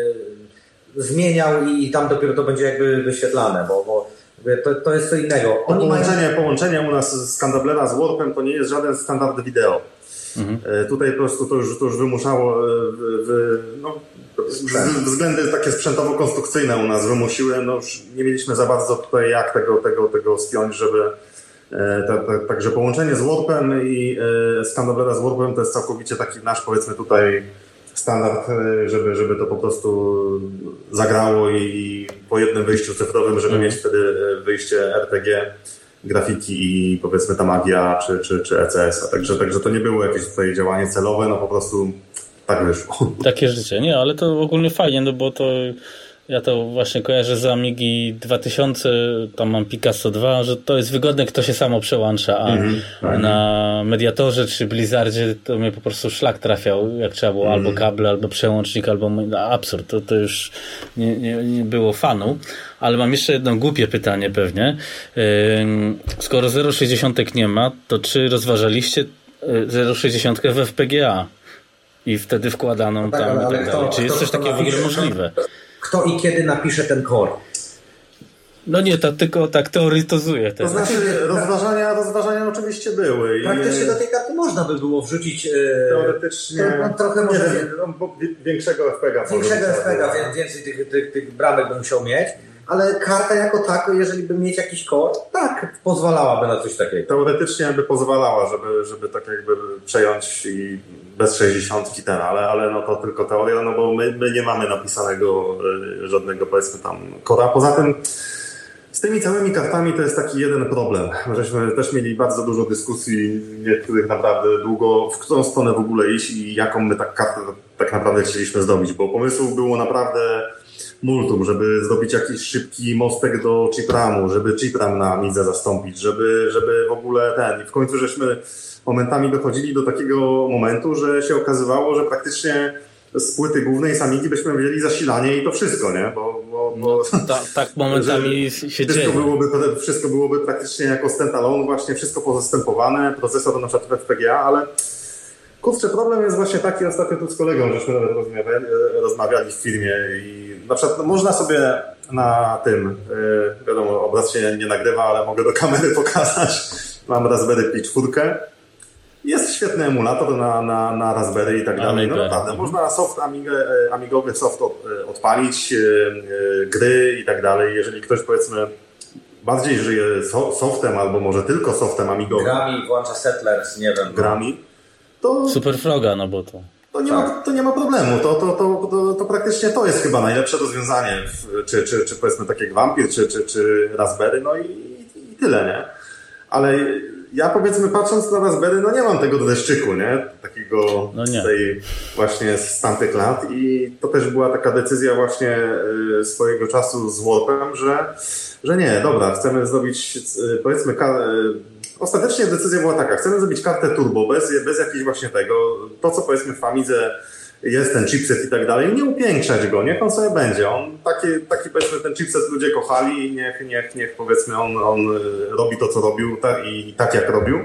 yy, zmieniał i, i tam dopiero to będzie jakby wyświetlane, bo, bo To, to jest co innego. Oni połączenie, mają... połączenie u nas z ScanDoublera z Warpem to nie jest żaden standard wideo. Mhm. Tutaj po prostu to już, to już wymuszało w, w, no, względy takie sprzętowo-konstrukcyjne u nas wymusiły. No już nie mieliśmy za bardzo tutaj jak tego, tego, tego spiąć, żeby także połączenie z Warpem i ScanDoublera z Warpem to jest całkowicie taki nasz powiedzmy tutaj standard, żeby, żeby to po prostu zagrało i po jednym wyjściu cyfrowym, żeby mm. mieć wtedy wyjście R T G, grafiki i powiedzmy tam A G A czy, czy, czy E C S a. Także, także to nie było jakieś tutaj działanie celowe, no po prostu tak wyszło. Takie życie, nie, ale to ogólnie fajnie, no bo to ja to właśnie kojarzę z Amigi dwa tysiące, tam mam Picasso dwa, że to jest wygodne, kto się samo przełącza, a mm-hmm. na Mediatorze czy Blizzardzie to mnie po prostu szlak trafiał, jak trzeba było, mm. albo kable, albo przełącznik, albo absurd, to, to już nie, nie, nie było fanu. Ale mam jeszcze jedno głupie pytanie pewnie. Skoro zero przecinek sześćdziesiąt nie ma, to czy rozważaliście zero przecinek sześćdziesiąt w F P G A i wtedy wkładaną tak, tam i tak dalej? Czy jest to, coś to takiego w ogóle możliwe? Kto i kiedy napisze ten core? No nie, to tylko tak teoretyzuję. To znaczy rozważania, rozważania oczywiście były. Praktycznie do tej karty można by było wrzucić teoretycznie to, no, trochę może nie, no, większego F P G A. Większego F P G A, więc więcej tych, tych, tych bramek bym musiał mieć. Ale karta jako tako, jeżeli by mieć jakiś core, tak, pozwalałaby na coś takiego. Teoretycznie by pozwalała, żeby, żeby tak jakby przejąć i bez sześćdziesiątki ten, ale, ale no to tylko teoria, no bo my, my nie mamy napisanego żadnego powiedzmy tam cora. Poza tym z tymi całymi kartami to jest taki jeden problem. Żeśmy też mieli bardzo dużo dyskusji, niektórych naprawdę długo, w którą stronę w ogóle iść i jaką my tak kartę tak naprawdę chcieliśmy zdobyć, bo pomysłów było naprawdę multum, żeby zrobić jakiś szybki mostek do chipramu, żeby chipram na Amidze zastąpić, żeby, żeby w ogóle ten. I w końcu żeśmy momentami dochodzili do takiego momentu, że się okazywało, że praktycznie z płyty głównej z Amigi byśmy wzięli zasilanie i to wszystko, nie? Bo, bo, bo no, ta, tak momentami się wszystko dzieje. Byłoby, wszystko byłoby praktycznie jako standalone, właśnie wszystko pozastępowane, procesor na przykład F P G A, ale kurczę, problem jest właśnie taki, ostatnio tu z kolegą, żeśmy nawet rozmawiali, rozmawiali w firmie i na przykład no, można sobie na tym, yy, wiadomo, obraz się nie nagrywa, ale mogę do kamery pokazać. Mam Raspberry Pi cztery. Jest świetny emulator na, na, na Raspberry i tak dalej. No naprawdę, można soft amigę, amigowy soft od, odpalić, yy, yy, gry i tak dalej. Jeżeli ktoś powiedzmy bardziej żyje softem albo może tylko softem amigowym. Grami włącza Settlers, nie wiem. Grami. To... Super Froga, no bo to... To nie, tak. ma, to nie ma problemu. To, to, to, to, to praktycznie to jest chyba najlepsze rozwiązanie. Czy, czy, czy powiedzmy takie jak Vampir, czy, czy, czy Raspberry, no i, i tyle, nie? Ale ja powiedzmy patrząc na Raspberry, no nie mam tego dreszczyku, nie? Takiego no nie. Z tej właśnie z tamtych lat i to też była taka decyzja właśnie swojego czasu z Warpem, że, że nie, dobra, chcemy zrobić powiedzmy ostatecznie decyzja była taka, chcemy zrobić kartę turbo bez, bez jakiejś właśnie tego, to co powiedzmy w Amidze jest ten chipset i tak dalej, nie upiększać go, niech on sobie będzie. On taki, taki powiedzmy ten chipset ludzie kochali i niech, niech, niech powiedzmy on, on robi to co robił tak, i tak jak robił.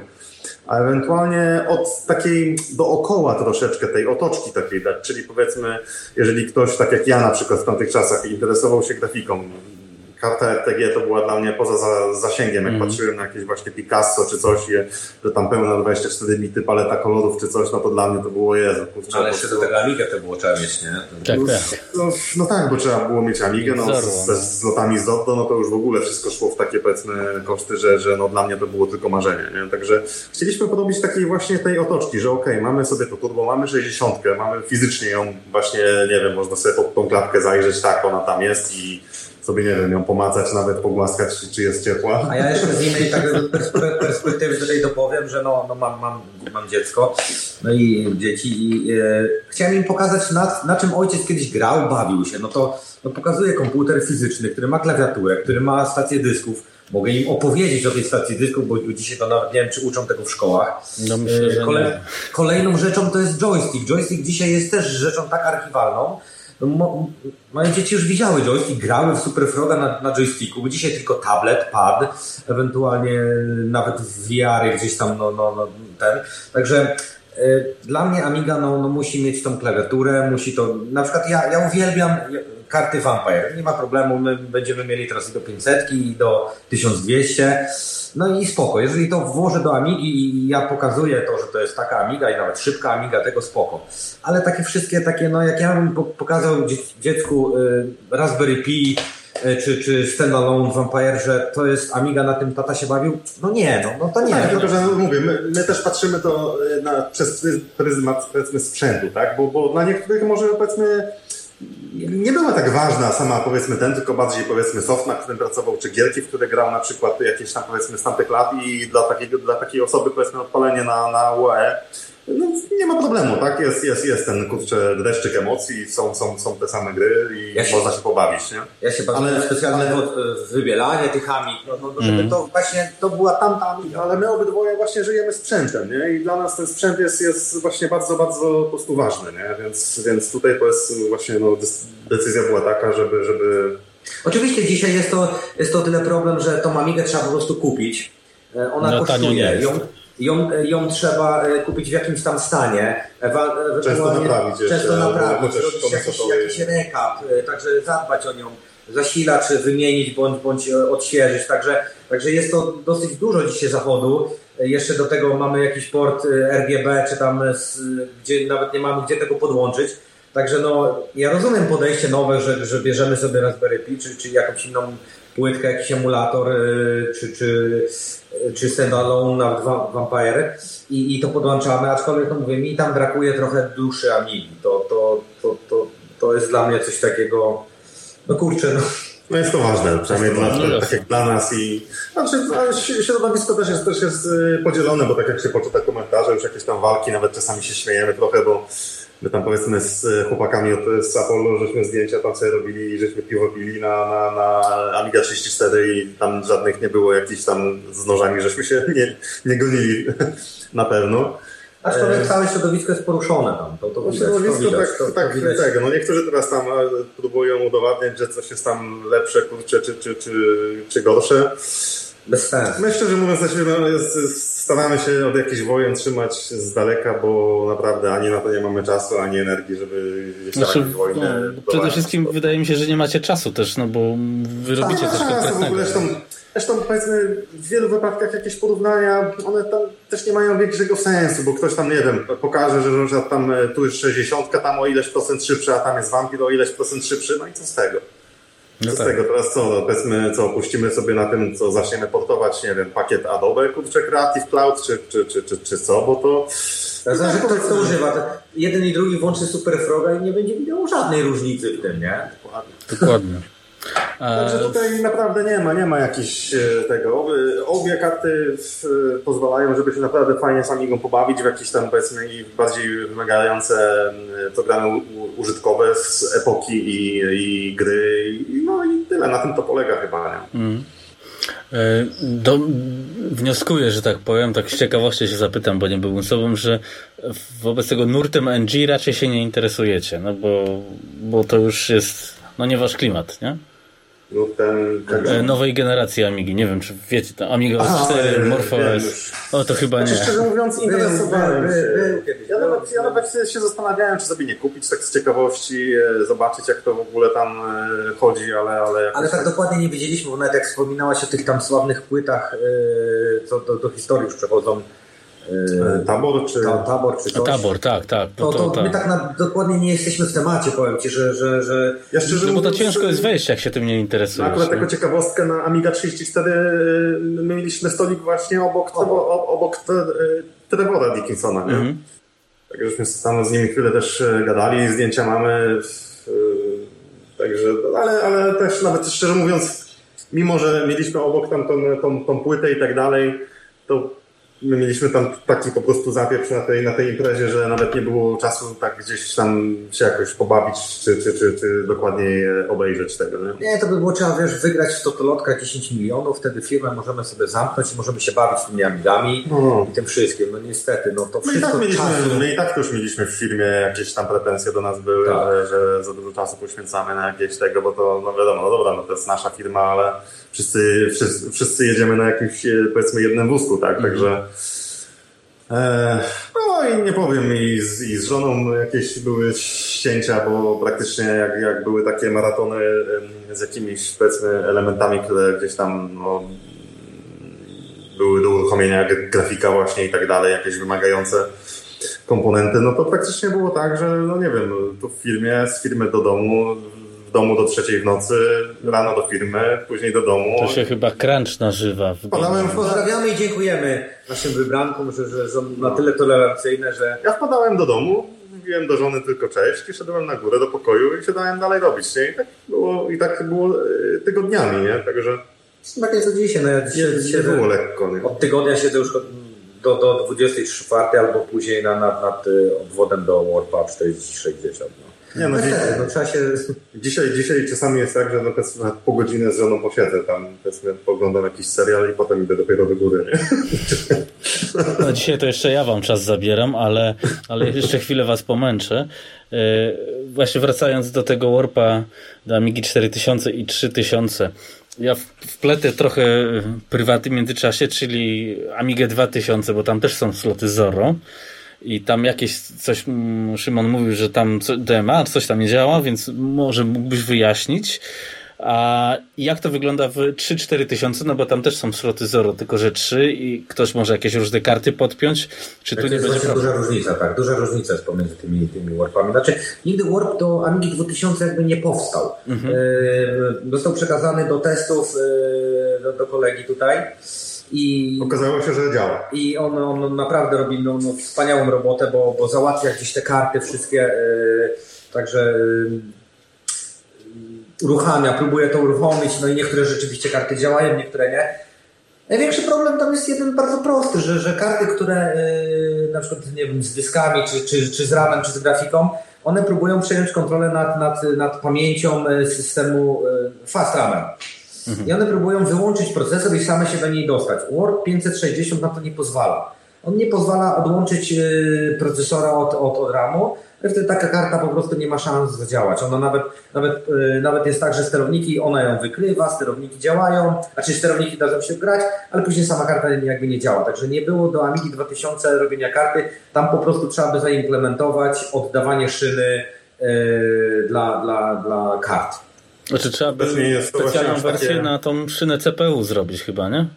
A ewentualnie od takiej dookoła troszeczkę tej otoczki takiej dać, czyli powiedzmy jeżeli ktoś tak jak ja na przykład w tamtych czasach interesował się grafiką, karta R T G to była dla mnie poza za, zasięgiem, jak mm. patrzyłem na jakieś właśnie Picasso czy coś, że tam pełna dwadzieścia cztery bity, paleta kolorów czy coś, no to dla mnie to było Jezu. Kurczę, ale jeszcze do tego Amigę to było trzeba mieć, nie? Tak, no, tak. No, no tak, bo trzeba było mieć Amigę, no, z, z, z lotami z Otto, no to już w ogóle wszystko szło w takie powiedzmy koszty, że, że no, dla mnie to było tylko marzenie, nie? Także chcieliśmy porobić takiej właśnie tej otoczki, że okej, okay, mamy sobie to turbo, mamy sześćdziesiątkę, mamy fizycznie ją właśnie, nie wiem, można sobie pod tą klapkę zajrzeć, tak, ona tam jest i sobie, nie wiem, ją pomacać, nawet pogłaskać, czy, czy jest ciepła. A ja jeszcze z innej tak perspektywy tutaj dopowiem, że no, no mam, mam, mam dziecko, no i dzieci i e, chciałem im pokazać na, na czym ojciec kiedyś grał, bawił się. No to no pokazuje komputer fizyczny, który ma klawiaturę, który ma stację dysków. Mogę im opowiedzieć o tej stacji dysków, bo dzisiaj to nawet nie wiem, czy uczą tego w szkołach. No myślę, że Kolej, nie. Kolejną rzeczą to jest joystick. Joystick dzisiaj jest też rzeczą tak archiwalną. No, mo, moje dzieci już widziały joystick, grały w Super Froga na, na joysticku, bo dzisiaj tylko tablet, pad, ewentualnie nawet w V R gdzieś tam, no, no, no ten. Także y, dla mnie Amiga no, no, musi mieć tą klawiaturę, musi to, na przykład ja, ja uwielbiam karty Vampire, nie ma problemu, my będziemy mieli teraz i do pięćset i do tysiąc dwieście. No i spoko, jeżeli to włożę do Amigi i ja pokazuję to, że to jest taka Amiga i nawet szybka Amiga, tego spoko. Ale takie wszystkie takie, no jak ja bym pokazał dziecku y, Raspberry Pi y, czy, czy Standalone Vampire, że to jest Amiga, na tym tata się bawił, no nie, no, no to nie. Tak, tylko że mówię, my, my też patrzymy to na, przez pryzmat powiedzmy sprzętu, tak? Bo, bo dla niektórych może powiedzmy nie była tak ważna sama powiedzmy ten, tylko bardziej powiedzmy soft, na którym pracował, czy gierki, w które grał na przykład jakieś tam powiedzmy z tamtych lat i dla, takiego, dla takiej osoby powiedzmy odpalenie na, na U A E, no nie ma problemu, tak? Jest, jest, jest ten kurczę dreszczyk emocji, są, są, są te same gry i ja się, można się pobawić, nie? Ja się bawię ale specjalnie ale... wybielanie tych amig, no, no, no żeby mm. to właśnie to była tamta amiga. Ale my obydwoje właśnie żyjemy sprzętem, nie? I dla nas ten sprzęt jest, jest właśnie bardzo, bardzo po prostu ważny, nie? Więc, więc tutaj to jest właśnie no, decyzja była taka, żeby, żeby... Oczywiście dzisiaj jest to, jest to tyle problem, że tą amigę trzeba po prostu kupić. Ona no, kosztuje. Ją, ją, ją trzeba kupić w jakimś tam stanie. Często naprawić. Często jeszcze, naprawić, robić jakiś, jakiś recap, także zadbać o nią, zasilacz wymienić bądź, bądź odświeżyć. Także, także jest to dosyć dużo dzisiaj zachodu. Jeszcze do tego mamy jakiś port R G B, czy tam, gdzie nawet nie mamy gdzie tego podłączyć. Także no, ja rozumiem podejście nowe, że, że bierzemy sobie Raspberry Pi, czy, czy jakąś inną płytkę, jakiś emulator, czy, czy, czy standalone, nawet Vampire i, i to podłączamy, aczkolwiek no mówię, mi tam brakuje trochę duszy Amigi. To, to, to, to, to jest dla mnie coś takiego, no kurczę, no. No jest to ważne, przynajmniej dla, no tak jak dla nas i znaczy, środowisko też jest, też jest podzielone, bo tak jak się poczyta komentarze, już jakieś tam walki, nawet czasami się śmiejemy trochę, bo my tam powiedzmy z chłopakami od z Apollo, żeśmy zdjęcia tam sobie robili i żeśmy piwo pili na, na, na Amiga trzydzieści cztery i tam żadnych nie było jakichś tam z nożami, żeśmy się nie, nie gonili na pewno. Aczkolwiek całe środowisko jest poruszone tam. To, to no, widać, środowisko to widać, tak, to, to tak widać. tego. No niektórzy teraz tam próbują udowadniać, że coś jest tam lepsze, kurcze, czy, czy, czy, czy gorsze. Bez sensu. My szczerze mówiąc, no, jest, staramy się od jakichś wojen trzymać z daleka, bo naprawdę ani na to nie mamy czasu, ani energii, żeby gdzieś tam znaczy, jakieś wojny... No, przede wszystkim to... wydaje mi się, że nie macie czasu też, no bo wy robicie tak, coś tak, konkretnego. Zresztą, zresztą powiedzmy w wielu wypadkach jakieś porównania, one tam też nie mają większego sensu, bo ktoś tam, nie wiem, pokaże, że na przykład tam tu jest sześćdziesiątka, tam o ileś procent szybszy, a tam jest Vampir o ileś procent szybszy, no i co z tego? No co tak. z tego teraz co, no, powiedzmy, co puścimy sobie na tym, co zaczniemy portować, nie wiem, pakiet Adobe, kurczę, Creative Cloud, czy, czy, czy, czy, czy co, bo to... Zależy, kto to używa. Jeden i drugi włączy Superfroga i nie będzie widział żadnej różnicy w tym, nie? Dokładnie. Dokładnie. Także tutaj naprawdę nie ma, nie ma jakichś tego. Obie karty pozwalają, żeby się naprawdę fajnie z Amigą pobawić w jakieś tam, powiedzmy, i bardziej wymagające programy użytkowe z epoki i, i gry. No i tyle, na tym to polega chyba, nie? Mm. Do, wnioskuję, że tak powiem, tak z ciekawości się zapytam, bo nie byłem sobą, że wobec tego nurtem N G raczej się nie interesujecie, no bo, bo to już jest, no nie wasz klimat, nie? No ten, ten... Nowej generacji Amigi, nie wiem czy wiecie, to Amiga O S cztery, MorphOS, o to chyba znaczy, nie. Szczerze mówiąc interesowałem się. Ja nawet, ja nawet się zastanawiałem, czy sobie nie kupić tak z ciekawości, zobaczyć jak to w ogóle tam chodzi, ale... Ale, ale tak dokładnie nie wiedzieliśmy, bo nawet jak wspominałaś o tych tam sławnych płytach, co do, do historii już przechodzą. Tabor czy... Ta, tabor czy coś. Tabor, tak, tak. To, to, to, to my tak na, dokładnie nie jesteśmy w temacie, powiem Ci, że... że, że... Ja szczerze no bo to mówiąc, ciężko jest wejść, jak się tym nie interesujesz. No akurat jako ciekawostkę na Amiga trzydzieści cztery my mieliśmy stolik właśnie obok, obok, obok Trevora Dickinsona, nie? Mhm. Tak żeśmy tam z nimi chwilę też gadali, zdjęcia mamy. Także, ale, ale też nawet szczerze mówiąc, mimo że mieliśmy obok tam tą, tą, tą płytę i tak dalej, to my mieliśmy tam taki po prostu zapieprz na tej, na tej imprezie, że nawet nie było czasu tak gdzieś tam się jakoś pobawić, czy, czy, czy, czy dokładniej obejrzeć tego. Nie? nie, to by było trzeba, wiesz, wygrać w Totolotka dziesięć milionów, wtedy firmę możemy sobie zamknąć i możemy się bawić tymi Amigami no. i tym wszystkim. No niestety, no to wszystko... My i, tak mieliśmy, czasu... my i tak już mieliśmy w firmie jakieś tam pretensje do nas były, tak. że, że za dużo czasu poświęcamy na jakieś tego, bo to, no wiadomo, no dobra, no to jest nasza firma, ale wszyscy, wszyscy, wszyscy jedziemy na jakimś, powiedzmy, jednym wózku, tak, mm. także e, no i nie powiem, i z, i z żoną jakieś były ścięcia, bo praktycznie jak, jak były takie maratony z jakimiś, powiedzmy, elementami, które gdzieś tam no, były do uruchomienia, grafika właśnie i tak dalej, jakieś wymagające komponenty, no to praktycznie było tak, że no nie wiem, tu w firmie, z firmy do domu, w domu do trzeciej w nocy, rano do firmy, później do domu. To się chyba crunch nazywa. Wpadałem, pozdrawiamy i dziękujemy naszym wybrankom, że, że są na tyle tolerancyjne, że... Ja wpadałem do domu, mówiłem do żony tylko cześć i szedłem na górę do pokoju i się dałem dalej robić, nie? I tak było, i tak było tygodniami, nie? Także... Tak jest do dzisiaj, no ja dzisiaj nie, nie było lekko, nie? Od tygodnia siedzę już do, do dwudziestej czwartej albo później na, nad, nad obwodem do Warpa czterdzieści sześćdziesiąt. No. Nie, no, no, dziś, no trzeba się... dzisiaj, dzisiaj czasami jest tak, że no, na pół godziny z żoną posiedzę tam, poglądam jakiś serial i potem idę dopiero do góry. Nie? No, dzisiaj to jeszcze ja wam czas zabieram, ale, ale jeszcze chwilę was pomęczę. Yy, właśnie wracając do tego Warpa, do Amigi cztery tysiące i trzy tysiące. Ja wpletę trochę prywaty w międzyczasie, czyli Amigę dwa tysiące, bo tam też są sloty Zorro. I tam jakieś coś, Szymon mówił, że tam D M A, coś tam nie działa, więc może mógłbyś wyjaśnić. A jak to wygląda w trzy cztery tysiące, no bo tam też są sloty Zorro, tylko że trzy i ktoś może jakieś różne karty podpiąć, czy tu to nie jest będzie duża różnica, tak, duża różnica jest pomiędzy tymi, tymi warpami. Znaczy, nigdy warp do Amigi dwa tysiące jakby nie powstał. Mhm. E, został przekazany do testów e, do, do kolegi tutaj. I okazało się, że działa. I on, on naprawdę robi no, no, wspaniałą robotę, bo, bo załatwia gdzieś te karty wszystkie, yy, także yy, uruchamia, próbuje to uruchomić, no i niektóre rzeczywiście karty działają, niektóre nie. Największy problem tam jest jeden bardzo prosty, że, że karty, które yy, na przykład nie wiem, z dyskami, czy, czy, czy z ramem, czy z grafiką, one próbują przejąć kontrolę nad, nad, nad pamięcią systemu yy, fast ramem. I one próbują wyłączyć procesor i same się do niej dostać. Warp pięćset sześćdziesiąt na to nie pozwala. On nie pozwala odłączyć procesora od, od, od ramu, ale wtedy taka karta po prostu nie ma szans zadziałać. Ona nawet, nawet, nawet jest tak, że sterowniki, ona ją wykrywa, sterowniki działają, znaczy sterowniki dadzą się grać, ale później sama karta jakby nie działa. Także nie było do Amigi dwa tysiące robienia karty. Tam po prostu trzeba by zaimplementować oddawanie szyny yy, dla, dla, dla kart. Znaczy trzeba by specjalną wersję takie... na tą szynę C P U zrobić chyba, nie?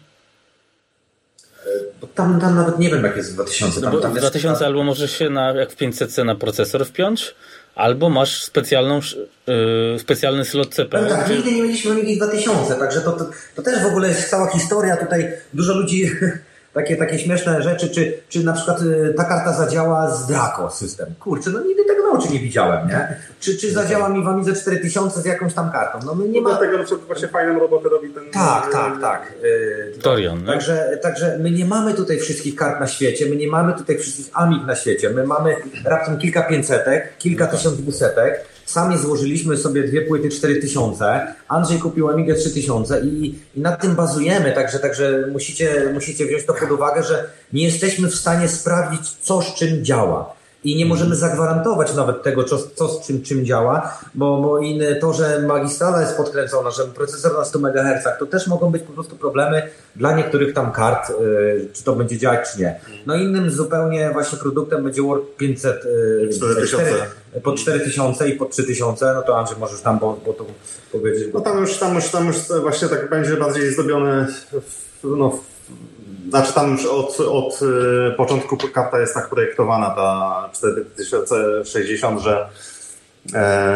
Tam, tam nawet nie wiem jak jest w dwa tysiące. Tam, no tam w dwa tysiące jest... albo może się na, jak w pięćset C na procesor wpiąć, albo masz specjalną, yy, specjalny slot C P U. No tak, gdzie... nigdy nie mieliśmy Amigi dwa tysiące, także to, to, to też w ogóle jest cała historia. Tutaj dużo ludzi, takie, takie śmieszne rzeczy, czy, czy na przykład y, ta karta zadziała z Draco system. Kurczę, no nigdy tego na oczy nie widziałem, nie? Czy, czy zadziała mi w Amidze cztery tysiące z jakąś tam kartą? No my nie ma... Dlatego na przykład właśnie fajną robotę robi ten... Tak, tak, tak. Y, Torion, no. Także, także my nie mamy tutaj wszystkich kart na świecie, my nie mamy tutaj wszystkich Amig na świecie. My mamy raptem kilka pięćsetek, kilka tysiąc dwusetek. Sami złożyliśmy sobie dwie płyty cztery tysiące. Andrzej kupił Amigę trzy tysiące i, i nad tym bazujemy, także, także musicie, musicie wziąć to pod uwagę, że nie jesteśmy w stanie sprawdzić, co z czym działa. I nie możemy zagwarantować nawet tego, co, co z czym, czym działa, bo, bo inne, to, że magistrala jest podkręcona, że procesor na stu megahercach, to też mogą być po prostu problemy dla niektórych tam kart, yy, czy to będzie działać, czy nie. No innym zupełnie właśnie produktem będzie Warp pięćset, yy, cztery tysiące. pod cztery tysiące i pod trzy tysiące, no to Andrzej możesz tam bo, bo to powiedzieć. No tam już, tam już, tam już właśnie tak będzie bardziej zdobione, w, no, znaczy tam już od, od y, początku karta jest tak projektowana, ta cztery tysiące sześćdziesiąt, że y,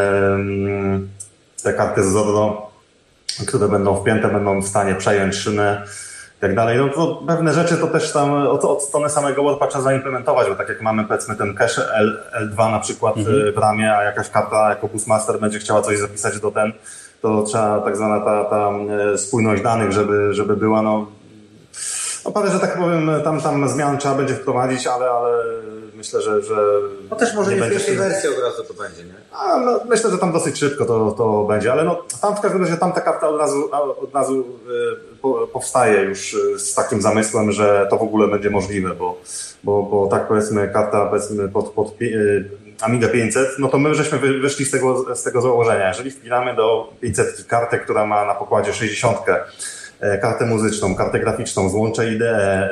te karty z Zorro, które będą wpięte, będą w stanie przejąć szynę i tak dalej. No to pewne rzeczy to też tam od, od strony samego Warpa trzeba zaimplementować, bo tak jak mamy powiedzmy ten cache L, L2 na przykład mhm. w ramie, a jakaś karta jako Busmaster będzie chciała coś zapisać do ten, to trzeba tak zwana ta, ta spójność danych, żeby, żeby była, no No parę, że tak powiem, tam, tam zmian trzeba będzie wprowadzić, ale, ale myślę, że, że... No też może nie, nie w pierwszej będzie... wersji od razu to będzie, nie? A, no, myślę, że tam dosyć szybko to, to będzie, ale no, tam w każdym razie tam ta karta od razu, od razu y, powstaje już z takim zamysłem, że to w ogóle będzie możliwe, bo, bo, bo tak powiedzmy karta powiedzmy pod, pod y, Amiga pięćset, no to my żeśmy wyszli z tego, z tego założenia. Jeżeli wpinamy do pięćsetki kartę, która ma na pokładzie sześćdziesiątkę, kartę muzyczną, kartę graficzną, złącze I D E,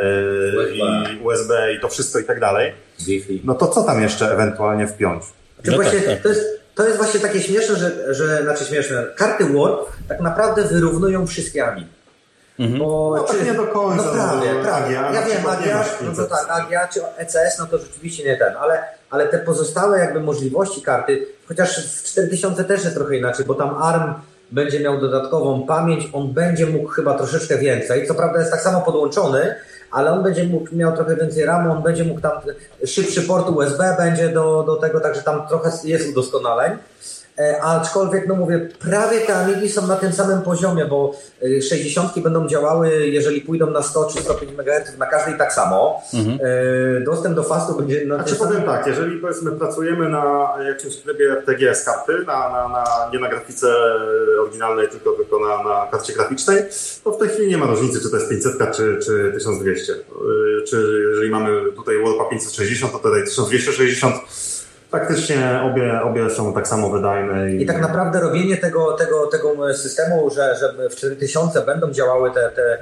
i U S B i to wszystko i tak dalej, no to co tam jeszcze ewentualnie wpiąć? No no właśnie, tak, tak. To, jest, to jest właśnie takie śmieszne, że, że znaczy śmieszne, karty Warp tak naprawdę wyrównują wszystkie Amigi. Mhm. Bo, no czy, tak nie do końca. No prawie, no, prawie. Agia, ja wiem, Agia, no to tak, Agia czy E C S, no to rzeczywiście nie ten, ale, ale te pozostałe jakby możliwości karty, chociaż w cztery tysiące też jest trochę inaczej, bo tam A R M będzie miał dodatkową pamięć, on będzie mógł chyba troszeczkę więcej, co prawda jest tak samo podłączony, ale on będzie mógł, miał trochę więcej ramu, on będzie mógł tam, szybszy port U S B będzie do, do tego, także tam trochę jest udoskonaleń. E, aczkolwiek, no mówię, prawie te Amigi są na tym samym poziomie, bo sześćdziesiątki będą działały, jeżeli pójdą na sto czy sto pięć megaherców, na każdej tak samo. Mhm. E, dostęp do fastu będzie... Na znaczy powiem tak, jeżeli powiedzmy pracujemy na jakimś trybie R T G z karty, na, na, na, nie na grafice oryginalnej, tylko, tylko na, na karcie graficznej, to w tej chwili nie ma różnicy, czy to jest pięćset czy, czy tysiąc dwieście. E, czy jeżeli mamy tutaj Warpa pięćset sześćdziesiąt, to tutaj tysiąc dwieście sześćdziesiąt. Faktycznie obie, obie są tak samo wydajne. I, I tak naprawdę robienie tego, tego, tego systemu, że, że w cztery tysiące będą działały te, te,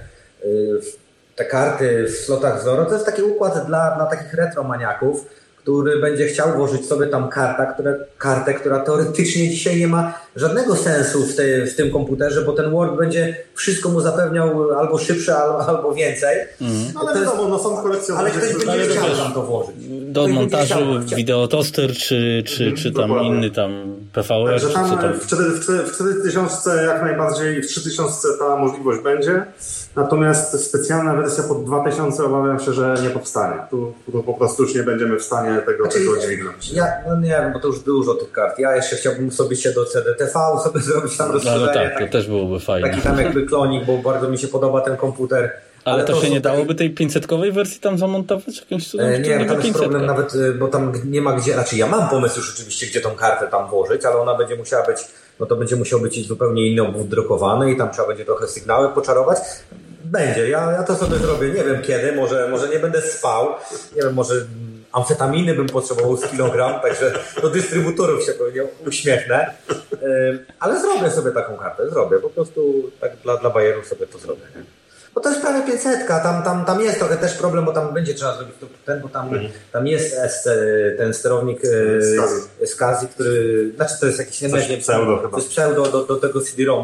te karty w slotach Zorro, to jest taki układ dla, dla takich retromaniaków, który będzie chciał włożyć sobie tam karta, które, kartę, która teoretycznie dzisiaj nie ma żadnego sensu w, tej, w tym komputerze, bo ten Word będzie wszystko mu zapewniał albo szybsze, albo, albo więcej. Mm. Ale jest, no, no są kolekcjonerzy. Ale ktoś będzie chciał tam to włożyć. Do ktoś montażu wideotoster, czy, czy, mm, czy tam dokładnie. Inny tam P V R. Także tam, tam w, w cztery tysiące jak najbardziej, w trzy tysiące ta możliwość będzie. Natomiast specjalna wersja pod dwa tysiące obawiam się, że nie powstanie. Tu, tu po prostu już nie będziemy w stanie tego, znaczy, tego dźwignąć. Ja, no nie wiem, bo to już dużo tych kart. Ja jeszcze chciałbym sobie się do C D T V sobie zrobić tam rozszerzenie. No tak, to też byłoby fajne. Taki tam jakby klonik, bo bardzo mi się podoba ten komputer. Ale, ale to, to się nie dałoby taki... tej pięćsetkowej wersji tam zamontować jakimś cudem? E, nie, tam jest problem nawet, bo tam nie ma gdzie, znaczy ja mam pomysł już oczywiście, gdzie tą kartę tam włożyć, ale ona będzie musiała być, no to będzie musiał być zupełnie inny obwód drukowany i tam trzeba będzie trochę sygnały poczarować. Będzie, ja, ja to sobie zrobię, nie wiem kiedy, może, może nie będę spał, nie wiem, może amfetaminy bym potrzebował z kilogram, także do dystrybutorów się pewnie uśmiechnę, ale zrobię sobie taką kartę, zrobię, po prostu tak dla, dla bajerów sobie to zrobię. Nie? Bo to jest prawie pięćsetka, tam, tam, tam jest trochę też problem, bo tam będzie trzeba zrobić ten, bo tam, mm. tam jest ten sterownik SCSI, który, znaczy to jest jakiś, nie pseudo chyba. To jest pseudo do, do tego C D-ROMu,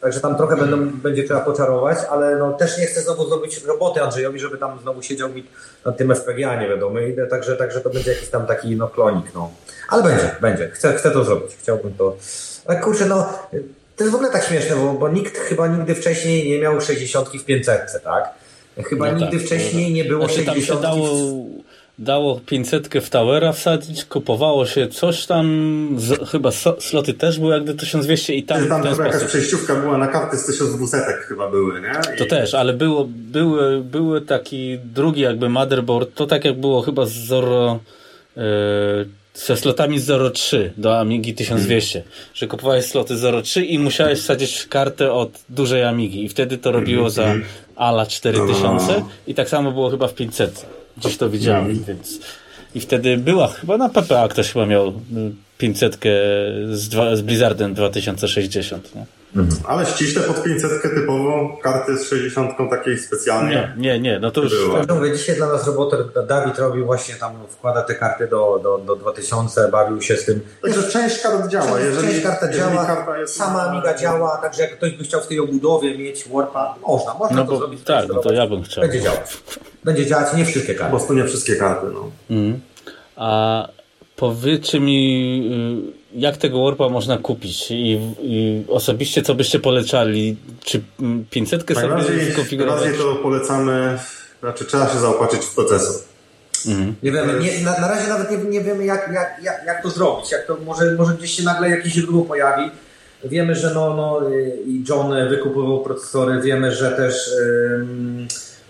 Także tam trochę będą, będzie trzeba poczarować, ale no też nie chcę znowu zrobić roboty Andrzejowi, żeby tam znowu siedział mi nad tym F P G A, nie wiadomo. I także, także to będzie jakiś tam taki no klonik, no. Ale będzie, będzie. Chcę, chcę to zrobić. Chciałbym to. Ale kurczę, no to jest w ogóle tak śmieszne, bo, bo nikt chyba nigdy wcześniej nie miał sześćdziesiątki w pięćsetce, tak? Chyba no nigdy tak, wcześniej nie było znaczy, sześćdziesiątki. Tam się dało, dało pięćsetkę w Towera wsadzić, kupowało się coś tam, z, chyba so, sloty też były jak do tysiąc dwieście i tam Tam w ten chyba jakaś sposób. przejściówka była na karty z tysiąc dwieście chyba były, nie? I... To też, ale było, były, były taki drugi jakby motherboard, to tak jak było chyba z Zoro, yy, ze slotami z Zoro trzy do Amigi tysiąc dwieście, mm. że kupowałeś sloty Zoro trzy i musiałeś wsadzić kartę od dużej Amigi i wtedy to robiło mm. za Ala cztery tysiące no. I tak samo było chyba w pięćset. Gdzieś to widziałem, mm. więc i wtedy była chyba na P P A ktoś chyba miał pięćsetkę z, dwa, z Blizzardem dwa tysiące sześćdziesiąt, nie? Mhm. Ale ściśle pod pięćsetkę typowo, karty z sześćdziesiątką takiej specjalnie. Nie, nie, nie, no to już... Ja mówię, dzisiaj dla nas robotę Dawid robił właśnie tam, wkłada te karty do, do, do dwa tysiące, bawił się z tym. Także część kart działa. Część, jeżeli, część karta działa, karta jest sama Amiga działa, także jak ktoś by chciał w tej obudowie mieć Warpa, można, można no to bo, zrobić. Tak, no to ja bym chciał. Będzie działać. Będzie działać, nie wszystkie karty. Po prostu nie wszystkie karty, no. Mm. A powiedzcie mi, jak tego Warpa można kupić i, i osobiście co byście polecali? Czy pięćsetkę sobie skonfigurować? Najbardziej to polecamy, znaczy trzeba się zaopatrzyć w procesor. Mhm. Nie wiemy, nie, na, na razie nawet nie, nie wiemy jak, jak, jak, jak to zrobić, jak to może, może gdzieś się nagle jakieś źródło pojawi. Wiemy, że no, no i John wykupował procesory, wiemy, że też um,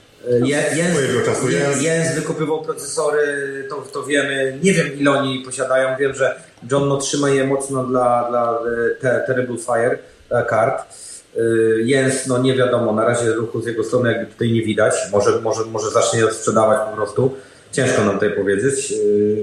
Jens, Jens wykupywał procesory, to, to wiemy, nie wiem ile oni posiadają, wiem, że John no, trzyma je mocno dla, dla te, Terrible Fire kart. Jens, no nie wiadomo, na razie ruchu z jego strony jakby tutaj nie widać, może, może, może zacznie je sprzedawać po prostu, ciężko nam tutaj powiedzieć.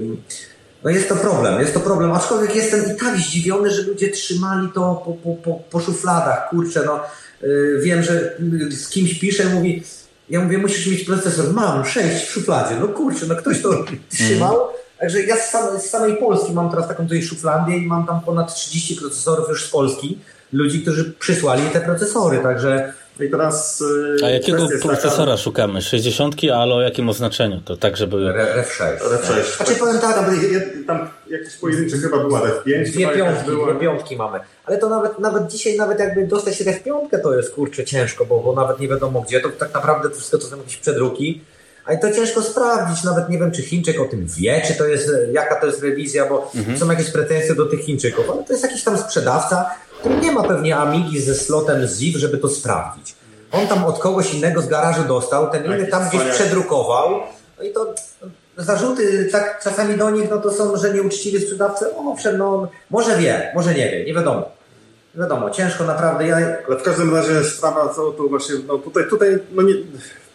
No jest to problem, jest to problem, aczkolwiek jestem i tak zdziwiony, że ludzie trzymali to po, po, po, po szufladach, kurczę, no wiem, że z kimś piszę, mówi, ja mówię, musisz mieć procesor, mam sześć w szufladzie, no kurczę, no ktoś to trzymał, także ja z, sam, z samej Polski mam teraz taką tutaj szuflandię i mam tam ponad trzydzieści procesorów już z Polski, ludzi, którzy przysłali te procesory, także... I teraz, a jakiego procesora taka... szukamy? sześćdziesiątki, ale o jakim oznaczeniu? To tak, żeby... R F sześć. R F sześć. Znaczy powiem tak... Tam, tam jakieś pojedyncze chyba była R F pięć. Dwie piątki, była... dwie piątki mamy. Ale to nawet, nawet dzisiaj, nawet jakby dostać R F pięć, to jest kurczę ciężko, bo, bo nawet nie wiadomo gdzie. To tak naprawdę to wszystko to są jakieś przedruki. Ale to ciężko sprawdzić, nawet nie wiem, czy Chińczyk o tym wie, czy to jest, jaka to jest rewizja, bo mhm. są jakieś pretensje do tych Chińczyków, ale to jest jakiś tam sprzedawca, który nie ma pewnie Amigi ze slotem Z I W, żeby to sprawdzić. On tam od kogoś innego z garażu dostał, ten inny tam gdzieś przedrukował, no i to zarzuty tak czasami do nich, no to są, że nieuczciwi sprzedawcy, owszem, no może wie, może nie wie, nie wiadomo. Nie wiadomo, ciężko naprawdę. Ja... Ale w każdym razie sprawa, co tu właśnie, no tutaj, tutaj no nie...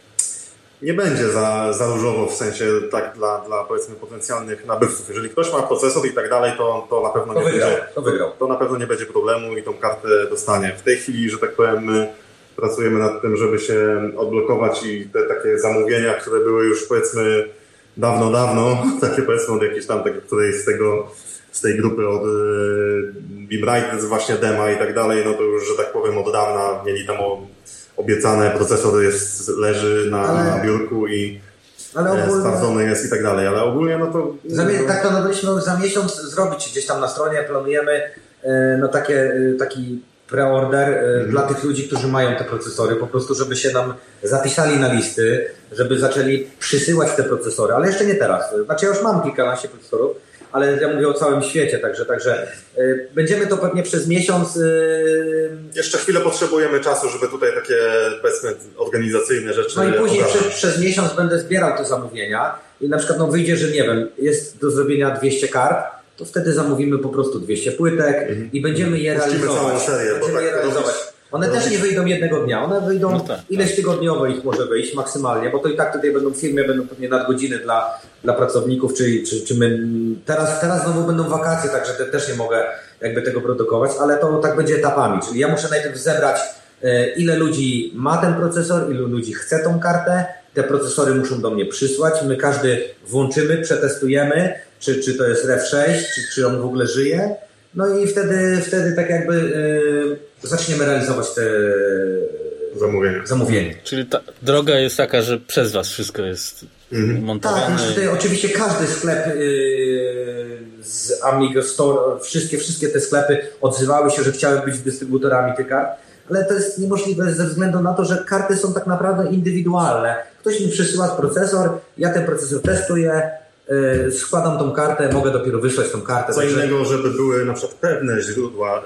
Nie będzie za, za różowo, w sensie tak dla, dla powiedzmy potencjalnych nabywców. Jeżeli ktoś ma procesor i tak dalej, to, to na pewno to nie wygrał, będzie. To, wygrał. To na pewno nie będzie problemu i tą kartę dostanie. W tej chwili, że tak powiem, my pracujemy nad tym, żeby się odblokować i te takie zamówienia, które były już powiedzmy dawno, dawno, takie powiedzmy od jakiejś tam, takiej której z tego, z tej grupy od Beamrite, właśnie Dema i tak dalej, no to już, że tak powiem, od dawna mieli tam o, obiecane, procesor jest, leży na, ale, na biurku i ale ogólnie, sprawdzony jest i tak dalej, ale ogólnie no to... Za, tak planowaliśmy za miesiąc zrobić gdzieś tam na stronie, planujemy no takie, taki preorder mhm. dla tych ludzi, którzy mają te procesory, po prostu żeby się nam zapisali na listy, żeby zaczęli przysyłać te procesory, ale jeszcze nie teraz, znaczy ja już mam kilkanaście procesorów, ale ja mówię o całym świecie, także, także yy, będziemy to pewnie przez miesiąc... Yy... Jeszcze chwilę potrzebujemy czasu, żeby tutaj takie, powiedzmy, organizacyjne rzeczy... No i później przez, przez miesiąc będę zbierał te zamówienia i na przykład no wyjdzie, że nie wiem, jest do zrobienia dwieście kart, to wtedy zamówimy po prostu dwieście płytek mhm. i będziemy je Puścimy realizować. Całą serię, będziemy bo tak je realizować. One też nie wyjdą jednego dnia, one wyjdą no tak, ileś tak. tygodniowo ich może wyjść maksymalnie, bo to i tak tutaj będą w firmie, będą pewnie nadgodziny dla, dla pracowników, czy, czy, czy my teraz, teraz znowu będą wakacje, także te, też nie mogę jakby tego produkować, ale to tak będzie etapami, czyli ja muszę najpierw zebrać e, ile ludzi ma ten procesor, ilu ludzi chce tą kartę, te procesory muszą do mnie przysłać, my każdy włączymy, przetestujemy, czy, czy to jest R F sześć, czy, czy on w ogóle żyje. No i wtedy, wtedy tak jakby yy, zaczniemy realizować te zamówienia. zamówienie. Czyli ta droga jest taka, że przez was wszystko jest mhm. montowane. Tak, znaczy tutaj oczywiście każdy sklep yy, z Amiga Store, wszystkie, wszystkie te sklepy odzywały się, że chciały być dystrybutorami tych kart, ale to jest niemożliwe ze względu na to, że karty są tak naprawdę indywidualne. Ktoś mi przysyła procesor, ja ten procesor testuję, Yy, składam tą kartę, mogę dopiero wysłać tą kartę. Co także... innego, żeby były na przykład pewne źródła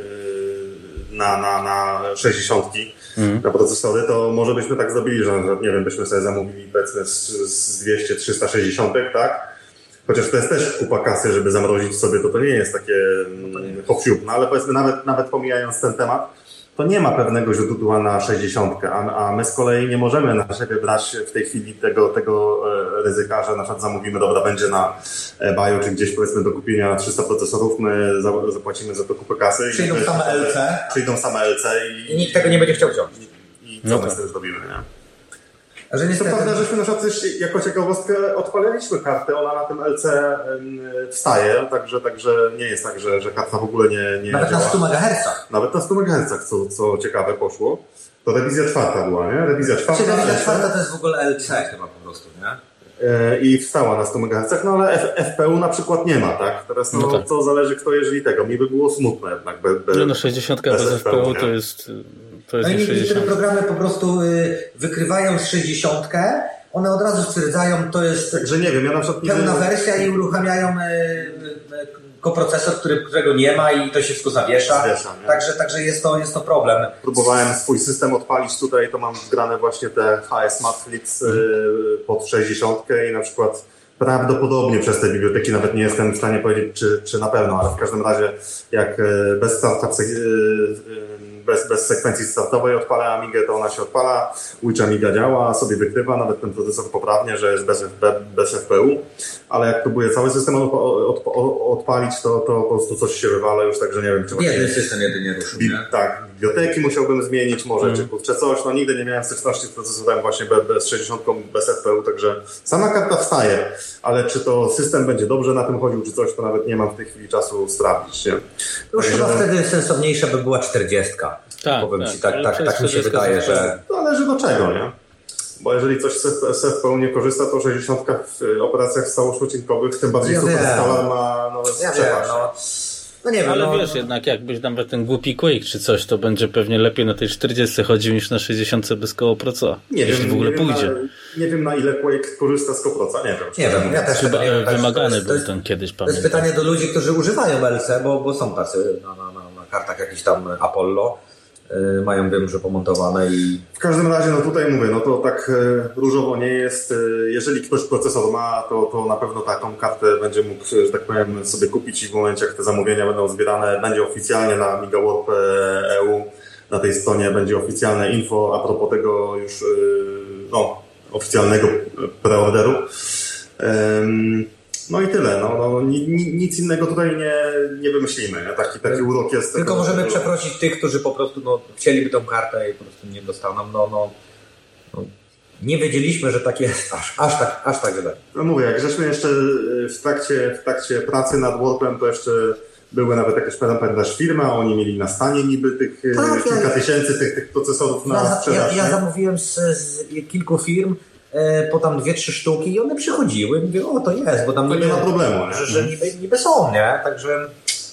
yy, na, na, na sześćdziesiątki, mm. na procesory, to może byśmy tak zrobili, że nie wiem, byśmy sobie zamówili powiedzmy z, z dwieście trzysta sześćdziesiąt, tak? Chociaż to jest też kupa kasy, żeby zamrozić sobie, to to nie jest takie hop-siup, no ale powiedzmy nawet, nawet pomijając ten temat, to nie ma pewnego źródła na sześćdziesiątkę, a, a my z kolei nie możemy na siebie brać w tej chwili tego, tego ryzyka, że na przykład zamówimy, dobra, będzie na Bio czy gdzieś powiedzmy do kupienia trzysta procesorów, my zapłacimy za to kupę kasy. Przyjdą i same L C. Przyjdą same L C i, i nikt tego nie będzie chciał wziąć. I, i co no my z tym zrobimy, nie? A że niestety... To prawda, żeśmy na przykład też jako ciekawostkę odpaliliśmy kartę, ona na tym L C wstaje, także, także nie jest tak, że, że karta w ogóle nie, nie Nawet działa. na stu megahercach. Nawet na stu megahercach, co, co ciekawe poszło. To rewizja czwarta była, nie? Rewizja czwarta. Znaczy, rewizja czwarta to jest w ogóle L C chyba po prostu, nie? I wstała na stu megahercach, no ale F- F P U na przykład nie ma, tak? Teraz no, no tak. To zależy kto jeżeli tego. Mi by było smutno jednak. Be, be, no, no sześćdziesiąt bez, bez F P U to jest... To jest no i niektóre programy po prostu y, wykrywają sześćdziesiątkę, one od razu stwierdzają, to jest Także nie wiem, ja na przykład pełna wersja i uruchamiają y, y, koprocesor, który, którego nie ma i to się wszystko zawiesza. zawiesza także także jest, to, jest to problem. Próbowałem swój system odpalić tutaj, to mam wgrane właśnie te H S Matflix y, pod sześćdziesiątkę i na przykład prawdopodobnie przez te biblioteki, nawet nie jestem w stanie powiedzieć czy, czy na pewno, ale w każdym razie jak bez startup Bez, bez sekwencji startowej odpala Amigę, to ona się odpala, Witch Amiga działa, sobie wykrywa nawet ten procesor poprawnie, że jest bez, bez F P U, ale jak próbuję cały system od, od, odpalić, to, to po prostu coś się wywala już, także nie wiem, czy właśnie... Jeden system jedynie ruszył, bi, Tak, biblioteki musiałbym zmienić może, mm. czy kurczę coś, no nigdy nie miałem styczności z procesorem właśnie bez, bez sześćdziesiątką, bez F P U, także sama karta wstaje, ale czy to system będzie dobrze na tym chodził, czy coś, to nawet nie mam w tej chwili czasu sprawdzić, nie? Już chyba że... wtedy sensowniejsza by była czterdziestka. Tak, powiem tak, ci, tak, tak, tak mi się wydaje, że... To zależy do czego, nie? Bo jeżeli coś z F P U nie korzysta, to sześćdziesiątka w operacjach stałoszłocinkowych, tym bardziej ja Superstar ma no, ja przepaść. No, no nie wiem, ale no... wiesz, jednak jakbyś nawet ten głupi Quake czy coś, to będzie pewnie lepiej na tej czterdziestce chodził niż na sześćdziesiątce bez koproca. Nie jeśli wiem, w ogóle nie pójdzie. Wiem na, nie wiem na ile Quake korzysta z koproca, nie wiem. Nie wiem, ja też chyba nie wiem, wymagany jest, był jest, ten kiedyś, to pamiętam. To jest pytanie do ludzi, którzy używają L C, bo, bo są tacy na, na, na, na kartach jakichś tam Apollo. Mają, wiem, że pomontowane i... W każdym razie, no tutaj mówię, no to tak e, różowo nie jest. E, jeżeli ktoś procesor ma, to, to na pewno taką kartę będzie mógł, że tak powiem, sobie kupić i w momencie, jak te zamówienia będą zbierane, będzie oficjalnie na MigaWarp kropka e u, na tej stronie będzie oficjalne info a propos tego już, e, no, oficjalnego preorderu. E, No i tyle, no, no nic innego tutaj nie, nie wymyślimy, nie? Taki, taki urok jest. Tylko tego, możemy tego... przeprosić tych, którzy po prostu no, chcieliby tą kartę i po prostu nie dostaną. No, no, no, nie wiedzieliśmy, że tak jest, aż, aż tak, aż tak źle. No mówię, jak żeśmy jeszcze w trakcie, w trakcie pracy nad Warpem, to jeszcze były nawet jakieś pamiętasz firma, oni mieli na stanie niby tych tak, kilka ja, tysięcy tych, tych procesorów na ja, sprzedaż. Ja, ja zamówiłem z, z kilku firm po tam dwie, trzy sztuki i one przychodziły i mówię, o to jest, bo tam to niby, nie ma problemu, nie? Że, że niby, niby są, nie? Także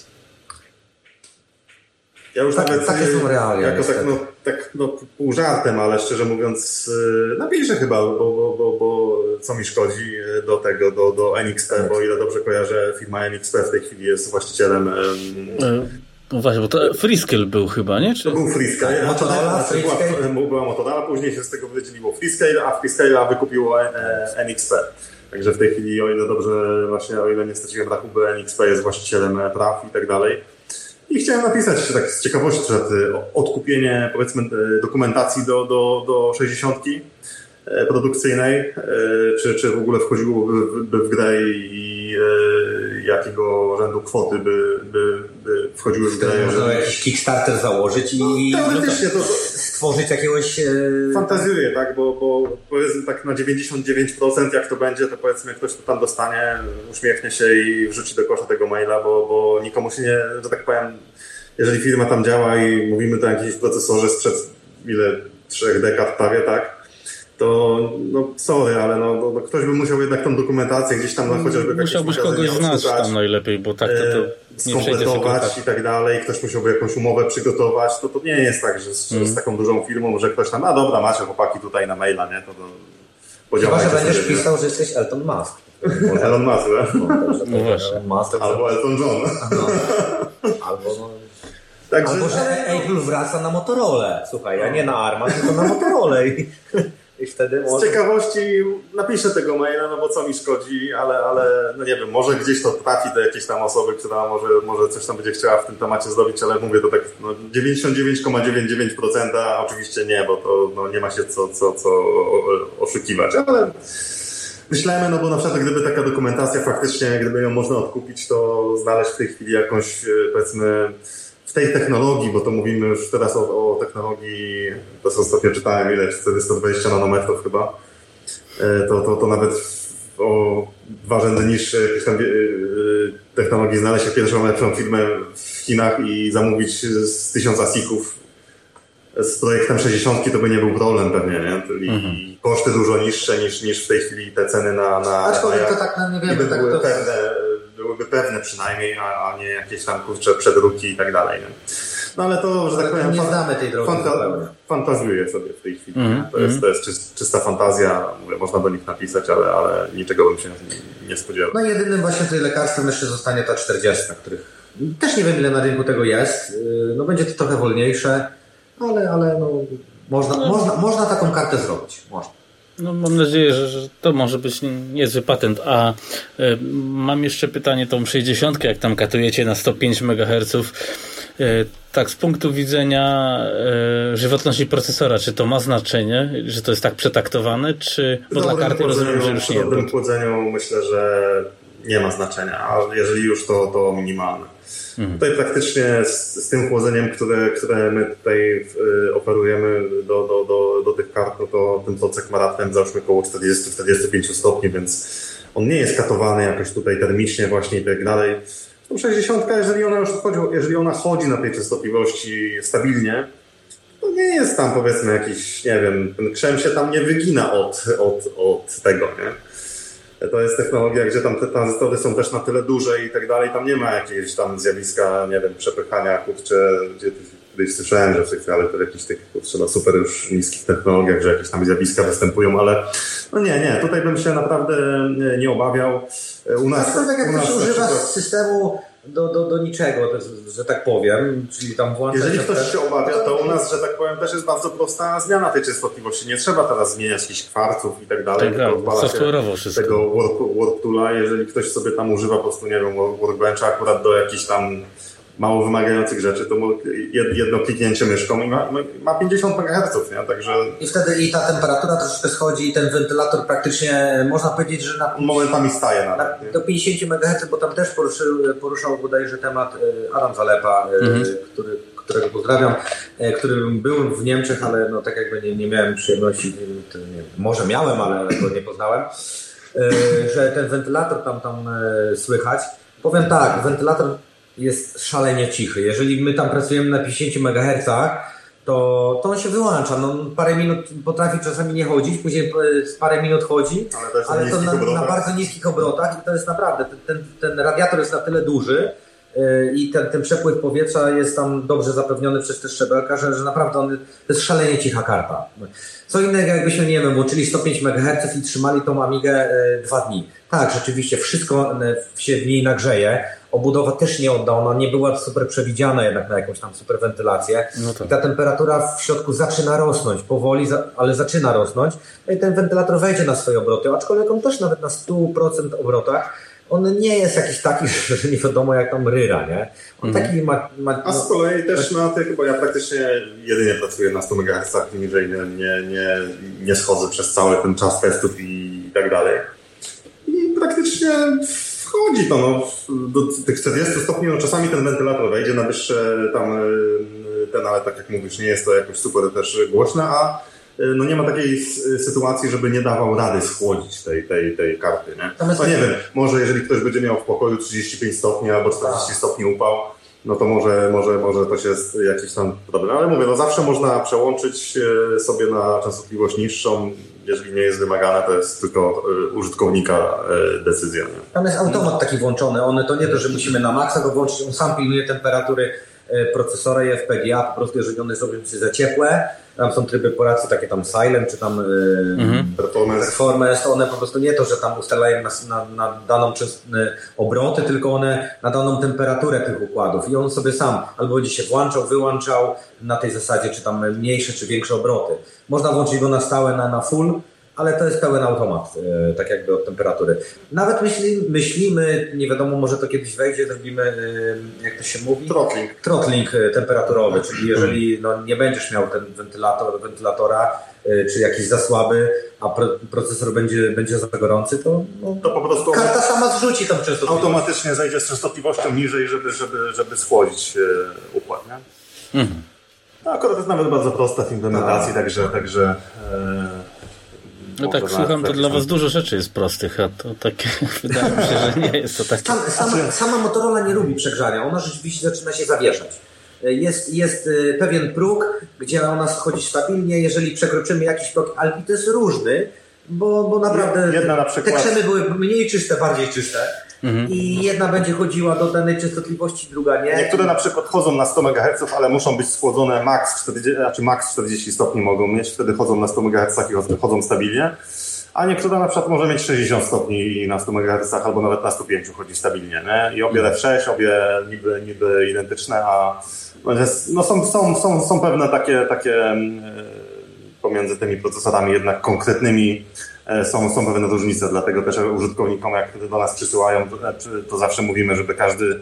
ja już tak, nawet takie są realia. Jako tak, no, tak no, pół żartem, ale szczerze mówiąc napiszę chyba, bo, bo, bo, bo co mi szkodzi do tego, do, do N X P, bo ile dobrze kojarzę, firma N X P w tej chwili jest właścicielem um, no właśnie, bo to Freescale był chyba, nie? Czy... To był Freescale. Motorola, Freescale. Była, była Motorola, później się z tego wydzieliło Freescale, a Freescale'a wykupiło N X P. Także w tej chwili, o ile dobrze, właśnie o ile nie straciłem rachubu, N X P jest właścicielem praw i tak dalej. I chciałem napisać tak z ciekawości, że odkupienie, powiedzmy, dokumentacji do, do, do sześćdziesiątki produkcyjnej, czy, czy w ogóle wchodziłoby w, w grę i jakiego rzędu kwoty by, by, by wchodziły w grę. Można jakiś Kickstarter założyć i... No, teoretycznie to, stworzyć jakiegoś... Yy... Fantazjuję, tak, bo, bo powiedzmy tak na dziewięćdziesiąt dziewięć procent jak to będzie, to powiedzmy ktoś to tam dostanie, uśmiechnie się i wrzuci do kosza tego maila, bo, bo nikomu się nie, że tak powiem, jeżeli firma tam działa i mówimy tu o jakimś procesorze sprzed ile, trzech dekad prawie, tak, to no sorry, ale no, no, no ktoś by musiał jednak tą dokumentację gdzieś tam no, chociażby musiałbyś kogoś znać tam najlepiej, bo tak to, to nie skompletować tak. I tak dalej, ktoś musiałby jakąś umowę przygotować, to to nie jest tak, że z, mm. z taką dużą firmą, że ktoś tam, a dobra, macie chłopaki tutaj na maila, nie, to, to chyba, że będziesz sobie, pisał, że jesteś Elton Musk. Elon Musk, no, no właśnie. Albo Elton John. No. Albo no... Także... Albo że Apple wraca na Motorola. Słuchaj, a nie na Arma, tylko na Motorola. I, i wtedy może... Z ciekawości napiszę tego maila, no bo co mi szkodzi, ale, ale no nie wiem, może gdzieś to trafi do jakiejś tam osoby, która może, może coś tam będzie chciała w tym temacie zrobić, ale mówię to tak no, dziewięćdziesiąt dziewięć przecinek dziewięćdziesiąt dziewięć procent oczywiście nie, bo to no, nie ma się co, co, co oszukiwać, ale myślemy, no bo na przykład gdyby taka dokumentacja faktycznie, gdyby ją można odkupić, to znaleźć w tej chwili jakąś, powiedzmy, w tej technologii, bo to mówimy już teraz o, o technologii, to ostatnio czytałem ile, czterysta dwadzieścia nanometrów chyba, to, to, to nawet o dwa rzędy niższej jakiejś tam technologii znaleźć się pierwszą lepszą firmę w Chinach i zamówić z tysiąc asików z projektem sześćdziesiątki to by nie był problem pewnie, nie? I mhm. koszty dużo niższe niż, niż w tej chwili te ceny na... na Aczkolwiek to tak, no nie wiemy, by tak były to... pewne, byłyby pewne przynajmniej, a, a nie jakieś tam kurcze przedruki i tak dalej. Nie? No ale to, że ale tak powiem, nie znamy tej drogi fanta- fantazjuję sobie w tej chwili. Mm-hmm. To jest, to jest czyst, czysta fantazja, mówię, można do nich napisać, ale, ale niczego bym się nie, nie spodziewał. No jedynym właśnie tutaj lekarstwem jeszcze zostanie ta czterdziestka, których też nie wiem ile na rynku tego jest. No będzie to trochę wolniejsze, ale, ale no, można, no. Można, można taką kartę zrobić. Można. No, mam nadzieję, że, że to może być niezły patent. A y, mam jeszcze pytanie tą sześćdziesiątkę, jak tam katujecie na sto pięć megaherców. Y, tak z punktu widzenia y, żywotności procesora, czy to ma znaczenie, że to jest tak przetaktowane, czy bo dla karty rozumiem, że już nie. W dobrym chłodzeniu myślę, że nie ma znaczenia, a jeżeli już to, to minimalne. Mhm. Tutaj praktycznie z, z tym chłodzeniem, które, które my tutaj y, oferujemy do, do, do, do tych kart, no to ten procek ma raptem załóżmy około czterdzieści do czterdziestu pięciu stopni, więc on nie jest katowany jakoś tutaj termicznie właśnie i tak dalej. Tą sześćdziesiątka, jeżeli ona już chodzi, jeżeli ona chodzi na tej częstotliwości stabilnie, to nie jest tam powiedzmy jakiś, nie wiem, ten krzem się tam nie wygina od, od, od tego, nie? To jest technologia, gdzie tam te tranzystory są też na tyle duże i tak dalej. Tam nie ma jakiegoś tam zjawiska, nie wiem, przepychania, kurczę, gdzie kiedyś słyszałem, że w tych, ale to jakichś tych, kurczę, na super już niskich technologiach, że jakieś tam zjawiska występują, ale no nie, nie, tutaj bym się naprawdę nie, nie obawiał. U nas, tak jak u nas ktoś używa systemu do, do, do niczego, że tak powiem, czyli tam włącza... Jeżeli ktoś się obawia, to u nas, że tak powiem, też jest bardzo prosta zmiana tej częstotliwości. Nie trzeba teraz zmieniać jakichś kwarców i tak dalej. Tak, software'owo wszystko. Tego work, work toola, jeżeli ktoś sobie tam używa po prostu, nie wiem, workbencha akurat do jakichś tam mało wymagających rzeczy, to jedno kliknięcie myszką i ma, ma pięćdziesiąt megaherców, nie? Także... I wtedy i ta temperatura troszeczkę schodzi i ten wentylator praktycznie, można powiedzieć, że na... momentami staje nawet. Na, do pięćdziesiąt megaherców, bo tam też poruszył, poruszał bodajże temat Adam Zalepa, mhm. który, którego pozdrawiam, który był w Niemczech, ale no tak jakby nie, nie miałem przyjemności, nie, może miałem, ale go nie poznałem, że ten wentylator tam, tam słychać. Powiem tak, wentylator jest szalenie cichy. Jeżeli my tam pracujemy na pięćdziesięciu megahercach, to, to on się wyłącza. No, parę minut potrafi czasami nie chodzić, później parę minut chodzi, ale to, ale to na, na bardzo niskich obrotach i to jest naprawdę, ten, ten radiator jest na tyle duży yy, i ten, ten przepływ powietrza jest tam dobrze zapewniony przez te szczebelka, że, że naprawdę on, to jest szalenie cicha karta. Co innego jakbyśmy, nie wiem, włączyli sto pięć megaherców i trzymali tą Amigę yy, dwa dni. Tak, rzeczywiście, wszystko się w niej nagrzeje. Obudowa też nie odda, ona nie była super przewidziana jednak na jakąś tam super wentylację. No tak. I ta temperatura w środku zaczyna rosnąć, powoli, ale zaczyna rosnąć. No i ten wentylator wejdzie na swoje obroty, aczkolwiek on też nawet na sto procent obrotach, on nie jest jakiś taki, że nie wiadomo jak tam ryra, nie? On mm. taki ma, ma... A z kolei też na tych, bo ja praktycznie jedynie pracuję na sto megahercach, niżej nie, nie, nie, nie schodzę przez cały ten czas testów i tak dalej. I praktycznie wchodzi to, no, do tych czterdziestu stopni, no czasami ten wentylator wejdzie na wyższe tam ten, ale tak jak mówisz, nie jest to jakoś super też głośne, a no nie ma takiej sytuacji, żeby nie dawał rady schłodzić tej, tej, tej karty. Nie? No nie wiem, może jeżeli ktoś będzie miał w pokoju trzydzieści pięć stopni albo czterdzieści stopni upał, no to może, może, może to jest jakiś tam problem. Ale mówię, no zawsze można przełączyć sobie na częstotliwość niższą. Jeżeli nie jest wymagane, to jest tylko użytkownika decyzja. Nie? Tam jest automat taki włączony. One to nie to, że musimy na maksa go włączyć. On sam pilnuje temperatury procesora i F P G A. Po prostu jeżeli one zrobią się za ciepłe, tam są tryby poradcy takie tam silent, czy tam mhm. performance. performance, to one po prostu nie to, że tam ustalają na, na, na daną czas, obroty, tylko one na daną temperaturę tych układów i on sobie sam albo będzie się włączał, wyłączał na tej zasadzie, czy tam mniejsze, czy większe obroty. Można włączyć go na stałe, na, na full, ale to jest pełen automat, e, tak jakby od temperatury. Nawet myśli, myślimy, nie wiadomo, może to kiedyś wejdzie, zrobimy, e, jak to się mówi? Throttling. Throttling temperaturowy, czyli jeżeli no, nie będziesz miał ten wentylator, wentylatora, e, czy jakiś za słaby, a pro, procesor będzie, będzie za gorący, to, no, to po prostu karta sama zrzuci tą częstotliwość. Automatycznie zejdzie z częstotliwością niżej, żeby, żeby, żeby schłodzić e, układ. Nie? Mhm. No, akurat to jest nawet bardzo prosta w implementacji, także... także e, No tak, słucham, to dla was dużo rzeczy jest prostych, a to takie wydaje mi się, że nie jest to takie... Sam, sama, sama Motorola nie lubi przegrzania, ona rzeczywiście zaczyna się zawieszać. Jest, jest pewien próg, gdzie ona schodzi stabilnie, jeżeli przekroczymy jakiś próg, ale to jest różny, bo, bo naprawdę jedna na przykład... te krzemy były mniej czyste, bardziej czyste. Mhm. I jedna będzie chodziła do danej częstotliwości, druga nie. Niektóre na przykład chodzą na sto megaherców, ale muszą być schłodzone max czterdzieści, znaczy max czterdzieści stopni mogą mieć, wtedy chodzą na sto megaherców i chodzą stabilnie. A niektóre na przykład może mieć sześćdziesiąt stopni na sto megaherców albo nawet na sto pięć chodzi stabilnie. Nie? I obie F sześć, obie niby, niby identyczne, a no są, są, są, są pewne takie, takie pomiędzy tymi procesorami jednak konkretnymi Są, są pewne różnice, dlatego też użytkownikom, jak do nas przysyłają, to zawsze mówimy, żeby każdy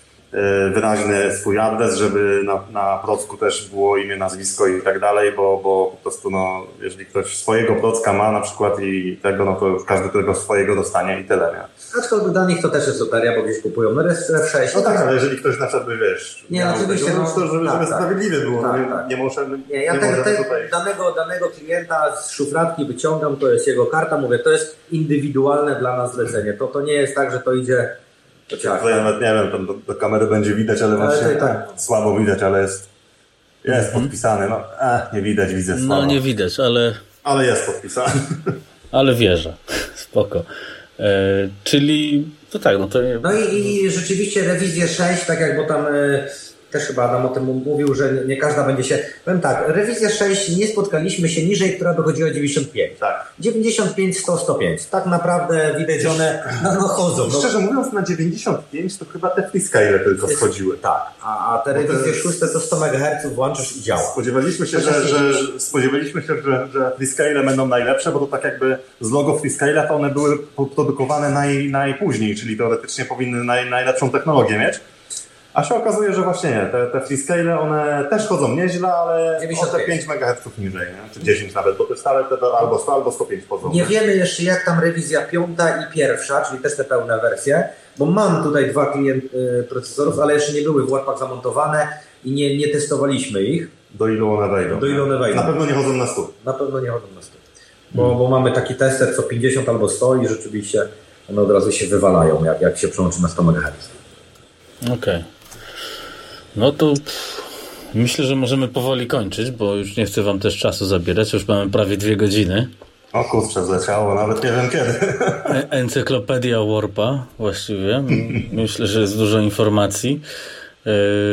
wyraźny swój adres, żeby na, na procku też było imię, nazwisko i tak dalej, bo, bo po prostu no, jeżeli ktoś swojego procka ma na przykład i tego, no to już każdy tego swojego dostanie i tyle, nie? Aczkolwiek dla nich to też jest loteria, bo gdzieś kupują no F sześć. No tak, ale jeżeli ktoś na przykład by, wiesz, nie, oczywiście, tego, no, to żeby, tak, żeby tak, sprawiedliwie było, tak, no, tak. nie możemy nie, ja nie te, możemy te, tutaj... danego, danego klienta z szufladki wyciągam, to jest jego karta, mówię, to jest indywidualne dla nas zlecenie, to, to nie jest tak, że to idzie... To ja nawet nie wiem, tam do, do kamery będzie widać, ale, ale właśnie tak. Słabo widać, ale jest, jest mhm. podpisany. No, ach, nie widać, widzę słabo. No nie widać, ale... Ale jest podpisany. Ale wierzę. Spoko. E, czyli, to tak, no to... Nie... No i, i rzeczywiście rewizję sześć, tak jak, bo tam... E, też chyba Adam o tym mówił, że nie, nie każda będzie się... Powiem tak, rewizję sześć nie spotkaliśmy się niżej, która dochodziła dziewięćdziesiąt pięć. Tak. dziewięćdziesiąt pięć, sto, sto pięć. Tak naprawdę widać, że one no, no, chodzą. No. Szczerze mówiąc, na dziewięćdziesiąt pięć to chyba te FreeScale tylko schodziły. Tak, a, a te rewizje szóste to sto megaherców włączasz i działa. Spodziewaliśmy się, że, że, że, spodziewaliśmy się, że, że FreeScale będą najlepsze, bo to tak jakby z logo FreeScale'a to one były produkowane naj, najpóźniej, czyli teoretycznie powinny naj, najlepszą technologię mieć. A się okazuje, że właśnie nie. Te, te FreeScale, one też chodzą nieźle, ale o te pięć megaherców niżej, nie? Czy dziesięć nawet, bo te stare te albo sto, albo sto pięć chodzą. Nie wiemy jeszcze, jak tam rewizja piąta i pierwsza, czyli też te pełne wersje, bo mam tutaj dwa klient y, procesorów, ale jeszcze nie były w łapach zamontowane i nie, nie testowaliśmy ich. Do ilu one wejdą? Do ilu one wejdą. Na pewno nie chodzą na sto. Na pewno nie chodzą na sto. Bo, hmm. bo mamy taki tester co pięćdziesiąt albo sto i rzeczywiście one od razu się wywalają, jak, jak się przełączy na sto megaherców. Okej. Okay. No to pff, myślę, że możemy powoli kończyć, bo już nie chcę wam też czasu zabierać, już mamy prawie dwie godziny. O kurczę, zleciało, nawet nie wiem kiedy. E- Encyklopedia Warpa właściwie. Myślę, że jest dużo informacji. Yy,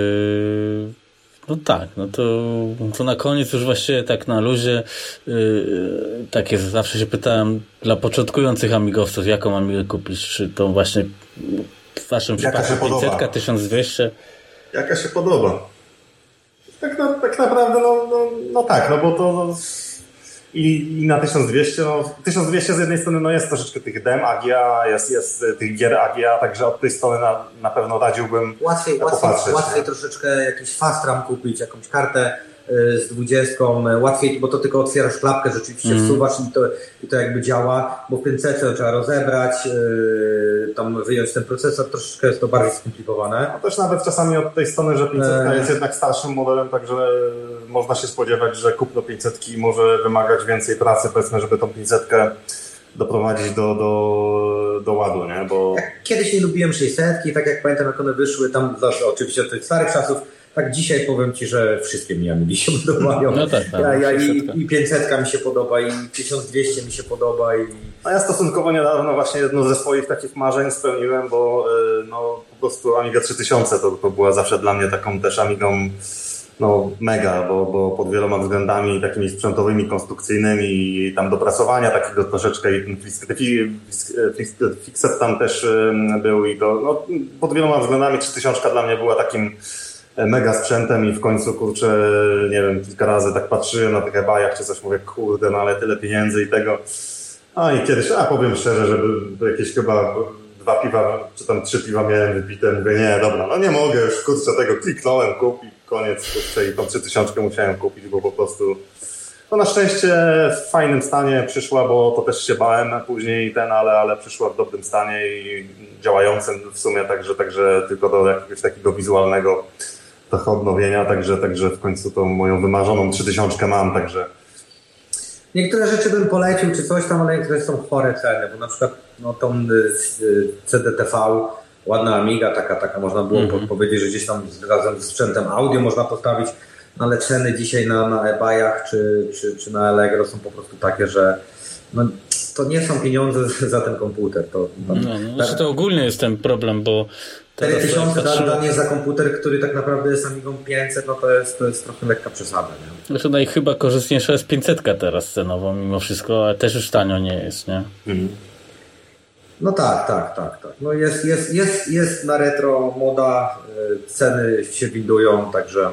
no tak, no to, to na koniec już właściwie tak na luzie. Yy, takie zawsze się pytałem dla początkujących amigowców, jaką amigę kupić? Czy to właśnie w waszym przypadku pięćset, tysiąc dwieście? Jaka się podoba. Tak, no, tak naprawdę, no, no, no tak, no bo to no, i, i na tysiąc dwieście, no tysiąc dwieście z jednej strony no jest troszeczkę tych dem A G A, jest, jest tych gier A G A, także od tej strony na, na pewno radziłbym łatwiej, popatrzeć. Łatwiej, łatwiej troszeczkę jakiś fast RAM kupić, jakąś kartę z dwudziestką łatwiej, bo to tylko otwierasz klapkę, rzeczywiście mm. wsuwasz i to, i to jakby działa, bo w pięćsetce trzeba rozebrać, yy, tam wyjąć ten procesor, troszeczkę jest to bardziej skomplikowane. No też nawet czasami od tej strony, że pięćsetka jest jednak starszym modelem, także można się spodziewać, że kupno pięćsetki może wymagać więcej pracy, powiedzmy, żeby tą pięćsetkę doprowadzić do, do, do ładu, nie? Bo... Jak kiedyś nie lubiłem sześćsetki, tak jak pamiętam, jak one wyszły tam, oczywiście od tych starych czasów, tak dzisiaj powiem Ci, że wszystkie mi Amigi się podobają. No tak, tak. Ja, ja i, i pięćsetka mi się podoba, i tysiąc dwieście mi się podoba. I... A ja stosunkowo niedawno właśnie jedno ze swoich takich marzeń spełniłem, bo no, po prostu Amiga trzy tysiące to, to była zawsze dla mnie taką też Amigą no, mega, bo, bo pod wieloma względami takimi sprzętowymi, konstrukcyjnymi i tam dopracowania takiego troszeczkę i ten fixet tam też był i to no, pod wieloma względami trzy tysiące dla mnie była takim mega sprzętem i w końcu, kurczę, nie wiem, kilka razy tak patrzyłem na tych ebajach czy coś, mówię, kurde, no ale tyle pieniędzy i tego. A i kiedyś, a powiem szczerze, żeby jakieś chyba dwa piwa, czy tam trzy piwa miałem wypite, mówię, nie, dobra, no nie mogę już, kurczę, tego kliknąłem, kupić, koniec, kurczę, i tą trzy tysiące musiałem kupić, bo po prostu, no na szczęście w fajnym stanie przyszła, bo to też się bałem później ten, ale, ale przyszła w dobrym stanie i działającym w sumie, także, także tylko do jakiegoś takiego wizualnego trochę odnowienia, także, także w końcu tą moją wymarzoną trzy tysiące mam, także... Niektóre rzeczy bym polecił czy coś tam, ale niektóre są chore ceny, bo na przykład no, tą C D T V, ładna Amiga, taka, taka można było mm-hmm. powiedzieć, że gdzieś tam razem z sprzętem audio można postawić, no, ale ceny dzisiaj na, na ebajach czy, czy, czy na Allegro są po prostu takie, że no, to nie są pieniądze za ten komputer. To, no, no, znaczy to ogólnie jest ten problem, bo cztery tysiące danie za komputer, który tak naprawdę jest Amigą pięćset, no to jest, to jest trochę lekka przesada. Nie? Znaczy najchyba korzystniejsza jest pięćsetka teraz cenowo mimo wszystko, ale też już tanio nie jest, nie? Mhm. No tak, tak, tak, tak. No jest, jest, jest, jest na retro moda, ceny się windują, także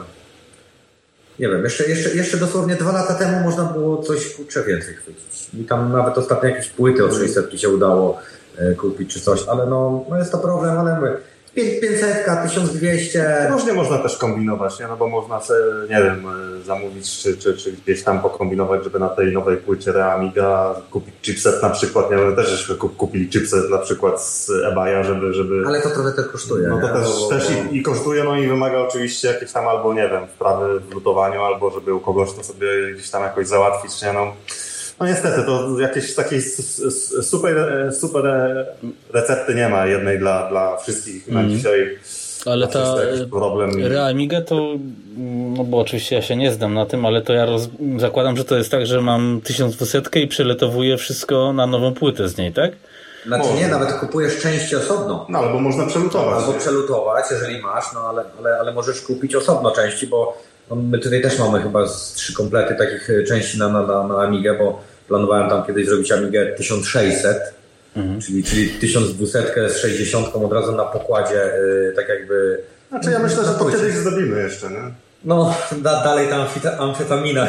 nie wiem, jeszcze, jeszcze, jeszcze dosłownie dwa lata temu można było coś kurczę więcej chwycić. I tam nawet ostatnio jakieś płyty od sześćsetki się udało kupić czy coś, ale no, no jest to problem, ale my pięćset, tysiąc dwieście. Różnie można też kombinować, nie? No bo można sobie, nie wiem, zamówić czy, czy, czy gdzieś tam pokombinować, żeby na tej nowej płycie Amiga kupić chipset na przykład, nie wiem, też żeśmy kupili chipset na przykład z eBaya, żeby, żeby... Ale to trochę też kosztuje. No to nie? też, bo, też bo... I, i kosztuje, no i wymaga oczywiście jakieś tam albo, nie wiem, wprawy w lutowaniu, albo żeby u kogoś to sobie gdzieś tam jakoś załatwić, nie? No. No niestety, to jakiejś takiej super, super recepty nie ma jednej dla, dla wszystkich na mm. dzisiaj. Ale ta Reamiga to, no bo oczywiście ja się nie znam na tym, ale to ja roz, zakładam, że to jest tak, że mam tysiąc dwieście i przeletowuję wszystko na nową płytę z niej, tak? Znaczy można. Nie, nawet kupujesz części osobno. No albo można przelutować. Albo przelutować, jeżeli masz, no ale, ale, ale możesz kupić osobno części, bo no, my tutaj też mamy chyba z trzy komplety takich części na, na, na Amigę, bo planowałem tam kiedyś zrobić Amigę tysiąc sześćset, mhm. czyli, czyli tysiąc dwieście z sześćdziesiątką od razu na pokładzie, yy, tak jakby... Znaczy ja myślę, że to kiedyś zrobimy jeszcze, nie? No, da, dalej ta amfita, amfetamina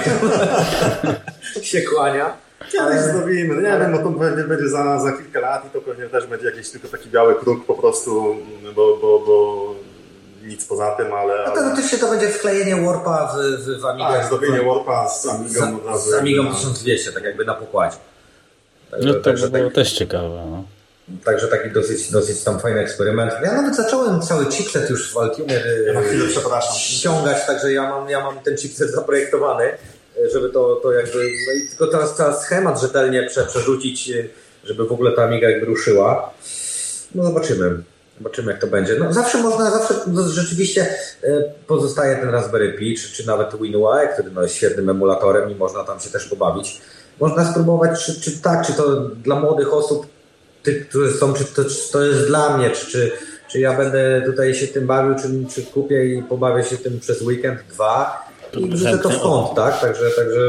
się kłania. Kiedyś ale... zrobimy, nie wiem, bo to będzie, będzie za, za kilka lat i to pewnie też będzie jakiś tylko taki biały próg po prostu, bo... bo, bo... nic poza tym, ale... No to oczywiście to będzie wklejenie Warpa w, w, w Amigę. Tak, zdobienie Warpa z Amigą. Z, z Amigą tysiąc dwieście, tak jakby na pokładzie. Także, no to także by było tak, też ciekawe. No. Także taki dosyć, dosyć tam fajny eksperyment. Ja nawet zacząłem cały chipset już w Altumie ja na chwilę, przepraszam. ściągać, także ja mam, ja mam ten chipset zaprojektowany, żeby to, to jakby... No i tylko teraz trzeba schemat rzetelnie prze, przerzucić, żeby w ogóle ta Amiga jakby ruszyła. No zobaczymy. Zobaczymy, jak to będzie. No, zawsze można, zawsze no, rzeczywiście y, pozostaje ten Raspberry Pi, czy, czy nawet WinUAE, który no, jest świetnym emulatorem i można tam się też pobawić. Można spróbować, czy, czy tak, czy to dla młodych osób, tych, którzy są, czy to, czy to jest dla mnie, czy, czy, czy ja będę tutaj się tym bawił, czy, czy kupię i pobawię się tym przez weekend, dwa i wrzucę to w kąt, tak? Także, także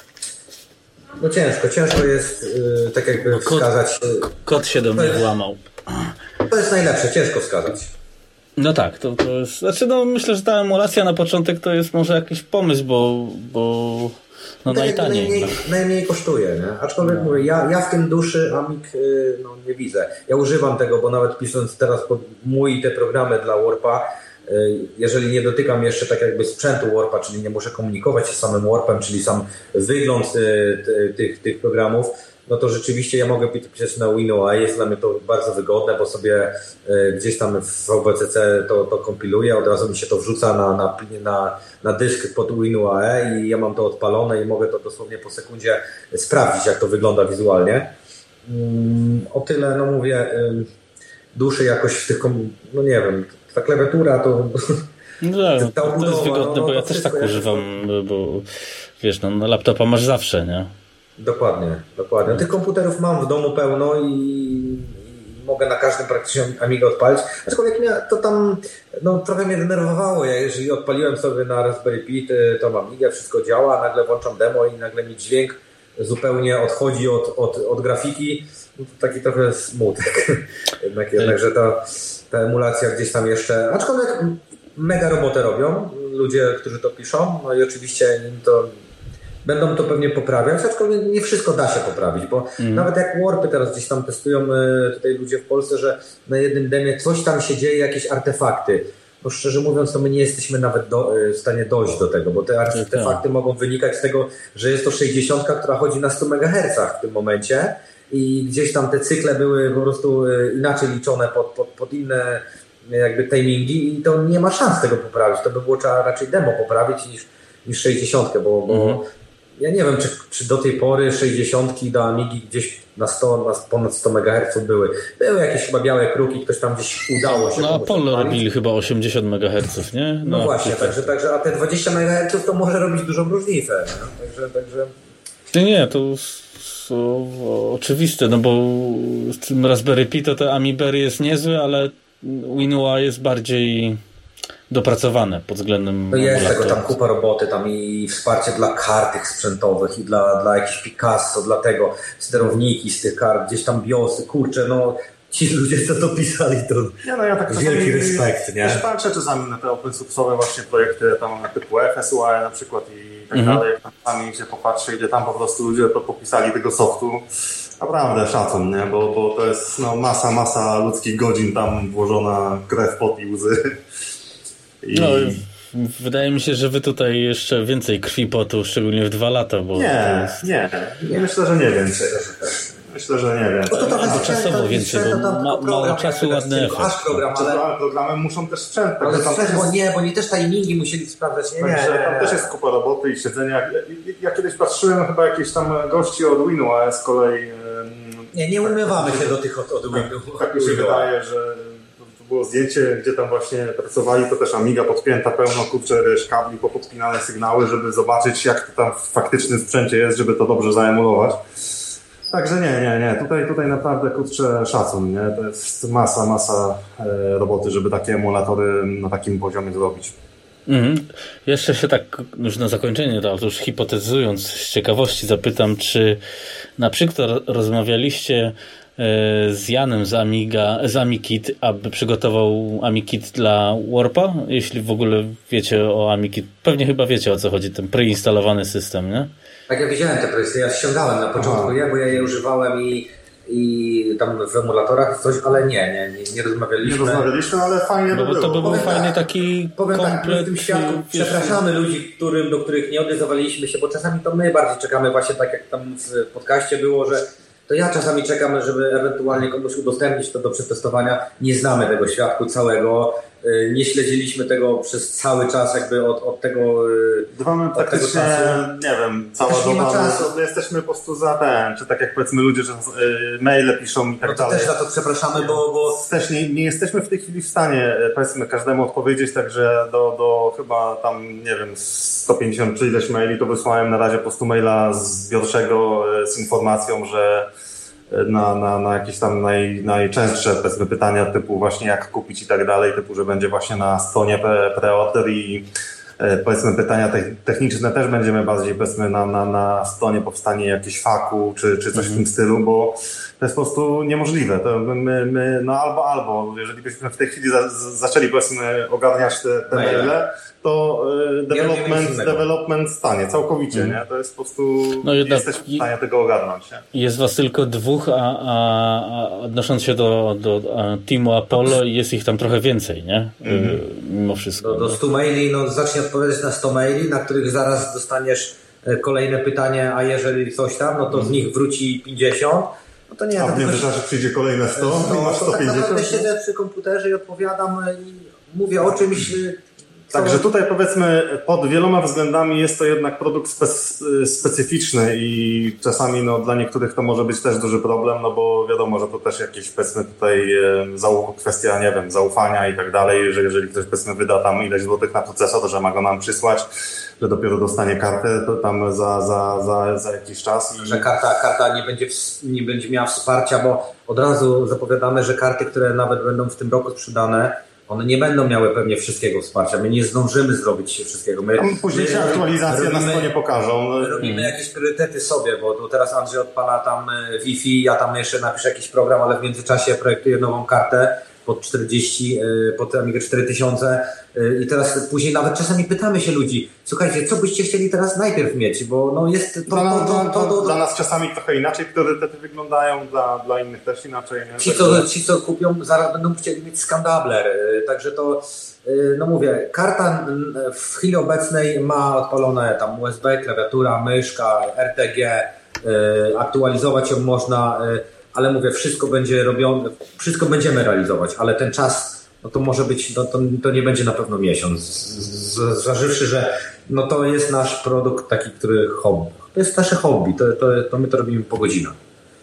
no ciężko, ciężko jest y, tak jakby no, wskazać. Kot, kot się do mnie włamał. To jest najlepsze, ciężko wskazać. No tak, to, to jest... Znaczy no myślę, że ta emulacja na początek to jest może jakiś pomysł, bo... bo no najtaniej. Najmniej, najmniej kosztuje, nie? Aczkolwiek no. mówię, ja, ja w tym duszy Amig no, nie widzę. Ja używam tego, bo nawet pisząc teraz pod mój te programy dla Warpa, jeżeli nie dotykam jeszcze tak jakby sprzętu Warpa, czyli nie muszę komunikować się z samym Warpem, czyli sam wygląd tych, tych programów, no to rzeczywiście ja mogę pisać na WinUI, jest dla mnie to bardzo wygodne, bo sobie gdzieś tam w V B C C to, to kompiluję, od razu mi się to wrzuca na, na, na, na dysk pod WinUI i ja mam to odpalone i mogę to dosłownie po sekundzie sprawdzić, jak to wygląda wizualnie. O tyle, no mówię, duszy jakoś w tych, no nie wiem, ta klawiatura to... No tak, to, to jest wygodne, no, bo ja też tak używam, bo wiesz, no na laptopa masz zawsze, nie? Dokładnie, dokładnie. Tych komputerów mam w domu pełno i, i mogę na każdym praktycznie Amigę odpalić. Aczkolwiek mnie to tam no, trochę mnie denerwowało. Ja jeżeli odpaliłem sobie na Raspberry Pi tą Amigę, wszystko działa, nagle włączam demo i nagle mi dźwięk zupełnie odchodzi od, od, od grafiki. No, to taki trochę smutek. Jednak, jednakże ta, ta emulacja gdzieś tam jeszcze... Aczkolwiek mega robotę robią ludzie, którzy to piszą. No i oczywiście im to... Będą to pewnie poprawiać, aczkolwiek nie wszystko da się poprawić, bo mm. nawet jak Warpy teraz gdzieś tam testują tutaj ludzie w Polsce, że na jednym demie coś tam się dzieje, jakieś artefakty. Bo szczerze mówiąc, to my nie jesteśmy nawet do, w stanie dojść do tego, bo te artefakty tak. mogą wynikać z tego, że jest to sześćdziesiątka, która chodzi na stu megahercach w tym momencie i gdzieś tam te cykle były po prostu inaczej liczone pod, pod, pod inne jakby timingi i to nie ma szans tego poprawić. To by było trzeba raczej demo poprawić niż, niż sześćdziesiątkę, bo, bo mm. ja nie wiem, czy, czy do tej pory sześćdziesiątki do Amigi gdzieś na, sto, na ponad sto megaherców były. Były jakieś chyba białe kruki, ktoś tam gdzieś udało się. No Apollo robili chyba osiemdziesiąt megaherców, nie? No, no właśnie, także, także, a te dwadzieścia megaherców to może robić dużą różnicę. Nie? Także, także... Nie, nie, to to oczywiste, no bo w tym Raspberry Pi to te Amibery jest niezły, ale WinUI jest bardziej dopracowane pod względem... No jest tego tam kupa roboty, tam i wsparcie dla kart tych sprzętowych i dla, dla jakichś Picasso, dla tego sterowniki z tych kart, gdzieś tam biosy, kurczę, no ci ludzie co to pisali, to ja, no ja tak wielki respekt, nie? Ja patrzę czasami na te open source'owe właśnie projekty tam typu F S U A na przykład i tak mhm. dalej, czasami się popatrzy, gdzie tam po prostu ludzie to popisali tego softu. Naprawdę szacun, nie? Bo, bo to jest no, masa, masa ludzkich godzin tam włożona, krew, pot i łzy. I... No, wydaje mi się, że wy tutaj jeszcze więcej krwi potu, szczególnie w dwa lata, bo... Nie, jest... nie, nie. Myślę, że nie więcej. Myślę, że nie więcej. No to albo czasowo więcej, bo ma, mało czasu, ładny efekt. Aż program, ale programy muszą też sprzęt. Ale tam sprzęt, bo nie, bo nie też timingi musieli sprawdzać. Nie, nie, Także tam też jest kupa roboty i siedzenia. Ja, ja kiedyś patrzyłem chyba jakieś tam gości od Winu, a z kolei... Nie, nie umywamy się do tych od, od Winu. Tak mi się wydaje, że... Było zdjęcie, gdzie tam właśnie pracowali, to też Amiga podpięta pełno, kurczę, wiesz, kabli, popodpinane sygnały, żeby zobaczyć, jak to tam w faktycznym sprzęcie jest, żeby to dobrze zaemulować. Także nie, nie, nie. Tutaj, tutaj naprawdę, kurczę, szacun, nie? To jest masa, masa e, roboty, żeby takie emulatory na takim poziomie zrobić. Mhm. Jeszcze się tak już na zakończenie, to już hipotetyzując z ciekawości zapytam, czy na przykład rozmawialiście z Janem z Amiga, z AmiKit, aby przygotował AmiKit dla Warpa? Jeśli w ogóle wiecie o AmiKit, pewnie chyba wiecie o co chodzi, ten preinstalowany system, nie? Tak, ja widziałem te projekty, ja ściągałem na początku, ja, bo ja je używałem i, i tam w emulatorach coś, ale nie, nie, nie, nie rozmawialiśmy. Nie rozmawialiśmy, ale fajnie no, by bo to by był fajny tak, taki powiem komplet. Tak, w tym świadku przepraszamy ludzi, którym, do których nie odezwaliśmy się, bo czasami to my bardziej czekamy, właśnie tak jak tam w podcaście było, że to ja czasami czekam, żeby ewentualnie komuś udostępnić to do przetestowania. Nie znamy tego świadku całego, nie śledziliśmy tego przez cały czas jakby od, od tego Mamy praktycznie, nie wiem, cała doba, my jesteśmy po prostu za ten, czy tak jak powiedzmy ludzie, że maile piszą i tak no to dalej. Też za to przepraszamy, bo... bo... Też nie, nie jesteśmy w tej chwili w stanie, powiedzmy, każdemu odpowiedzieć, także do, do chyba tam, nie wiem, sto pięćdziesiąt czy ileś maili, to wysłałem na razie po prostu maila zbiorczego z informacją, że na, na, na jakieś tam naj, najczęstsze powiedzmy pytania typu właśnie jak kupić i tak dalej, typu, że będzie właśnie na stronie pre-order i powiedzmy pytania techniczne też będziemy bardziej powiedzmy na, na, na stronie powstanie jakieś faku czy, czy coś mhm. w tym stylu, bo to jest po prostu niemożliwe. To my, my, no albo, albo, jeżeli byśmy w tej chwili za, zaczęli powiedzmy ogarniać te, te maile, to development, development stanie całkowicie, mm. nie? To jest po prostu, no nie jesteśmy w stanie tego ogarnąć, nie? Jest was tylko dwóch, a, a, a odnosząc się do, do teamu Apollo, jest ich tam trochę więcej, nie? Mm. Mimo wszystko. Do, do stu maili, no zacznij odpowiadać na sto maili, na których zaraz dostaniesz kolejne pytanie, a jeżeli coś tam, no to mm. z nich wróci pięćdziesiąt. No to nie, a w międzyczasie przyjdzie kolejne sto, no, masz sto pięćdziesiąt. Tak naprawdę siedzę przy komputerze i odpowiadam i mówię o czymś. Co... Także tutaj powiedzmy pod wieloma względami jest to jednak produkt spe- specyficzny i czasami no, dla niektórych to może być też duży problem, no bo wiadomo, że to też jakieś powiedzmy tutaj e, zau- kwestia, nie wiem, zaufania i tak dalej, że jeżeli ktoś powiedzmy wyda tam ileś złotych na procesor, że ma go nam przysłać, że dopiero dostanie kartę to tam za, za, za, za jakiś czas. I... Że karta, karta nie, będzie w, nie będzie miała wsparcia, bo od razu zapowiadamy, że karty, które nawet będą w tym roku sprzedane, one nie będą miały pewnie wszystkiego wsparcia. My nie zdążymy zrobić wszystkiego. My, późniejsze my, aktualizacje robimy, na stronie pokażą. My robimy jakieś priorytety sobie, bo, bo teraz Andrzej odpala tam Wi-Fi, ja tam jeszcze napiszę jakiś program, ale w międzyczasie projektuję nową kartę pod czterdzieści, pod Amigę cztery tysiące i teraz później nawet czasami pytamy się ludzi, słuchajcie, co byście chcieli teraz najpierw mieć, bo no jest to... Dla, to, to, to, to, to dla nas czasami trochę inaczej priorytety wyglądają, dla, dla innych też inaczej. Nie? Ci, co, ci, co kupią, zaraz będą chcieli mieć skandabler, także to, no mówię, karta w chwili obecnej ma odpalone tam U S B, klawiatura, myszka, R T G, aktualizować ją można, ale mówię, wszystko będzie robione, wszystko będziemy realizować, ale ten czas, no to może być, no to, to nie będzie na pewno miesiąc. Zważywszy, że no to jest nasz produkt taki, który hobby. To jest nasze hobby, to, to, to my to robimy po godzinach.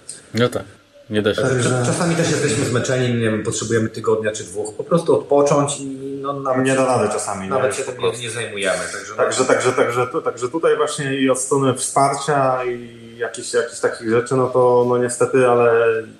No tak, nie da się. Czasami też jesteśmy zmęczeni, nie wiem, potrzebujemy tygodnia czy dwóch, po prostu odpocząć i no nawet nie da rady czasami. Nawet nie, się tym nie, nie zajmujemy. Także, także, także, także, także tutaj właśnie i od strony wsparcia i jakichś jakich takich rzeczy, no to no niestety, ale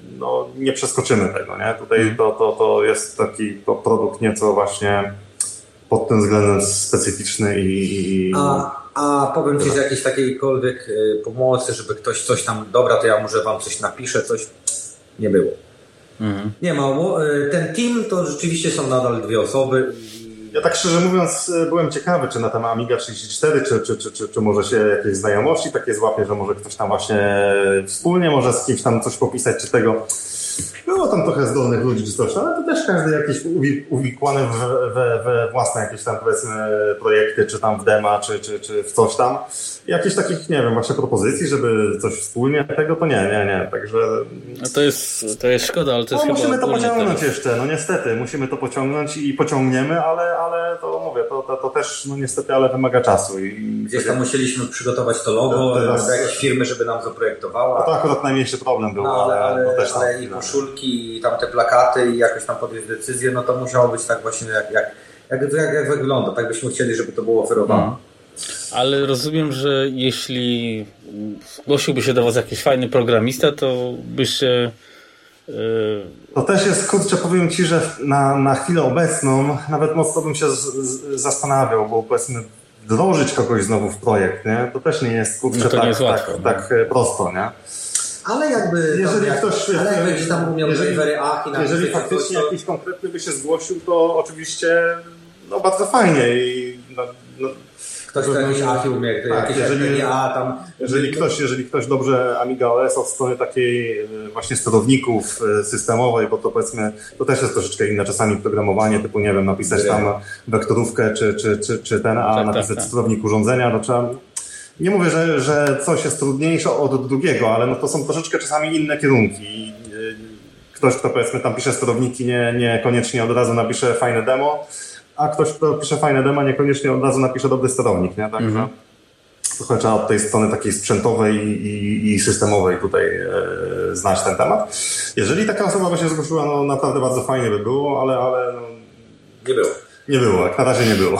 no nie przeskoczymy tego, nie? Tutaj mm. to, to, to jest taki to produkt nieco właśnie pod tym względem specyficzny i... A, a powiem Ci, że jakiejś takiejkolwiek pomocy, żeby ktoś coś tam, dobra, to ja może Wam coś napiszę, coś nie było. Mm. Nie ma, ten team to rzeczywiście są nadal dwie osoby. Ja tak szczerze mówiąc byłem ciekawy, czy na temat Amiga trzydzieści cztery, czy, czy, czy, czy, czy może się jakieś znajomości takie złapie, że może ktoś tam właśnie wspólnie może z kimś tam coś popisać, czy tego... Było tam trochę zdolnych ludzi czy coś, ale to też każdy jakiś uwikłany we, we, we własne jakieś tam powiedzmy projekty, czy tam w dema, czy, czy, czy w coś tam. Jakichś takich, nie wiem, właśnie propozycji, żeby coś wspólnie, tego to nie, nie, nie, także... No to jest, to jest szkoda, ale to jest no, chyba... musimy to pociągnąć teraz. jeszcze, no niestety, musimy to pociągnąć i pociągniemy, ale, ale to mówię, to, to, to też, no niestety, ale wymaga czasu. I gdzieś tam musieliśmy przygotować to logo teraz... do jakiejś firmy, żeby nam zaprojektowała. No to akurat najmniejszy problem był, no, ale, ale, no też ale tam, i koszulki, i tam te plakaty i jakoś tam podjąć decyzję, no to musiało być tak właśnie jak, jak, jak, jak, jak wygląda, tak byśmy chcieli, żeby to było oferowane. Hmm. Ale rozumiem, że jeśli zgłosiłby się do Was jakiś fajny programista, to byście... Yy... To też jest, kurczę, powiem Ci, że na, na chwilę obecną nawet mocno bym się z, z, zastanawiał, bo powiedzmy wdrożyć kogoś znowu w projekt, nie? To też nie jest, kurczę, no tak, nie jest łatwo, tak, tak prosto, nie? Ale jakby, jeżeli jak, ktoś, ale jakby gdzieś tam umiał jeżeli, aki na jeżeli faktycznie to... jakiś konkretny by się zgłosił, to oczywiście no bardzo fajnie i no, no, ktoś to jakiś aki umie, tak, jakieś jeżeli, a tam... Jeżeli ktoś, jeżeli ktoś dobrze Amiga O S od strony takiej właśnie sterowników systemowej, bo to powiedzmy, to też jest troszeczkę inne czasami programowanie, typu nie wiem, napisać tam wektorówkę czy, czy, czy, czy ten, a tak, napisać tak, tak. sterownik urządzenia, to trzeba... Nie mówię, że, że coś jest trudniejsze od drugiego, ale no to są troszeczkę czasami inne kierunki. Ktoś, kto powiedzmy tam pisze sterowniki, nie, niekoniecznie od razu napisze fajne demo, a ktoś, kto pisze fajne demo, niekoniecznie od razu napisze dobry sterownik, nie? Także mm-hmm. trochę trzeba od tej strony takiej sprzętowej i, i systemowej tutaj e, znać ten temat. Jeżeli taka osoba by się zgłosiła, no naprawdę bardzo fajnie by było, ale, ale no, nie było. Nie było, jak na razie nie było.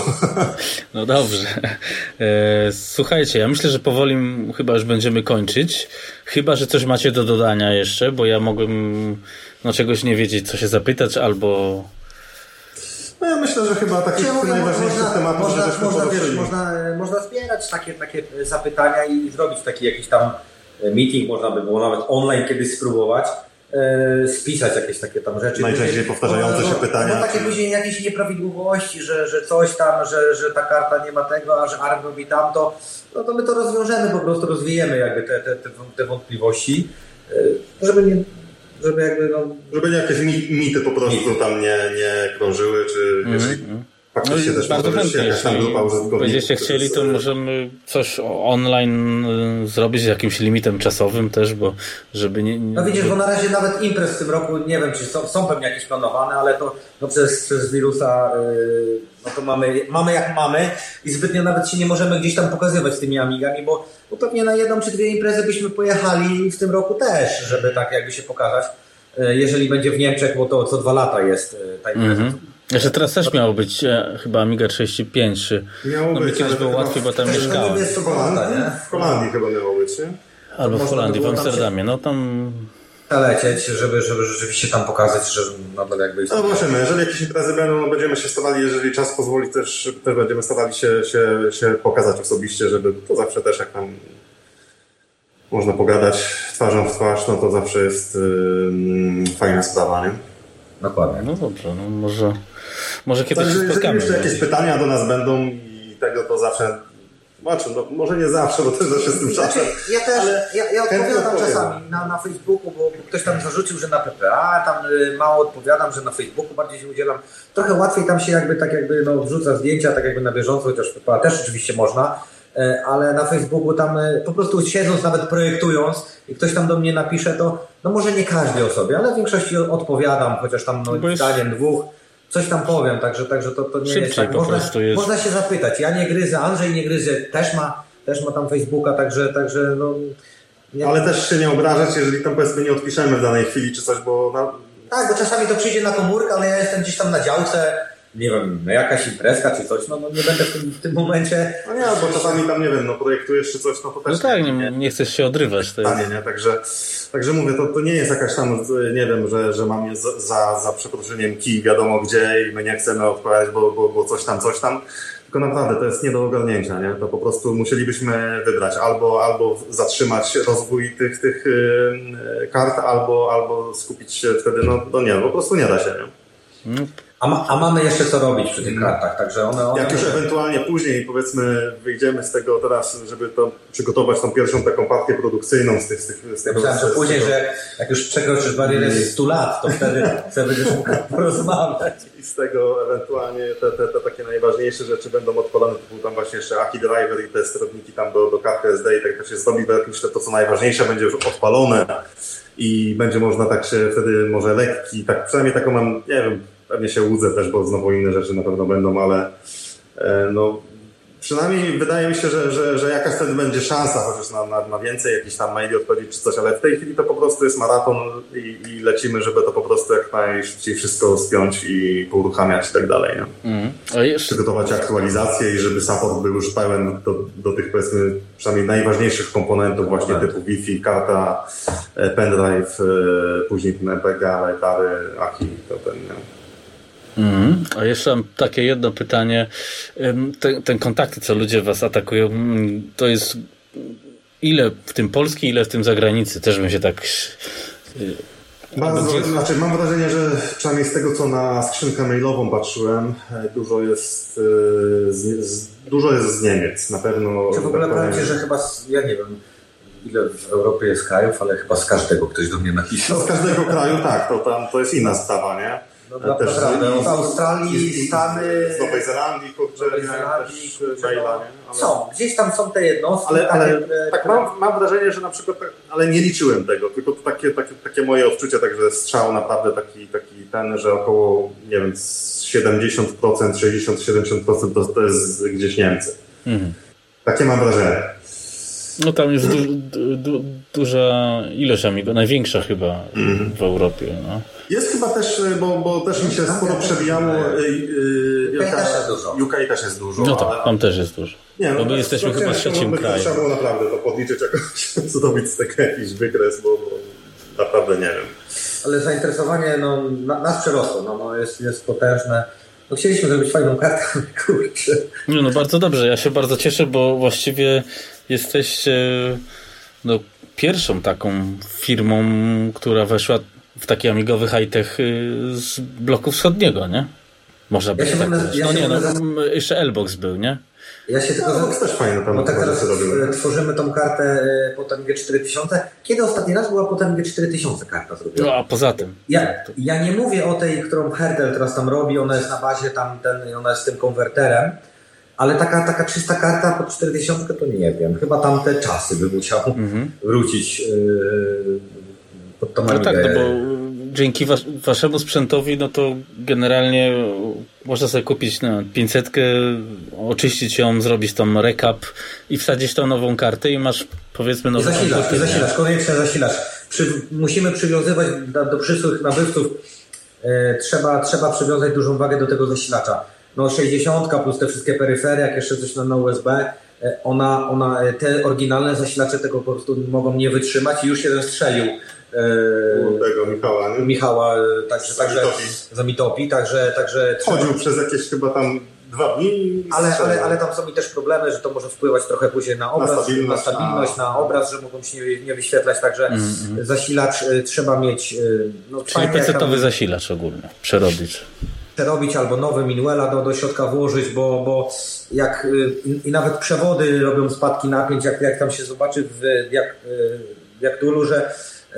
No dobrze. Słuchajcie, ja myślę, że powoli chyba już będziemy kończyć. Chyba że coś macie do dodania jeszcze, bo ja mogłem no, czegoś nie wiedzieć, co się zapytać, albo... No ja myślę, że chyba takich ja najważniejszych można, tematów, można, żebyśmy można, wiesz, poruszyli. można, można zbierać takie, takie zapytania i zrobić taki jakiś tam meeting, można by było nawet online kiedyś spróbować, e, spisać jakieś takie tam rzeczy. Najczęściej później, powtarzające się no, pytania. No takie czy... później jakieś nieprawidłowości, że, że coś tam, że, że ta karta nie ma tego, a że A R M robi tamto, no to my to rozwiążemy, po prostu rozwijemy jakby te, te, te, te wątpliwości, e, żeby nie... Żeby jakby, no... Żeby jakieś mity po prostu tam nie, nie krążyły, czy mm, jeśli mm. faktycznie no też bardzo chętnie, jakaś tam grupa użytkowników. Będziecie chcieli, to możemy coś online zrobić z jakimś limitem czasowym też, bo żeby nie... nie no widzisz, bo na razie nawet imprez w tym roku, nie wiem, czy są, są pewnie jakieś planowane, ale to no przez, przez wirusa yy, no to mamy, mamy jak mamy i zbytnio nawet się nie możemy gdzieś tam pokazywać z tymi Amigami, bo, bo pewnie na jedną czy dwie imprezy byśmy pojechali w tym roku też, żeby tak jakby się pokazać. Yy, jeżeli będzie w Niemczech, bo to co dwa lata jest yy, ta impreza. Mm-hmm. Jeszcze teraz też miało być e, chyba Amiga trzydzieści pięć. Miało no być, kiedyś było łatwiej, bo tam mieszkałem. W Holandii, w Holandii chyba miało być, nie? Albo w Holandii, w Amsterdamie. No tam... lecieć, żeby, żeby rzeczywiście tam pokazać, że nadal jakby... No zobaczymy, jeżeli jakieś imprezy będą, no będziemy się starali, jeżeli czas pozwoli, też, też będziemy starali się, się, się pokazać osobiście, żeby to zawsze też jak tam można pogadać twarzą w twarz, no to zawsze jest yy, fajna sprawa, nie? Dokładnie. No dobrze, no może, może kiedyś Także, się spotkamy. jeżeli jeszcze jakieś pytania do nas będą i tego to zawsze... Zobaczę, no, może nie zawsze, bo też zawsze z tym czasem. Znaczy, ja też, ale ja, ja odpowiadam czasami na, na Facebooku, bo ktoś tam zarzucił, że na P P A tam y, mało odpowiadam, że na Facebooku bardziej się udzielam. Trochę łatwiej tam się jakby tak jakby no, wrzuca zdjęcia, tak jakby na bieżąco, chociaż P P A też oczywiście można, y, ale na Facebooku tam y, po prostu siedząc, nawet projektując i ktoś tam do mnie napisze, to no może nie każdej osobie, ale w większości odpowiadam, chociaż tam no, zdaniem dwóch. Coś tam powiem, także, także to, to nie Szybciej jest tak. po Można, prostu jest. można się zapytać. Ja nie gryzę, Andrzej nie gryzie, też ma, też ma tam Facebooka, także, także no... Nie... Ale też się nie obrażać, jeżeli tam powiedzmy nie odpiszemy w danej chwili czy coś, bo... Na... Tak, bo czasami to przyjdzie na komórkę, ale ja jestem gdzieś tam na działce, nie wiem, no jakaś imprezka czy coś, no, no nie będę w tym, w tym momencie... No nie, bo czasami tam, nie wiem, no projektujesz czy coś, no to też... No tak, nie, nie chcesz się odrywać. To jest... nie, także, także mówię, to, to nie jest jakaś tam, nie wiem, że, że mamy za, za, za przeproszeniem kij wiadomo gdzie i my nie chcemy odpowiadać, bo, bo, bo coś tam, coś tam. Tylko naprawdę to jest nie do ogarnięcia, nie? To po prostu musielibyśmy wybrać albo, albo zatrzymać rozwój tych, tych yy, kart, albo, albo skupić się wtedy, no, no nie, po prostu nie da się, nie? No. A, ma, a mamy jeszcze co robić przy tych kartach, także one... one Jak już ewentualnie później, powiedzmy, wyjdziemy z tego teraz, żeby to przygotować tą pierwszą taką partię produkcyjną z tych... Z tych z ja myślałem, że później, tego... że jak już przekroczysz barierę stu lat, to wtedy, wtedy będziesz mógł porozmawiać. I z tego ewentualnie te, te, te takie najważniejsze rzeczy będą odpalone, typu tam właśnie jeszcze A K I driver i te sterowniki tam do, do karty S D i tak to się zrobi, bo myślę, to co najważniejsze będzie już odpalone i będzie można tak się wtedy może lekki, tak przynajmniej taką mam, nie wiem, pewnie się łudzę też, bo znowu inne rzeczy na pewno będą, ale e, no przynajmniej wydaje mi się, że, że, że jakaś wtedy będzie szansa chociaż na, na, na więcej jakichś tam maili odchodzić czy coś, ale w tej chwili to po prostu jest maraton i, i lecimy, żeby to po prostu jak najszybciej wszystko spiąć i pouruchamiać i tak dalej. Nie? Mm. Jeszcze... Przygotować aktualizację i żeby support był już pełen do, do tych powiedzmy przynajmniej najważniejszych komponentów właśnie tak. Typu Wi-Fi, karta, pendrive, później ten M P G, letary, A K I, to ten, nie? Mm. A jeszcze mam takie jedno pytanie. Ten, ten kontakty, co ludzie was atakują, to jest ile w tym Polski, ile w tym zagranicy? Też bym się tak... Bardzo, znaczy mam wrażenie, że przynajmniej z tego, co na skrzynkę mailową patrzyłem, dużo jest z, z, dużo jest z Niemiec. Na pewno... Czy w ogóle powiem Ci, że chyba, z, ja nie wiem, ile w Europie jest krajów, ale chyba z każdego ktoś do mnie napisał. No, z każdego kraju, tak, to, tam, to jest inna sprawa, nie? No, też naprawdę, z Australii, Stany, z Nowej Zelandii, kurczę, Nowej Zelandii, też maila, nie? Ale... Są, gdzieś tam są te jednostki. Ale, ale takie, tak mam, mam wrażenie, że na przykład, ale nie liczyłem tego, tylko to takie, takie, takie moje odczucie, także strzał naprawdę taki, taki ten, że około, nie wiem, siedemdziesiąt procent, sześćdziesiąt do siedemdziesięciu procent to, to jest gdzieś Niemcy. Mhm. Takie mam wrażenie. No tam jest du, du, duża ilość Amigo, największa chyba mm. w Europie. No. Jest chyba też, bo, bo też mi się sporo przebijało. U K też jest dużo. U K też jest dużo. No tak, tam też jest dużo. Nie, no, bo my jesteśmy chyba trzecim krajem. Trzeba było naprawdę to podliczyć jakoś, zrobić z tego jakiś wykres, bo, bo naprawdę nie wiem. Ale zainteresowanie no, nas przerosło, no, no jest, jest potężne. No chcieliśmy zrobić fajną kartę, kurczę. No, no bardzo dobrze, ja się bardzo cieszę, bo właściwie jesteście no, pierwszą taką firmą, która weszła w taki amigowy high-tech z bloku wschodniego, nie? Można by ja tak będę, powiedzieć. ja No nie, no, zas... jeszcze L-Box był, nie? Ja się tylko... No, też fajne tam. No tak teraz tworzymy tą kartę pod M G cztery tysiące. Kiedy ostatni raz była pod M G cztery tysiące karta zrobiona? No a poza tym. Ja, ja nie mówię o tej, którą Hertel teraz tam robi, ona jest na bazie tam, ten, ona jest z tym konwerterem, ale taka, taka czysta karta pod cztery tysiące to nie wiem. Chyba tam te czasy by musiał mhm. wrócić yy, pod tą No tak, no bo dzięki was, waszemu sprzętowi, no to generalnie można sobie kupić no, pięćsetkę, oczyścić ją, zrobić tam recap i wsadzić tą nową kartę i masz powiedzmy nową kartę. I zasilasz, i zasilasz, koniecznie zasilasz. Przy, musimy przywiązywać do, do przyszłych nabywców, e, trzeba, trzeba przywiązać dużą wagę do tego zasilacza. No sześćdziesiąt plus te wszystkie peryfery, jak jeszcze coś na, na U S B, e, ona, ona, te oryginalne zasilacze tego po prostu mogą nie wytrzymać i już jeden strzelił. U tego Michała, nie? Michała, także, także za Mitopi, także, także chodził trzeba... przez jakieś chyba tam dwa dni. Ale, ale, ale tam są mi też problemy, że to może wpływać trochę później na obraz, na stabilność, na, stabilność, a... na obraz, że mogą się nie, nie wyświetlać, także mm-hmm. zasilacz y, trzeba mieć... Y, no, czyli pecetowy tam... zasilacz ogólnie przerobić. Przerobić albo nowy Minuela do, do środka włożyć, bo, bo jak y, i nawet przewody robią spadki napięć, jak, jak tam się zobaczy w jak, y, jak Tulu, że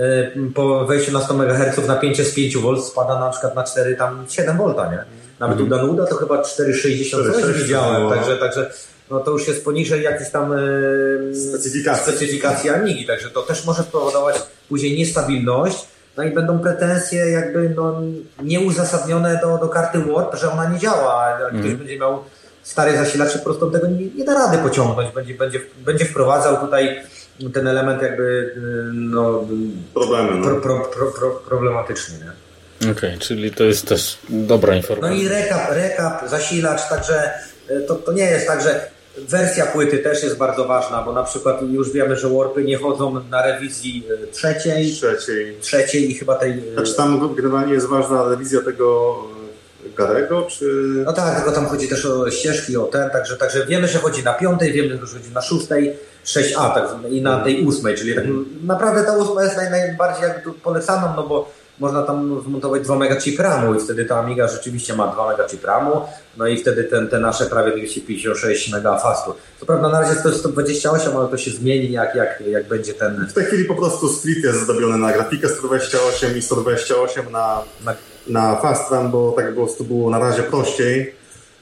po wejściu na sto megaherców napięcie z pięć wolt spada na przykład na cztery, tam siedem wolta, nie? Nawet mm. u Danuda to chyba cztery sześćdziesiąt coś widziałem, no. także, także no to już jest poniżej jakiejś tam e, specyfikacji. specyfikacji Amigi, także to też może spowodować później niestabilność, no i będą pretensje jakby no, nieuzasadnione do, do karty Warp, że ona nie działa, a ktoś mm. będzie miał stare zasilacz, po prostu tego nie, nie da rady pociągnąć, będzie, będzie, będzie wprowadzał tutaj ten element jakby no, problemy, no. pro, pro, pro, pro, problematyczny. Okej, okay, czyli to jest też dobra informacja. No i recap, recap, zasilacz, także to, to nie jest tak, że wersja płyty też jest bardzo ważna, bo na przykład już wiemy, że Warpy nie chodzą na rewizji trzeciej, trzeciej, trzeciej i chyba tej... Znaczy tam generalnie jest ważna rewizja tego Garego, czy... No tak, tylko tam chodzi też o ścieżki, o ten, także, także wiemy, że chodzi na piątej, wiemy, że chodzi na szóstej, sześć A tak, i na tej ósmej, czyli tak, naprawdę ta ósma jest naj, najbardziej jakby tu polecaną, no bo można tam wmontować dwa mega chip ramu i wtedy ta Amiga rzeczywiście ma dwa mega chip ramu, no i wtedy ten, te nasze prawie dwieście pięćdziesiąt sześć mega fastu. Co prawda na razie to jest sto dwadzieścia osiem, ale to się zmieni jak, jak, jak będzie ten... W tej chwili po prostu split jest zrobiony na grafikę sto dwadzieścia osiem i sto dwadzieścia osiem na, na, na fast RAM, bo tak po prostu było na razie prościej,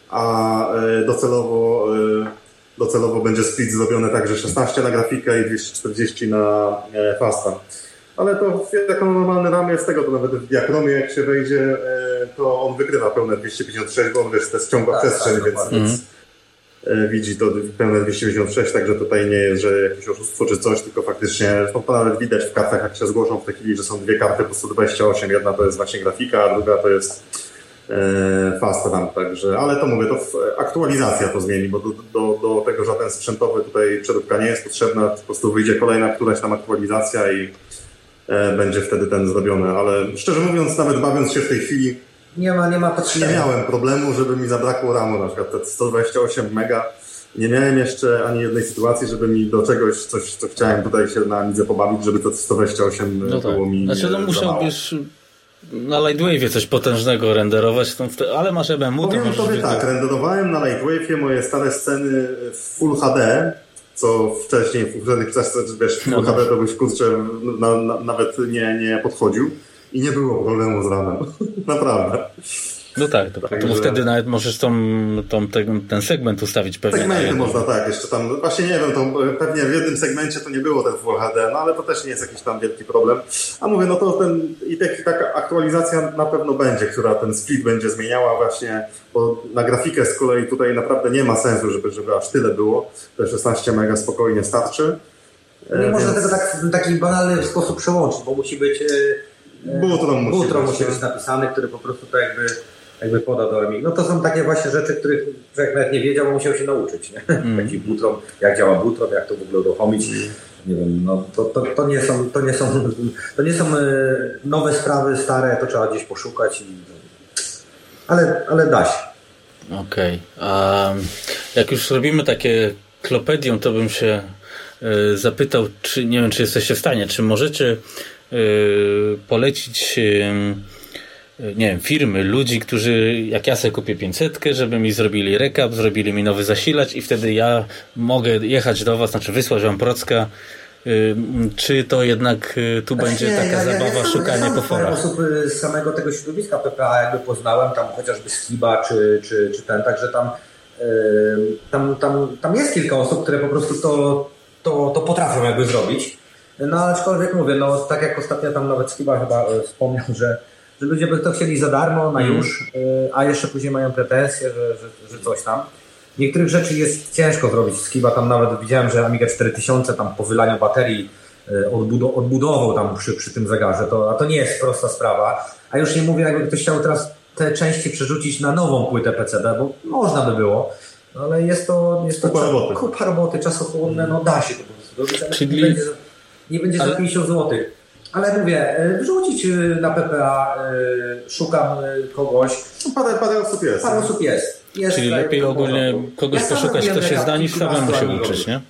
a docelowo... Docelowo będzie split zrobiony tak, że szesnaście na grafikę i dwieście czterdzieści na fasta. Ale to jako normalny RAM jest tego, to nawet w diachromie jak się wejdzie, to on wykrywa pełne dwieście pięćdziesiąt sześć, bo on wiesz, to jest ciągła tak, przestrzeń, tak, więc, więc mm. widzi to pełne dwieście pięćdziesiąt sześć, także tutaj nie jest, że jakieś oszustwo czy coś, tylko faktycznie to nawet widać w kartach, jak się zgłoszą w tej chwili, że są dwie karty po sto dwadzieścia osiem, jedna to jest właśnie grafika, a druga to jest fast RAM, także, ale to mówię, to aktualizacja to zmieni, bo do, do, do tego żaden sprzętowy tutaj przeróbka nie jest potrzebna, po prostu wyjdzie kolejna któraś tam aktualizacja i e, będzie wtedy ten zrobiony, ale szczerze mówiąc, nawet bawiąc się w tej chwili nie ma, nie ma potrzeby. Nie miałem problemu, żeby mi zabrakło ramu, na przykład te sto dwadzieścia osiem mega, nie miałem jeszcze ani jednej sytuacji, żeby mi do czegoś, coś, co chciałem tutaj się na Amidze pobawić, żeby to sto dwadzieścia osiem no tak. było mi znaczy, no musiałbyś na Lightwave'ie coś potężnego renderować, ale masz E B M U. Powiem to tobie tak, to... renderowałem na Lightwave'ie moje stare sceny w Full H D, co wcześniej w poprzednich czasach, wiesz, Full no H D to byś kurczę na, na, nawet nie, nie podchodził i nie było problemu z ramem. Naprawdę. No tak, to, tak to że... wtedy nawet możesz tą, tą, ten, ten segment ustawić pewnie. Segmenty można, tak, jeszcze tam, właśnie nie wiem, to pewnie w jednym segmencie to nie było ten Full H D, no ale to też nie jest jakiś tam wielki problem. A mówię, no to ten, i tak, taka aktualizacja na pewno będzie, która ten split będzie zmieniała właśnie, bo na grafikę z kolei tutaj naprawdę nie ma sensu, żeby, żeby aż tyle było. Te szesnaście mega spokojnie starczy. Nie Więc... można tego tak, w taki banalny sposób przełączyć, bo musi być... Butron musi, Butron musi być napisany, który po prostu to jakby jakby poda do Amigi. No to są takie właśnie rzeczy, których człowiek nawet nie wiedział, bo musiał się nauczyć. Nie? Mm. Taki Butron, jak działa Butron, jak to w ogóle uruchomić. Mm. Nie wiem, no to, to, to nie są, to nie są, to nie są nowe sprawy, stare, to trzeba gdzieś poszukać. I... Ale, ale da się. Okej. Okay. A jak już robimy takie klopedium, to bym się y, zapytał, czy nie wiem, czy jesteście w stanie, czy możecie y, polecić y, nie wiem, firmy, ludzi, którzy, jak ja sobie kupię pięćsetkę, żeby mi zrobili recap, zrobili mi nowy zasilacz i wtedy ja mogę jechać do was, znaczy wysłać wam procka. Czy to jednak tu znaczy będzie nie, taka ja, zabawa, ja, ja szukanie ja po forach? Ja osób z samego tego środowiska P P A jakby poznałem, tam chociażby Skiba czy, czy, czy ten, także tam, yy, tam, tam, tam jest kilka osób, które po prostu to, to, to potrafią jakby zrobić. No aczkolwiek mówię, no tak jak ostatnio tam nawet Skiba chyba wspomniał, że, że ludzie by to chcieli za darmo, na już, yy, a jeszcze później mają pretensje, że, że, że coś tam. Niektórych rzeczy jest ciężko zrobić. Skiba tam nawet widziałem, że Amiga cztery tysiące tam po wylaniu baterii odbudował tam przy, przy tym zegarze, to, a to nie jest prosta sprawa. A już nie mówię, jakby ktoś chciał teraz te części przerzucić na nową płytę P C D, bo można by było, ale jest to, jest to kupa, czas, roboty. kupa roboty, czasochłonne, no da się to po prostu zrobić, ale Czyli... nie będzie, nie będzie ale... za pięćdziesiąt złotych. Ale mówię, wrzucić na P P A, szukam kogoś. No, parę, parę osób jest. Parę osób jest. jest Czyli lepiej ogólnie kogoś ja poszukać, kto się zna, niż samemu się uczyć, nie?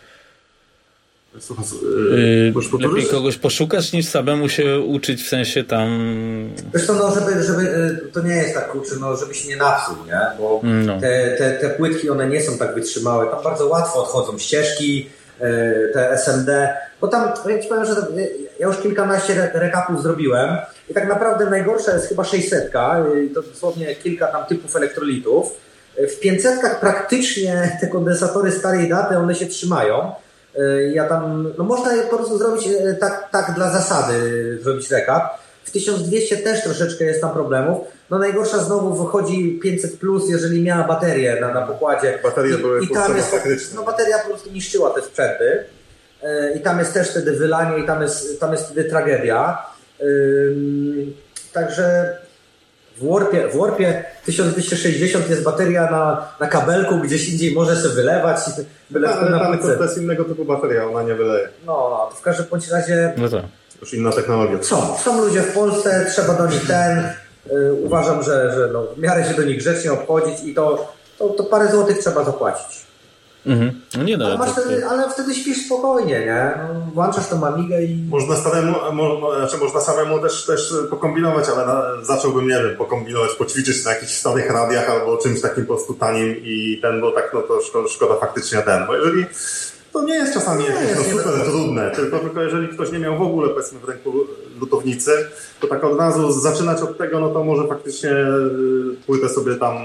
Słuchaj, yy, lepiej kogoś poszukać, niż samemu się uczyć, w sensie tam... Zresztą, no, żeby, żeby, to nie jest tak, kurczę, no, żeby się nie napsuł, nie? Bo no. te, te, te płytki, one nie są tak wytrzymałe. Tam bardzo łatwo odchodzą ścieżki, te S M D, bo tam, ja ci powiem, że ja już kilkanaście recapów zrobiłem i tak naprawdę najgorsza jest chyba sześćsetka, to dosłownie kilka tam typów elektrolitów. W pięćsetkach praktycznie te kondensatory starej daty, one się trzymają. Ja tam, no można je po prostu zrobić tak, tak dla zasady, zrobić recap. W tysiąc dwieście też troszeczkę jest tam problemów. No najgorsza znowu wychodzi pięćset plus, jeżeli miała baterię na, na pokładzie. Baterie I, były i tam jest, no bateria po prostu niszczyła te sprzęty. I tam jest też wtedy wylanie i tam jest, tam jest wtedy tragedia. Ym, także w Warpie, w Warpie tysiąc dwieście sześćdziesiąt jest bateria na, na kabelku, gdzieś indziej może się wylewać. Byle ale na ale to jest innego typu bateria, ona nie wyleje. No, no to w każdym bądź razie... No tak. Już inna technologia. Są, są ludzie w Polsce, trzeba do nich ten... Yy, uważam, że, że no, w miarę się do nich grzecznie obchodzić i to, to, to parę złotych trzeba zapłacić. Mhm. No nie da, ale, masz to, wtedy, to... ale wtedy śpisz spokojnie, nie? No, włączasz tą Amigę i... Można staremu, mo, znaczy można samemu też, też pokombinować, ale na, zacząłbym, nie wiem, pokombinować, poćwiczyć na jakichś starych radiach albo czymś takim po prostu tanim i ten, bo tak no to szkoda, szkoda faktycznie ten, bo jeżeli to nie jest czasami nie jakieś jest, no, super trudne, tylko, tylko jeżeli ktoś nie miał w ogóle powiedzmy w ręku lutownicy, to tak od razu zaczynać od tego, no to może faktycznie płytę sobie tam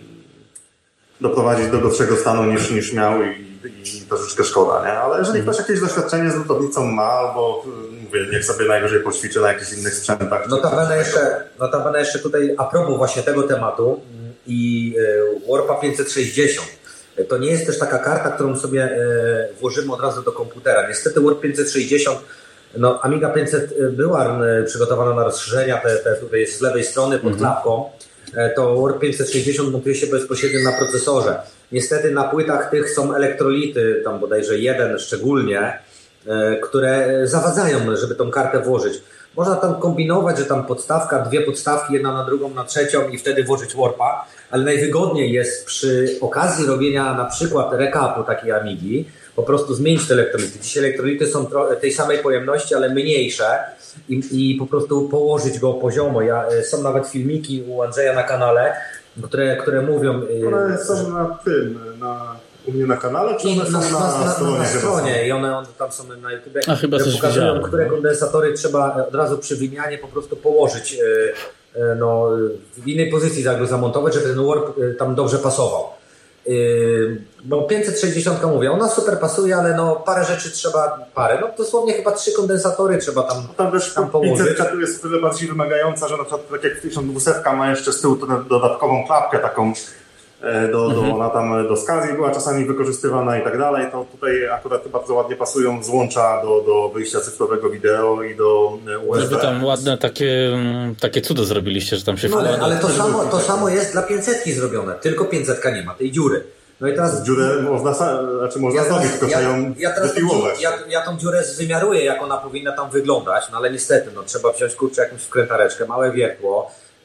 doprowadzić do gorszego stanu niż, niż miał i, i troszeczkę szkoda, nie? Ale jeżeli ktoś jakieś doświadczenie z lutownicą ma, albo mówię, niech sobie najwyżej poćwiczy na jakichś innych sprzętach. Notabene jeszcze, notabene jeszcze tutaj a propos właśnie tego tematu i y, Warpa pięćset sześćdziesiąt. To nie jest też taka karta, którą sobie y, włożymy od razu do komputera. Niestety Warp pięćset sześćdziesiąt, no Amiga pięćset była y, przygotowana na rozszerzenia, te, te tutaj jest z lewej strony pod mm-hmm. klapką. To Warp pięćset sześćdziesiąt montuje się bezpośrednio na procesorze. Niestety na płytach tych są elektrolity, tam bodajże jeden szczególnie, które zawadzają, żeby tą kartę włożyć. Można tam kombinować, że tam podstawka, dwie podstawki, jedna na drugą, na trzecią i wtedy włożyć Warpa, ale najwygodniej jest przy okazji robienia na przykład recapu takiej Amigi po prostu zmienić te elektrolity. Dzisiaj elektrolity są tej samej pojemności, ale mniejsze i, i po prostu położyć go poziomo. Ja, są nawet filmiki u Andrzeja na kanale, które, które mówią... One są na tym, na, u mnie na kanale, czy one na, są na, na, na, na stronie? Na stronie i one, one tam są na YouTube. A chyba coś pokazują, widziałem. które kondensatory trzeba od razu przy wymianie po prostu położyć no, w innej pozycji jakby zamontować, żeby ten warp tam dobrze pasował. Yy, bo pięćset sześćdziesiąt mówię, ona super pasuje, ale no parę rzeczy trzeba, parę, no dosłownie chyba trzy kondensatory trzeba tam, no tam, wiesz, tam położyć. pięćset tu jest tyle bardziej wymagająca, że na przykład tak jak tysiąc dwieście ma jeszcze z tyłu dodatkową klapkę taką do, do, mhm. ona tam do SCSI była czasami wykorzystywana i tak dalej, to tutaj akurat bardzo ładnie pasują złącza do, do wyjścia cyfrowego wideo i do U S B. Żeby tam ładne takie, takie cudo zrobiliście, że tam się no, wkłada. Ale, ale to, samo, to samo jest dla pięćsetki zrobione, tylko pięćsetka nie ma tej dziury. No i teraz... Dziurę można, znaczy można ja zrobić, tylko trzeba ją ja, ja wypiłować. Ja, ja tą dziurę zwymiaruję, jak ona powinna tam wyglądać, no ale niestety, no trzeba wziąć kurczę jakąś wkrętareczkę, małe wiertło,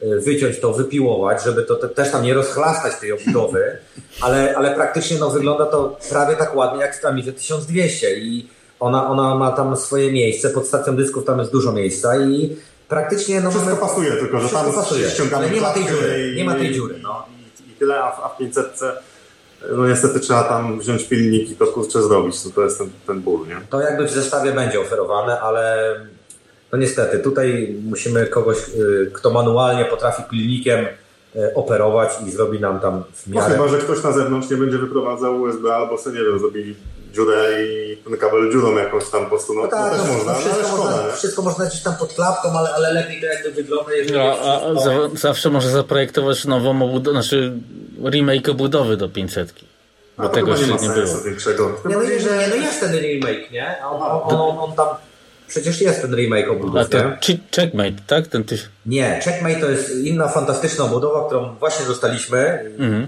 wyciąć to, wypiłować, żeby to te, też tam nie rozchlastać tej obudowy, ale, ale praktycznie no, wygląda to prawie tak ładnie jak w Amidze tysiąc dwieście i ona, ona ma tam swoje miejsce, pod stacją dysków tam jest dużo miejsca i praktycznie... No, wszystko mamy, pasuje, tylko że tam pasuje, ściągamy ale nie ma tej dziury, i, nie ma tej dziury. No. I, i tyle, a w, a w pięćsetce no niestety trzeba tam wziąć pilnik i to kurczę zrobić, to, to jest ten, ten ból, nie? To jakby w zestawie będzie oferowane, ale no niestety tutaj musimy kogoś, kto manualnie potrafi pilnikiem operować i zrobi nam tam w miarę... No chyba, że ktoś na zewnątrz nie będzie wyprowadzał U S B albo sobie, nie wiem, zrobili dziurę i ten kabel dziurą jakąś tam po prostu, no, no tak, to też no, można, no, wszystko, ale szkoda, można, wszystko można gdzieś tam pod klapką, ale, ale lepiej to jakby wygląda, jeżeli... No, a, a za, zawsze może zaprojektować nową obudowę, znaczy remake obudowy do pięćsetki. Bo tego jeszcze nie, nie było. Nie, no, że, no jest ten remake, nie? On, on, on, on tam... Przecież jest ten remake obudów, a to nie? Checkmate, tak? Ten tyś... Nie, Checkmate to jest inna fantastyczna obudowa, którą właśnie dostaliśmy. Mhm.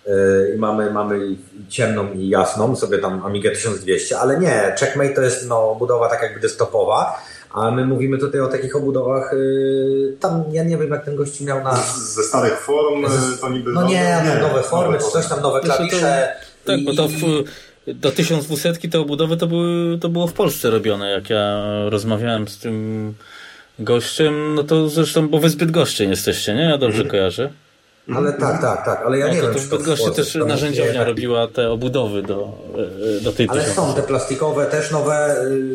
I mamy, mamy ciemną i jasną, sobie tam Amigę tysiąc dwieście, ale nie, Checkmate to jest no, obudowa tak jakby desktopowa, a my mówimy tutaj o takich obudowach, yy, tam ja nie wiem jak ten gościu miał na... Ze starych form to niby... No nie, nie nowe formy, czy coś tam, nowe klawisze. To, tak, i, bo to w, do tysiąc dwieście te obudowy to, były, to było w Polsce robione, jak ja rozmawiałem z tym gościem, no to zresztą, bo wy z Bydgoszczy jesteście, nie? Ja dobrze kojarzę. Ale tak, tak, tak, ale ja no nie to wiem, to w Bydgoszczy też narzędziownia nie, robiła te obudowy do, do tej ale są te plastikowe, też nowe,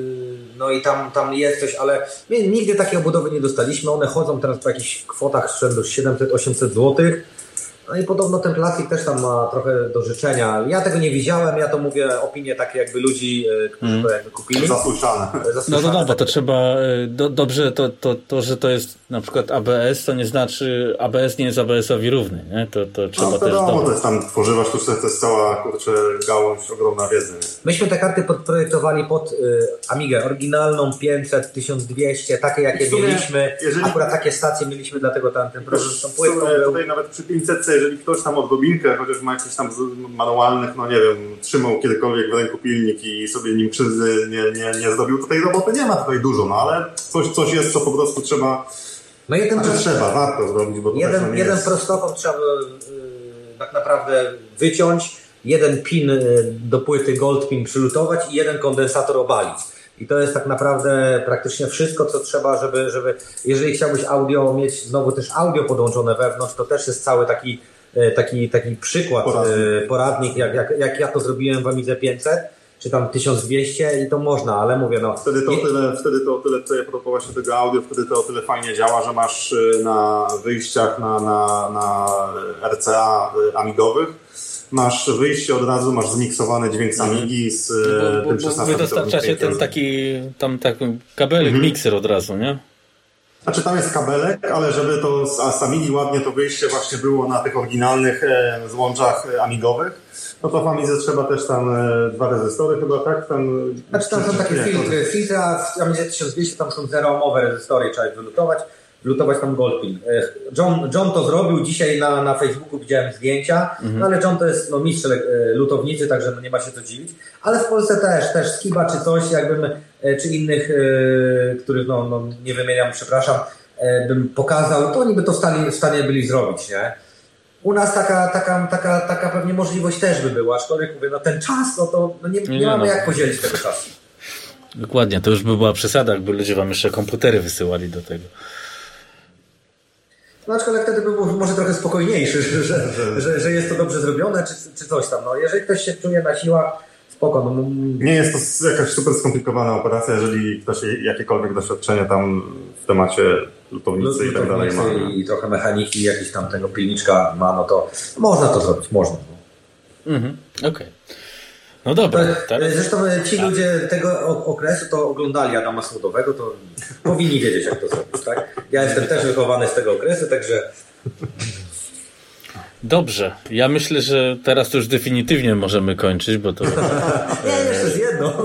no i tam, tam jest coś, ale my nigdy takiej obudowy nie dostaliśmy, one chodzą teraz po jakichś kwotach rzędu siedemset osiemset złotych. No i podobno ten plastik też tam ma trochę do życzenia. Ja tego nie widziałem, ja to mówię opinie takie jakby ludzi, którzy mm. to jakby kupili. Zasłyszane. No to no, bo to trzeba, do, dobrze to, to, to, że to jest na przykład A B S, to nie znaczy, A B S nie jest A B S-owi równy, nie? To, to trzeba no, też wiadomo, to jest tam tworzywa sztuczne, to jest cała, kurczę, gałąź, ogromna wiedzy. Myśmy te karty podprojektowali pod y, Amigę oryginalną, pięćset, tysiąc dwieście, takie jakie sumie, mieliśmy. Jeżeli... Akurat takie stacje mieliśmy, dlatego tam ten proces tą płytą był. Tutaj nawet przy pięćsetce, jeżeli ktoś tam odrobinkę, chociaż ma jakichś tam manualnych, no nie wiem, trzymał kiedykolwiek w ręku pilnik i sobie nim krzywdy nie, nie, nie zrobił, to tej roboty nie ma tutaj dużo, no ale coś, coś jest, co po prostu trzeba, no jeden znaczy trzeba, warto zrobić, bo to jeden, no jeden jest... prostokąt trzeba yy, tak naprawdę wyciąć, jeden pin do płyty gold pin przylutować i jeden kondensator obalić. I to jest tak naprawdę praktycznie wszystko, co trzeba, żeby, żeby jeżeli chciałbyś audio mieć, znowu też audio podłączone wewnątrz, to też jest cały taki Taki, taki przykład, poradnik, poradnik jak, jak, jak ja to zrobiłem w Amidze pięćset, czy tam tysiąc dwieście i to można, ale mówię no... Wtedy to o tyle, wtedy to o tyle, co ja podobało się tego audio, wtedy to o tyle fajnie działa, że masz na wyjściach na, na, na R C A amigowych, masz wyjście od razu, masz zmiksowany dźwięk z Amigi z bo, bo, tym szesnastym. Wy dostarczacie ten taki, tam taki kabelek, mhm. mikser od razu, nie? Znaczy tam jest kabelek, ale żeby to z, z Amigi ładnie to wyjście właśnie było na tych oryginalnych e, złączach e, amigowych, no to w Amidze trzeba też tam e, dwa rezystory chyba, tak? Tam, znaczy tam są takie filtry, filtry, a w Amidze tysiąc dwieście tam są zero-ohmowe rezystory, trzeba je wylutować, wylutować tam goldpin. E, John, John to zrobił, dzisiaj na, na Facebooku widziałem zdjęcia, mhm. no ale John to jest no, mistrz e, lutownicy, także no, nie ma się co dziwić, ale w Polsce też, też Skiba czy coś, jakbym czy innych, e, których no, no, nie wymieniam, przepraszam, e, bym pokazał, to oni by to w stanie, w stanie byli zrobić, nie? U nas taka, taka, taka, taka pewnie możliwość też by była, aczkolwiek mówię, no ten czas, no to no nie, nie, nie mamy no. jak podzielić tego czasu. Dokładnie, to już by była przesada, jakby ludzie wam jeszcze komputery wysyłali do tego. No aczkolwiek wtedy by był może trochę spokojniejszy, że, że, że, że jest to dobrze zrobione, czy, czy coś tam. No, jeżeli ktoś się czuje na siłach, spoko. No. Nie jest to jakaś super skomplikowana operacja, jeżeli ktoś jakiekolwiek doświadczenie tam w temacie lutownicy i tak dalej ma. I trochę mechaniki, jakiś tam tego pilniczka ma, no to można to zrobić, można. No. Mhm, okej. Okay. No dobra. Teraz... Zresztą ci ludzie tego okresu to oglądali Adama Słodowego, to powinni wiedzieć, jak to zrobić, tak? Ja jestem też wychowany z tego okresu, także... Dobrze. Ja myślę, że teraz to już definitywnie możemy kończyć, bo to... Nie, jeszcze z jedno.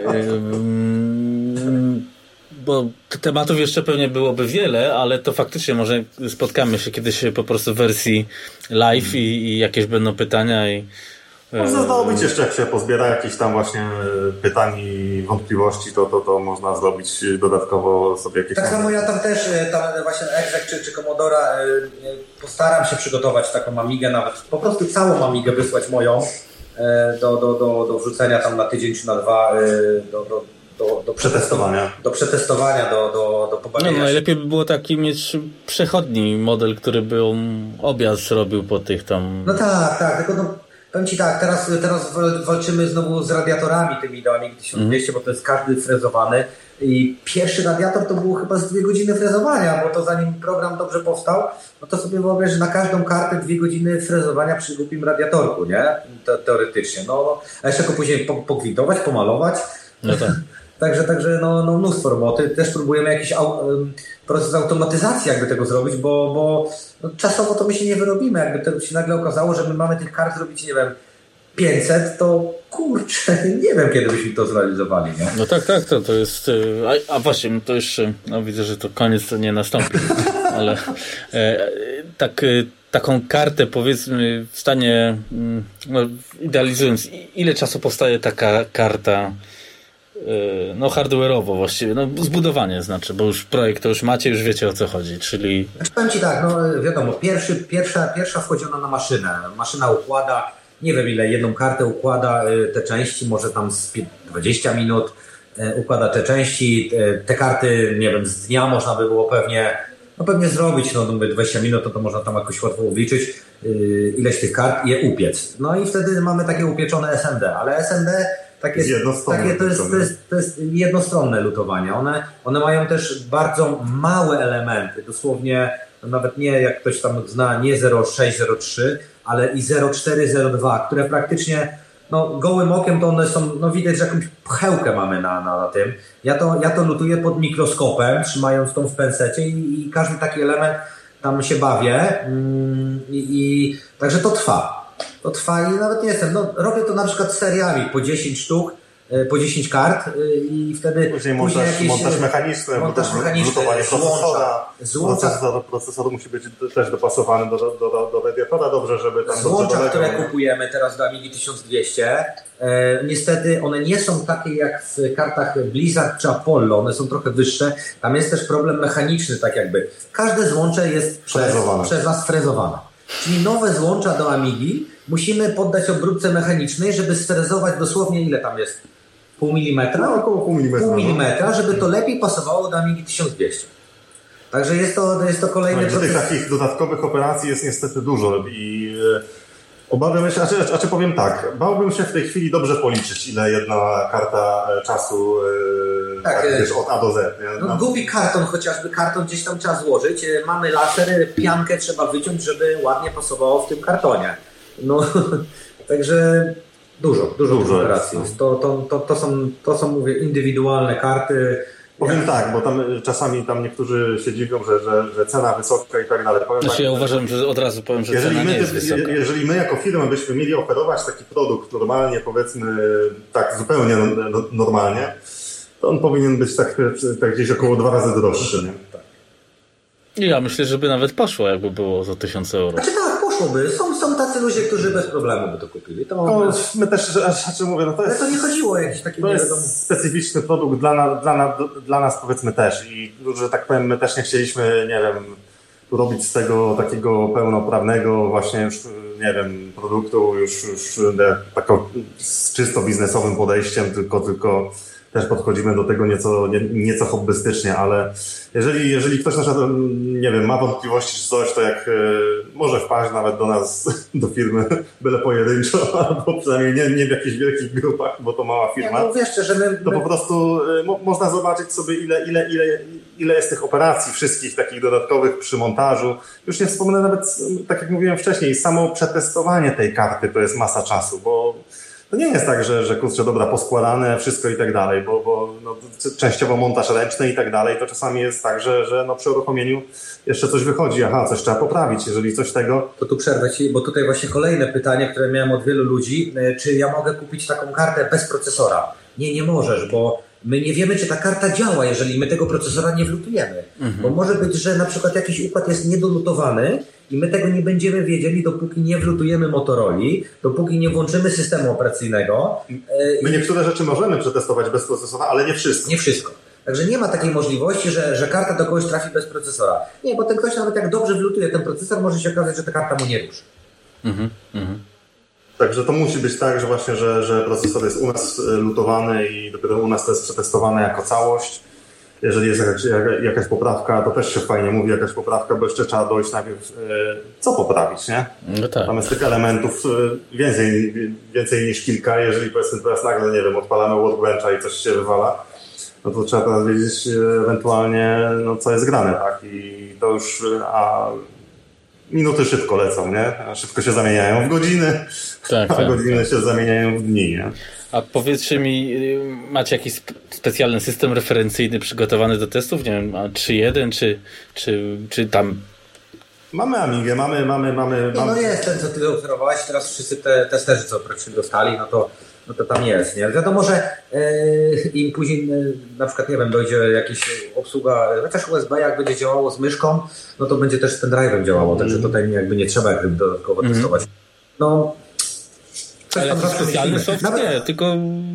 Bo tematów jeszcze pewnie byłoby wiele, ale to faktycznie może spotkamy się kiedyś po prostu w wersji live i, i jakieś będą pytania i Można zrobić jeszcze, jak się pozbiera jakieś tam właśnie pytań i wątpliwości, to, to, to można zrobić dodatkowo sobie jakieś... Tak samo ja tam też, tam właśnie Exec czy, czy Commodora postaram się przygotować taką Amigę, nawet po prostu całą Amigę wysłać moją do, do, do, do wrzucenia tam na tydzień czy na dwa do, do, do, do przetestowania. Do przetestowania, do, do, do pobawienia no, najlepiej by było taki mieć przechodni model, który by objazd robił po tych tam... No tak, tak, tylko no, powiem Ci tak, teraz, teraz walczymy znowu z radiatorami tymi do Amigi tysiąc dwieście, mm. bo to jest każdy frezowany i pierwszy radiator to było chyba z dwie godziny frezowania, bo to zanim program dobrze powstał, no to sobie wyobraź, że na każdą kartę dwie godziny frezowania przy głupim radiatorku, nie? Te, teoretycznie, no, no, a jeszcze go później pogwintować, pomalować. No tak. Także, także no, no mnóstwo roboty. Też próbujemy jakiś au, proces automatyzacji jakby tego zrobić, bo, bo no, czasowo to my się nie wyrobimy. Jakby to się nagle okazało, że my mamy tych kart zrobić, nie wiem, pięćset, to kurczę, nie wiem, kiedy byśmy to zrealizowali, nie? No tak, tak, to, to jest... A, a właśnie, to jeszcze, no widzę, że to koniec to nie nastąpi, ale e, tak... Taką kartę, powiedzmy, w stanie, no, idealizując, ile czasu powstaje taka karta, no hardware'owo właściwie, no zbudowanie znaczy, bo już projekt to już macie, już wiecie o co chodzi, czyli... Znaczy, powiem Ci tak, no wiadomo, pierwszy, pierwsza, pierwsza wchodzi ona na maszynę, maszyna układa, nie wiem ile, jedną kartę układa te części, może tam z dwadzieścia minut układa te części, te karty, nie wiem, z dnia można by było pewnie No pewnie zrobić, no dwadzieścia minut, to, to można tam jakoś łatwo obliczyć yy, ileś tych kart i je upiec. No i wtedy mamy takie upieczone S M D, ale S M D takie, takie to, jest, to, jest, to jest jednostronne lutowanie. One, one mają też bardzo małe elementy, dosłownie nawet nie jak ktoś tam zna, nie zero sześć zero trzy, ale i zero cztery zero dwa, które praktycznie no gołym okiem to one są, no widać, że jakąś pchełkę mamy na, na, na tym. Ja to, ja to lutuję pod mikroskopem, trzymając tą w pensecie i, i każdy taki element tam się bawię mm, i, i także to trwa. To trwa i nawet nie jestem, no robię to na przykład seriami po dziesięć sztuk, po dziesięć kart i wtedy później montaż, jakieś, montaż mechaniczny, montaż mechaniczny, lutowanie procesora. Złącza. Procesor, procesor musi być też dopasowany do, do, do, do radiatora dobrze, żeby tam... Złącza, które kupujemy teraz do Amigi tysiąc dwieście, e, niestety one nie są takie jak w kartach Blizzard czy Apollo, one są trochę wyższe. Tam jest też problem mechaniczny, tak jakby. Każde złącze jest przez, przez nas frezowane. Czyli nowe złącza do Amigi musimy poddać obróbce mechanicznej, żeby sfrezować dosłownie ile tam jest? Pół milimetra? No, około pół milimetra. Pół milimetra, żeby to lepiej pasowało do Amigi tysiąc dwieście. Także jest to, jest to kolejny no, proces. Tych takich dodatkowych operacji jest niestety dużo i e, obawiam się, a czy, a czy powiem tak, bałbym się w tej chwili dobrze policzyć, ile jedna karta czasu e, tak, tak, wiesz, od A do Z. Nie? No, gubi karton, chociażby karton gdzieś tam trzeba złożyć, mamy laser, piankę trzeba wyciąć, żeby ładnie pasowało w tym kartonie. No, także dużo, dużo, dużo operacji. To, to, to, to, są, to są, mówię, indywidualne karty. Powiem tak, bo tam czasami tam niektórzy się dziwią, że, że, że cena wysoka i tak dalej. Powiem znaczy tak, ja uważam, że od razu powiem, że jeżeli cena my, nie jest wysoka. Jeżeli my jako firma byśmy mieli oferować taki produkt normalnie, powiedzmy tak zupełnie normalnie, to on powinien być tak, tak gdzieś około dwa razy droższy. Nie? Tak. Ja myślę, żeby nawet poszło, jakby było za tysiąc euro. Znaczy tak, poszłoby. Są, są tacy ludzie, którzy bez problemu by to kupili. To no, my też, znaczy mówię, no to jest... Ale to nie chodziło o jakiś taki... To jest specyficzny produkt dla, na, dla, na, dla nas, powiedzmy, też. I, że tak powiem, my też nie chcieliśmy, nie wiem, robić z tego takiego pełnoprawnego właśnie już, nie wiem, produktu już, już taką z czysto biznesowym podejściem, tylko, tylko też podchodzimy do tego nieco, nie, nieco hobbystycznie, ale jeżeli, jeżeli ktoś na przykład, nie wiem, ma wątpliwości czy coś, to jak może wpaść nawet do nas, do firmy, byle pojedynczo, albo przynajmniej nie, nie w jakichś wielkich grupach, bo to mała firma, ja, no wiesz, że my, my... to po prostu mo, można zobaczyć sobie ile, ile, ile, ile jest tych operacji wszystkich takich dodatkowych przy montażu. Już nie wspomnę nawet, tak jak mówiłem wcześniej, samo przetestowanie tej karty to jest masa czasu, bo to nie jest tak, że, że kurczę, dobra, poskładane, wszystko i tak dalej, bo, bo no, częściowo montaż ręczny i tak dalej, to czasami jest tak, że, że no, przy uruchomieniu jeszcze coś wychodzi, aha, coś trzeba poprawić, jeżeli coś tego... To tu przerwę Ci, bo tutaj właśnie kolejne pytanie, które miałem od wielu ludzi, czy ja mogę kupić taką kartę bez procesora? Nie, nie możesz, bo my nie wiemy, czy ta karta działa, jeżeli my tego procesora nie wlutujemy. Mhm. Bo może być, że na przykład jakiś układ jest niedolutowany i my tego nie będziemy wiedzieli, dopóki nie wlutujemy Motorola, dopóki nie włączymy systemu operacyjnego. My niektóre rzeczy możemy przetestować bez procesora, ale nie wszystko. Nie wszystko. Także nie ma takiej możliwości, że, że karta do kogoś trafi bez procesora. Nie, bo ten ktoś nawet jak dobrze wlutuje ten procesor, może się okazać, że ta karta mu nie ruszy. Mhm, mhm. Także to musi być tak, że właśnie, że, że procesor jest u nas lutowany i dopiero u nas to jest przetestowane jako całość. Jeżeli jest jakaś, jakaś poprawka, to też się fajnie mówi jakaś poprawka, bo jeszcze trzeba dojść najpierw, co poprawić, nie? No tak. Tam jest tych elementów więcej, więcej niż kilka. Jeżeli powiedzmy teraz nagle, nie wiem, odpalamy Workbencha i coś się wywala, no to trzeba teraz wiedzieć ewentualnie, no, co jest grane, tak? I to już, a minuty szybko lecą, nie? Szybko się zamieniają w godziny, tak, a tak, godziny tak. się zamieniają w dni, nie? A powiedzcie mi, macie jakiś spe- specjalny system referencyjny przygotowany do testów? Nie wiem, trzy jeden czy, czy, czy tam... Mamy Amigę, mamy, mamy, mamy... Nie, mamy... no jest ten, co ty oferowałeś, teraz wszyscy te testerzy, co praktycznie dostali, no to, no to tam jest, nie? Wiadomo, że yy, im później yy, na przykład, nie wiem, dojdzie jakaś obsługa, chociaż U S B jak będzie działało z myszką, no to będzie też z pendrive'em działało, mm. także tutaj jakby nie trzeba jakby dodatkowo mm. testować. No... Ale jakiś specjalny soft? Nawet... Nie, tylko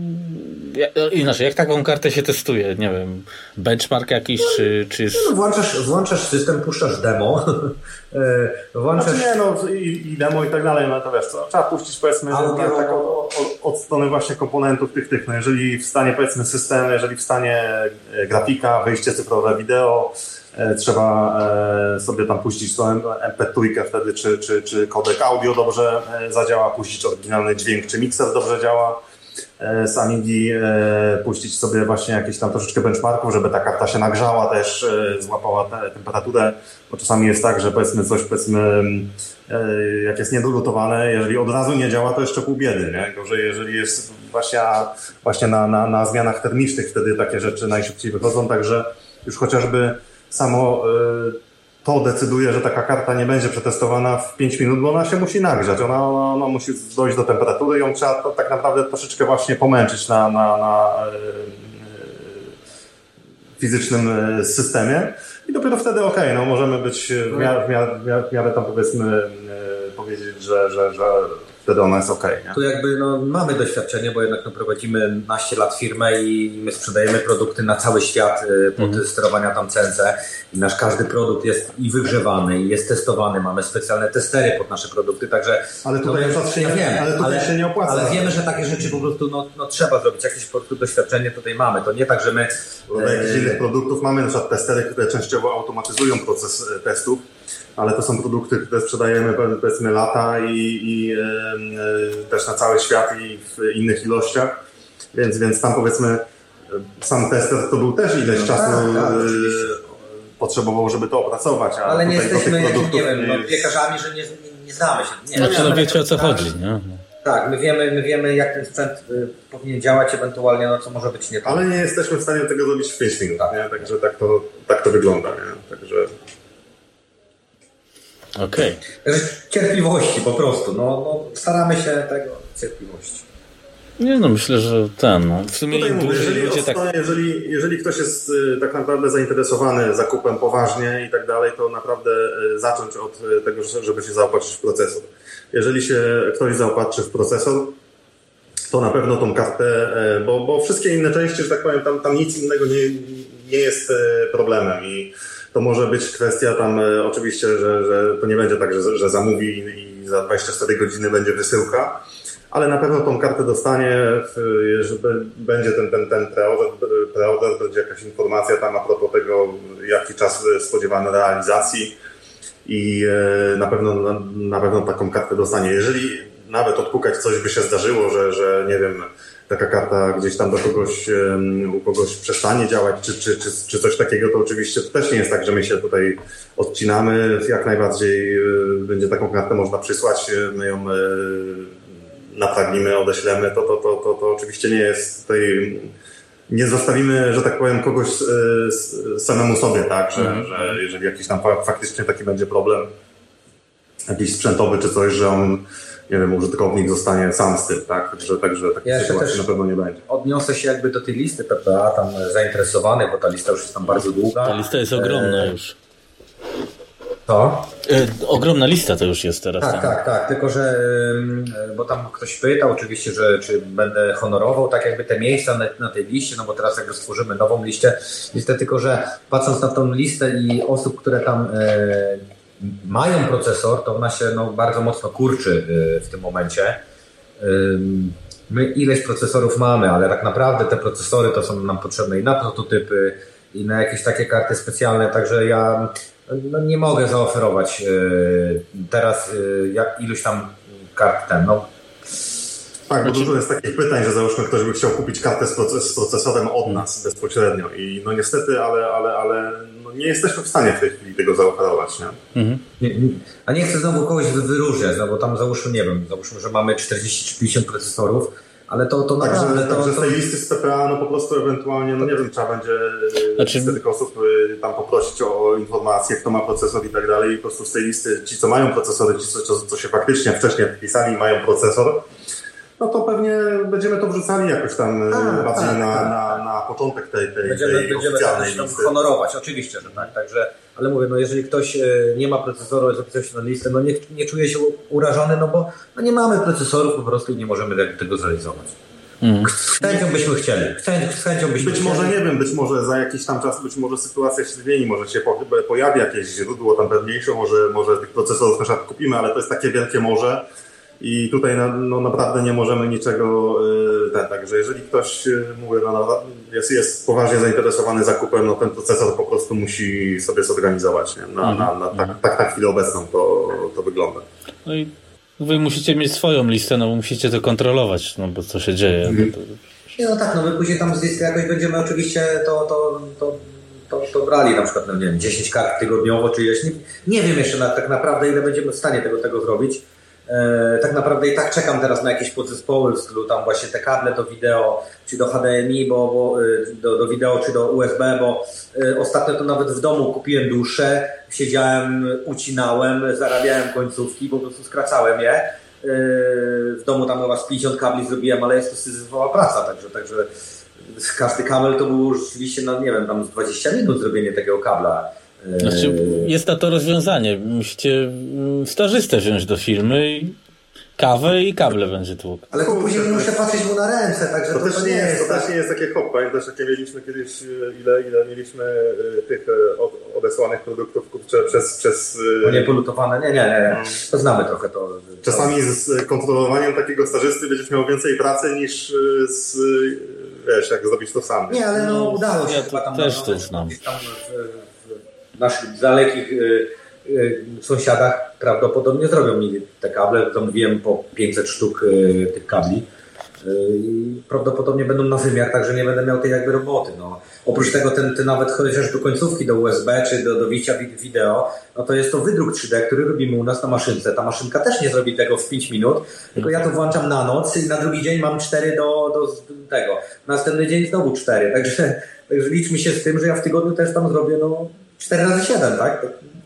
inaczej, jak taką kartę się testuje? Nie wiem, benchmark jakiś, no, czy... czy... No, włączasz, włączasz system, puszczasz demo. włączasz... Znaczy nie, no i, i demo i tak dalej, no to wiesz co, trzeba puścić powiedzmy audio... tak, tak od, od strony właśnie komponentów tych, tych, no jeżeli w stanie powiedzmy system, jeżeli w stanie grafika, wyjście cyfrowe wideo, trzeba sobie tam puścić tą em pe trzy wtedy, czy, czy, czy kodek audio dobrze zadziała, puścić oryginalny dźwięk, czy mikser dobrze działa z Amigi, puścić sobie właśnie jakieś tam troszeczkę benchmarków, żeby ta karta się nagrzała też, złapała tę temperaturę, bo czasami jest tak, że powiedzmy coś, powiedzmy jak jest niedolutowane, jeżeli od razu nie działa, to jeszcze pół biedy, nie? Gorzej, jeżeli jest właśnie, właśnie na, na, na zmianach termicznych, wtedy takie rzeczy najszybciej wychodzą, także już chociażby samo y, to decyduje, że taka karta nie będzie przetestowana w pięć minut, bo ona się musi nagrzać, ona, ona, ona musi dojść do temperatury i ją trzeba to, tak naprawdę troszeczkę właśnie pomęczyć na, na, na y, y, fizycznym systemie i dopiero wtedy okej, okay, no możemy być w miarę, w miarę, w miarę, w miarę tam powiedzmy y, powiedzieć, że, że, że wtedy ona jest okej. Okay, tu jakby no, mamy doświadczenie, bo jednak no, prowadzimy naście lat firmę i my sprzedajemy produkty na cały świat y, pod mm. sterowania tam C N C i nasz każdy produkt jest i wygrzewany, i jest testowany, mamy specjalne testery pod nasze produkty, także... Ale tutaj, no, się, nie, wiem, ale tutaj ale, się nie opłaca. Ale wiemy, że takie rzeczy po prostu no, no, trzeba zrobić, jakieś po prostu doświadczenie tutaj mamy, to nie tak, że my... Bo do jakichś innych produktów mamy na przykład testery, które częściowo automatyzują proces testów, ale to są produkty, które sprzedajemy powiedzmy lata i, i yy, też na cały świat i w innych ilościach, więc, więc tam powiedzmy sam tester to był też ileś no, czasu tak, tak, yy, potrzebował, żeby to opracować. A ale nie tutaj jesteśmy, produktów, nie wiem, no, piekarzami, że nie, nie, nie znamy się. Nie, znaczy, no wiecie o co chodzi, nie? Tak, my wiemy, my wiemy jak ten sprzęt y, powinien działać, ewentualnie no co może być nie tak. Ale nie jesteśmy w stanie tego zrobić w pięć minut, nie? Także tak to, tak to wygląda, nie? Także... Okej. Okay. Cierpliwości po prostu, no, no staramy się tego, cierpliwości. Nie no, myślę, że ten, no, w sumie Tutaj mówię, jeżeli, ludzie tak... jeżeli, jeżeli ktoś jest y, tak naprawdę zainteresowany zakupem poważnie i tak dalej, to naprawdę y, zacząć od y, tego, żeby się zaopatrzyć w procesor. Jeżeli się ktoś zaopatrzy w procesor, to na pewno tą kartę, y, bo, bo wszystkie inne części, że tak powiem, tam, tam nic innego nie, nie jest y, problemem i to może być kwestia tam y, oczywiście, że, że to nie będzie tak, że, że zamówi i za dwadzieścia cztery godziny będzie wysyłka, ale na pewno tą kartę dostanie, że będzie ten, ten, ten preorder, preorder, będzie jakaś informacja tam a propos tego, jaki czas spodziewany realizacji i na pewno, na, na pewno taką kartę dostanie. Jeżeli nawet odpukać coś by się zdarzyło, że, że nie wiem, taka karta gdzieś tam do kogoś, u kogoś przestanie działać, czy, czy, czy, czy coś takiego, to oczywiście to też nie jest tak, że my się tutaj odcinamy. Jak najbardziej będzie taką kartę można przysłać, my ją naprawimy, odeślemy, to, to, to, to, to oczywiście nie jest tutaj, nie zostawimy, że tak powiem, kogoś samemu sobie, tak, że, mm. że jeżeli jakiś tam faktycznie taki będzie problem, jakiś sprzętowy czy coś, że on nie wiem, użytkownik zostanie sam z tym, tak? Także, także takiej Ja sytuacji na pewno nie będzie. Odniosę się jakby do tej listy P P A, tam zainteresowany, bo ta lista już jest tam bardzo długa. Ta lista jest ogromna e... już. To? E, ogromna lista to już jest teraz. Tak, tam. tak, tak, tylko że, bo tam ktoś pytał oczywiście, że czy będę honorował tak jakby te miejsca na, na tej liście, no bo teraz jakby stworzymy nową listę, listę, tylko że patrząc na tą listę i osób, które tam e, mają procesor, to ona się no, bardzo mocno kurczy e, w tym momencie. E, my ileś procesorów mamy, ale tak naprawdę te procesory to są nam potrzebne i na prototypy, i na jakieś takie karty specjalne, także ja no, nie mogę zaoferować yy, teraz yy, jak iluś tam kart ten, no. Tak, bo dużo jest takich pytań, że załóżmy ktoś by chciał kupić kartę z, proces, z procesorem od nas bezpośrednio i no niestety, ale, ale, ale no nie jesteśmy w stanie w tej chwili tego zaoferować, nie? Mhm. Nie, nie, a nie chcę znowu kogoś wyróżniać, no bo tam załóżmy, nie wiem, załóżmy, że mamy czterdzieści czy pięćdziesiąt procesorów, ale to, to Także, naprawdę... Także to, z tej listy z P P A no po prostu ewentualnie, no nie wiem, trzeba będzie znaczy... listy tych osób tam poprosić o informacje, kto ma procesor i tak dalej i po prostu z tej listy ci, co mają procesory, ci, co, co się faktycznie wcześniej wpisali i mają procesor, no to pewnie będziemy to wrzucali jakoś tam a, bardziej tak, na, tak. Na, na początek tej, tej, będziemy, tej będziemy oficjalnej tam listy. Honorować, oczywiście, że tak, także, ale mówię, no jeżeli ktoś nie ma procesoru, zapisał się na listę, no nie, nie czuje się urażony, no bo no nie mamy procesorów po prostu i nie możemy tego zrealizować. Mm. Z chęcią byśmy chcieli. Z chęcią byśmy być chcieli. może, nie wiem, być może za jakiś tam czas, być może sytuacja się zmieni, może się po, pojawi jakieś źródło tam pewniejsze, może, może tych procesorów na przykład kupimy, ale to jest takie wielkie morze i tutaj no, no, naprawdę nie możemy niczego, yy, tak, także jeżeli ktoś, yy, mówię, no, jest, jest poważnie zainteresowany zakupem, no ten procesor po prostu musi sobie zorganizować, nie? Na, mm. na, na, tak, tak na chwilę obecną to, to wygląda. No i wy musicie mieć swoją listę, no bo musicie to kontrolować, no bo co się dzieje. Mm. To... Nie, no tak, no my później tam z listy jakoś będziemy oczywiście to, to, to, to, to brali na przykład, no nie wiem, dziesięć kart tygodniowo czy ileś. Nie, nie wiem jeszcze na, tak naprawdę ile będziemy w stanie tego, tego zrobić. E, tak naprawdę i tak czekam teraz na jakieś podzespoły w stylu tam właśnie te kable do wideo, czy do H D M I, bo, bo do, do wideo, czy do U S B, bo e, ostatnio to nawet w domu kupiłem dłuższe, siedziałem, ucinałem, zarabiałem końcówki, po prostu skracałem je. E, w domu tam chyba z pięćdziesiąt kabli zrobiłem, ale jest to syzyfowa praca, także, także każdy kabel to było rzeczywiście, no nie wiem, tam z dwadzieścia minut zrobienie takiego kabla. Znaczy, jest na to rozwiązanie. Musicie stażystę wziąć do firmy i kawę i kable będzie tłukł. Ale to później muszę patrzeć mu na ręce, także to, to, też to nie nie jest. jest. To też nie jest takie hop. Pamiętasz, jakie mieliśmy kiedyś, ile, ile mieliśmy tych odesłanych produktów kurczę, przez... przez o nie polutowane, nie, nie, nie. To znamy trochę to. Czasami z kontrolowaniem takiego stażysty będziesz miał więcej pracy niż z, wiesz, jak zrobić to sam. Nie, ale no udało się ja chyba tam. też no, to znam. Tam w, w naszych dalekich y, y, sąsiadach prawdopodobnie zrobią mi te kable. Zamówiłem po pięćset sztuk y, tych kabli. I prawdopodobnie będą na wymiar, także nie będę miał tej jakby roboty. No. Oprócz tego ten, ten nawet chociaż do końcówki do U S B czy do, do bicia wideo, no to jest to wydruk trzy D, który robimy u nas na maszynce. Ta maszynka też nie zrobi tego w pięć minut, tylko ja to włączam na noc i na drugi dzień mam cztery do, do tego. Następny dzień znowu cztery. Także, także liczmy się z tym, że ja w tygodniu też tam zrobię no cztery razy siedem, tak?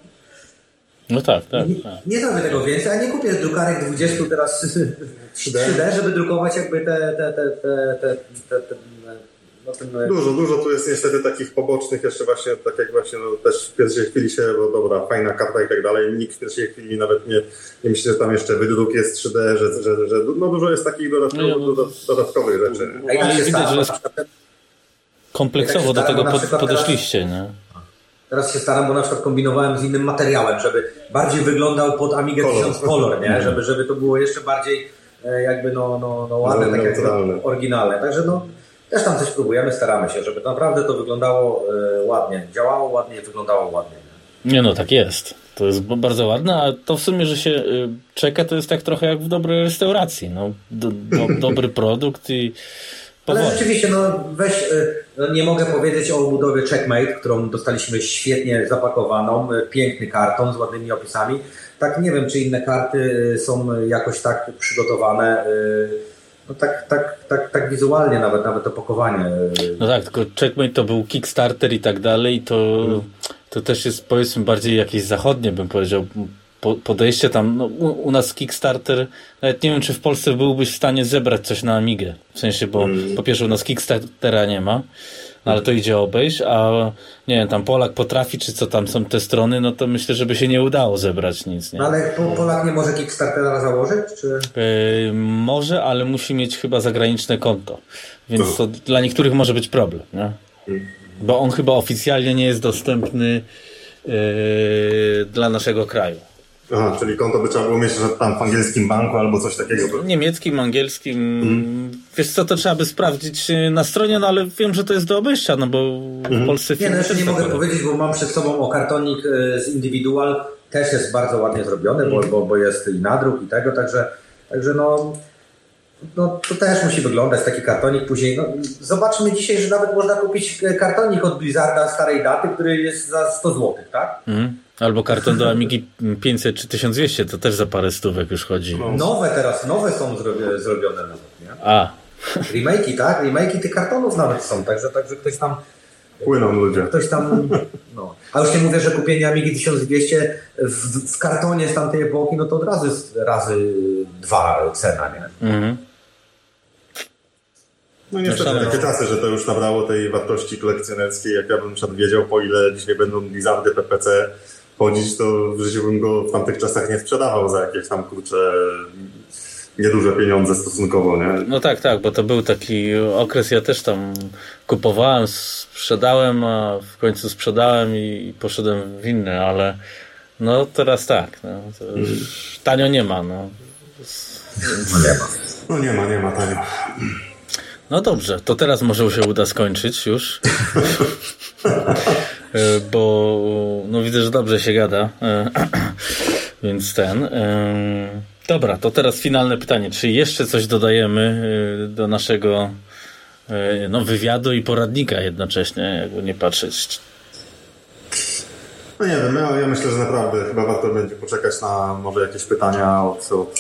No tak, tak. Nie, tak. nie zrobię tego więcej, a nie kupię drukarek dwudziestu teraz trzy D, żeby drukować jakby te, te, te, te, te, te, te no ten... Dużo, dużo tu jest niestety takich pobocznych jeszcze właśnie, tak jak właśnie no, też w pierwszej chwili się, bo dobra, fajna karta i tak dalej, nikt w pierwszej chwili nawet nie, nie myśli, że tam jeszcze wydruk jest trzy D, że, że, że no dużo jest takich dodatkowych, no, no, dodatkowych rzeczy. Ale widać, że kompleksowo do tego pod, podeszliście, nie? Teraz się staram, bo na przykład kombinowałem z innym materiałem, żeby bardziej wyglądał pod Amigę tysiąc Color, nie? Żeby, żeby to było jeszcze bardziej jakby no, no, no ładne, no, tak jak oryginalne. Także no, też tam coś próbujemy, staramy się, żeby naprawdę to wyglądało e, ładnie, działało ładnie, wyglądało ładnie. Nie? nie no, tak jest. To jest bardzo ładne, a to w sumie, że się y, czeka, to jest tak trochę jak w dobrej restauracji. No, do, do, dobry produkt i ale rzeczywiście, no weź, no nie mogę powiedzieć o budowie Checkmate, którą dostaliśmy świetnie zapakowaną, piękny karton z ładnymi opisami. Tak nie wiem, czy inne karty są jakoś tak przygotowane, no tak, tak, tak, tak wizualnie nawet, nawet opakowanie. No tak, tylko Checkmate to był Kickstarter i tak dalej, to, hmm. to też jest powiedzmy bardziej jakieś zachodnie, bym powiedział, podejście tam, no, u, u nas Kickstarter, nawet nie wiem, czy w Polsce byłbyś w stanie zebrać coś na Amigę. W sensie, bo mm. po pierwsze u nas Kickstartera nie ma, no, ale to idzie obejść, a nie wiem, tam Polak potrafi, czy co tam są te strony, no to myślę, żeby się nie udało zebrać nic. Nie? No, ale Polak nie może Kickstartera założyć? Czy? Yy, może, ale musi mieć chyba zagraniczne konto, więc to dla niektórych może być problem, nie? Bo on chyba oficjalnie nie jest dostępny yy, dla naszego kraju. Aha, czyli konto by trzeba było mieć, że tam w angielskim banku albo coś takiego. Niemieckim, angielskim. Hmm. Wiesz co, to trzeba by sprawdzić na stronie, no ale wiem, że to jest do obejścia, no bo hmm. w Polsce... Nie, no jeszcze nie mogę tak powiedzieć, bo mam przed sobą o kartonik z Individual, też jest bardzo ładnie zrobiony, hmm. bo, bo, bo jest i nadruk i tego, także, także no... No to też musi wyglądać taki kartonik później. No, zobaczmy dzisiaj, że nawet można kupić kartonik od Blizzarda starej daty, który jest za sto złotych, tak? Mm. Albo karton do Amigi pięćset czy tysiąc dwieście, to też za parę stówek już chodzi. Nowe teraz, nowe są zrobione, zrobione nawet, nie? A. Remake'i, tak? Remake'i tych kartonów nawet są, także, także ktoś tam... Płyną ludzie. Ktoś tam... No. A już nie mówię, że kupienie Amigi tysiąc dwieście w, w kartonie z tamtej epoki, no to od razu jest razy dwa cena, nie? Mhm. No niestety takie czasy, że to już nabrało tej wartości kolekcjonerskiej. Jak ja bym przed wiedział, po ile dzisiaj będą Blizzardy P P C chodzić, to w życiu bym go w tamtych czasach nie sprzedawał za jakieś tam, kurcze, nieduże pieniądze stosunkowo, nie? No tak, tak, bo to był taki okres, ja też tam kupowałem, sprzedałem, a w końcu sprzedałem i poszedłem w inne, ale no teraz tak, no, to już hmm. tanio nie ma, no. Więc... No nie ma. No nie ma, nie ma tanio. No dobrze, to teraz może się uda skończyć już. Bo no widzę, że dobrze się gada. Więc ten. Dobra, to teraz finalne pytanie. Czy jeszcze coś dodajemy do naszego no, wywiadu i poradnika jednocześnie, jakby nie patrzeć? No nie wiem, ja, ja myślę, że naprawdę chyba warto będzie poczekać na może jakieś pytania od, od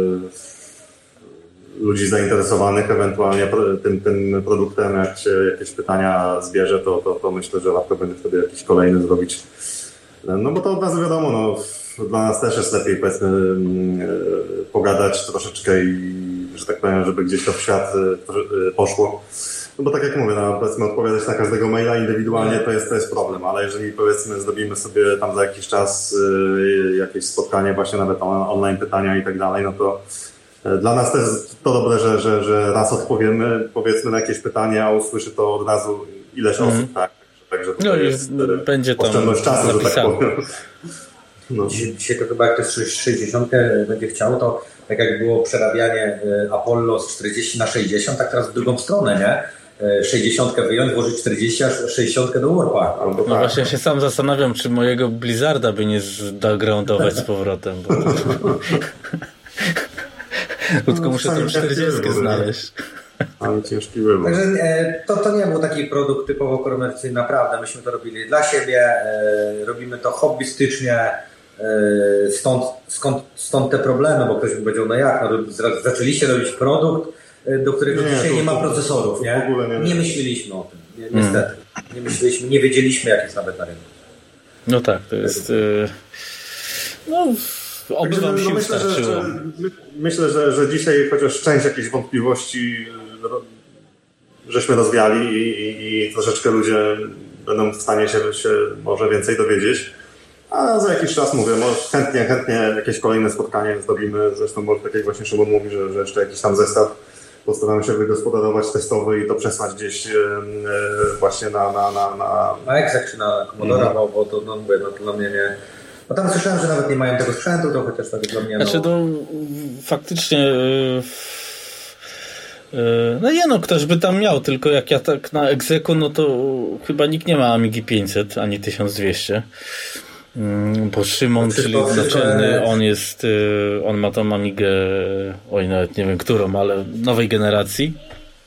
ludzi zainteresowanych ewentualnie tym, tym produktem. Jak się jakieś pytania zbierze, to, to, to myślę, że warto będzie wtedy jakiś kolejny zrobić. No bo to od razu wiadomo, no, dla nas też jest lepiej, powiedzmy, pogadać troszeczkę i, że tak powiem, żeby gdzieś to w świat poszło. No bo tak jak mówię, no, powiedzmy, odpowiadać na każdego maila indywidualnie to jest, to jest problem, ale jeżeli, powiedzmy, zrobimy sobie tam za jakiś czas jakieś spotkanie, właśnie nawet online pytania i tak dalej, no to dla nas też to dobre, że, że, że raz odpowiemy, powiedzmy, na jakieś pytanie, a usłyszy to od razu ileś mm. osób, tak? Także to no jest będzie tam oszczędność czasu, że tak powiem. No. Dzisiaj, dzisiaj to chyba jak ktoś sześćdziesiąt będzie chciał, to tak jak było przerabianie Apollo z czterdzieści na sześćdziesiąt, tak teraz w drugą stronę, nie? sześćdziesiąt wyjąć, włożyć czterdzieści, a sześćdziesiąt do Warpa. Albo no tak. Właśnie ja się sam zastanawiam, czy mojego Blizzarda by nie zdogroundować z powrotem. Bo... Tylko muszę tą czterdziestkę znaleźć. Ale ciężki wybór. Także e, to, to nie był taki produkt typowo komercyjny, naprawdę. Myśmy to robili dla siebie, e, robimy to hobbystycznie, e, stąd, skąd, stąd te problemy, bo ktoś by powiedział, no jak, no, zaczęliście robić produkt, e, do którego nie, dzisiaj to, nie ma procesorów, nie? W ogóle nie, nie myśleliśmy o tym, nie, niestety. Hmm. Nie myśleliśmy, nie wiedzieliśmy, jak jest nawet na rynku. No tak, to jest... Yy, no... Oby wam się no myślę, że, że, myślę, że, że dzisiaj chociaż część jakichś wątpliwości żeśmy rozwiali i, i, i troszeczkę ludzie będą w stanie się, się może więcej dowiedzieć. A za jakiś czas mówię, może chętnie, chętnie jakieś kolejne spotkanie zrobimy. Zresztą może tak jak właśnie Szymon mówi, że, że jeszcze jakiś tam zestaw postaramy się wygospodarować testowy i to przesłać gdzieś e, właśnie na... Na, na, na... na Exec czy na Commodora, mm. bo to no, mówię, no, to dla mnie nie... No tam słyszałem, że nawet nie mają tego sprzętu, to chociaż tak dla mnie... No... Znaczy to faktycznie... Yy, yy, no nie no, ktoś by tam miał, tylko jak ja tak na Execu, no to chyba nikt nie ma Amigi pięćset, ani tysiąc dwieście. Yy, bo Szymon, no, czyli naczelny, on jest... Yy, on ma tą Amigę, oj nawet nie wiem którą, ale nowej generacji.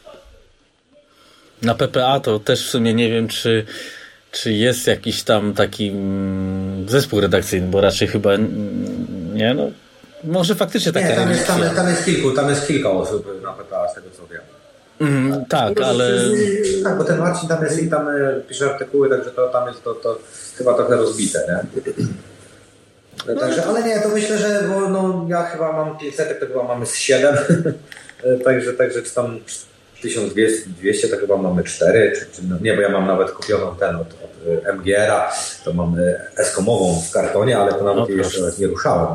Na P P A to też w sumie nie wiem, czy... Czy jest jakiś tam taki zespół redakcyjny, bo raczej chyba nie, no może faktycznie takie... Nie, tam jest, tam, tam jest kilku, tam jest kilka osób na P P A z tego co wiem. Mm, tak, ale... Tak, bo ten Marcin tam jest i tam pisze artykuły, także to tam jest to, to chyba trochę rozbite, nie? No, także, ale nie, to myślę, że bo, no, ja chyba mam pięćset, to chyba mamy z siedem. także, także czy tam tysiąc dwieście to chyba mamy cztery, czy, czy, no, nie, bo ja mam nawet kupioną ten od, od M G R-a, to mam eskomową w kartonie, ale to nawet no, jeszcze nawet nie ruszałem.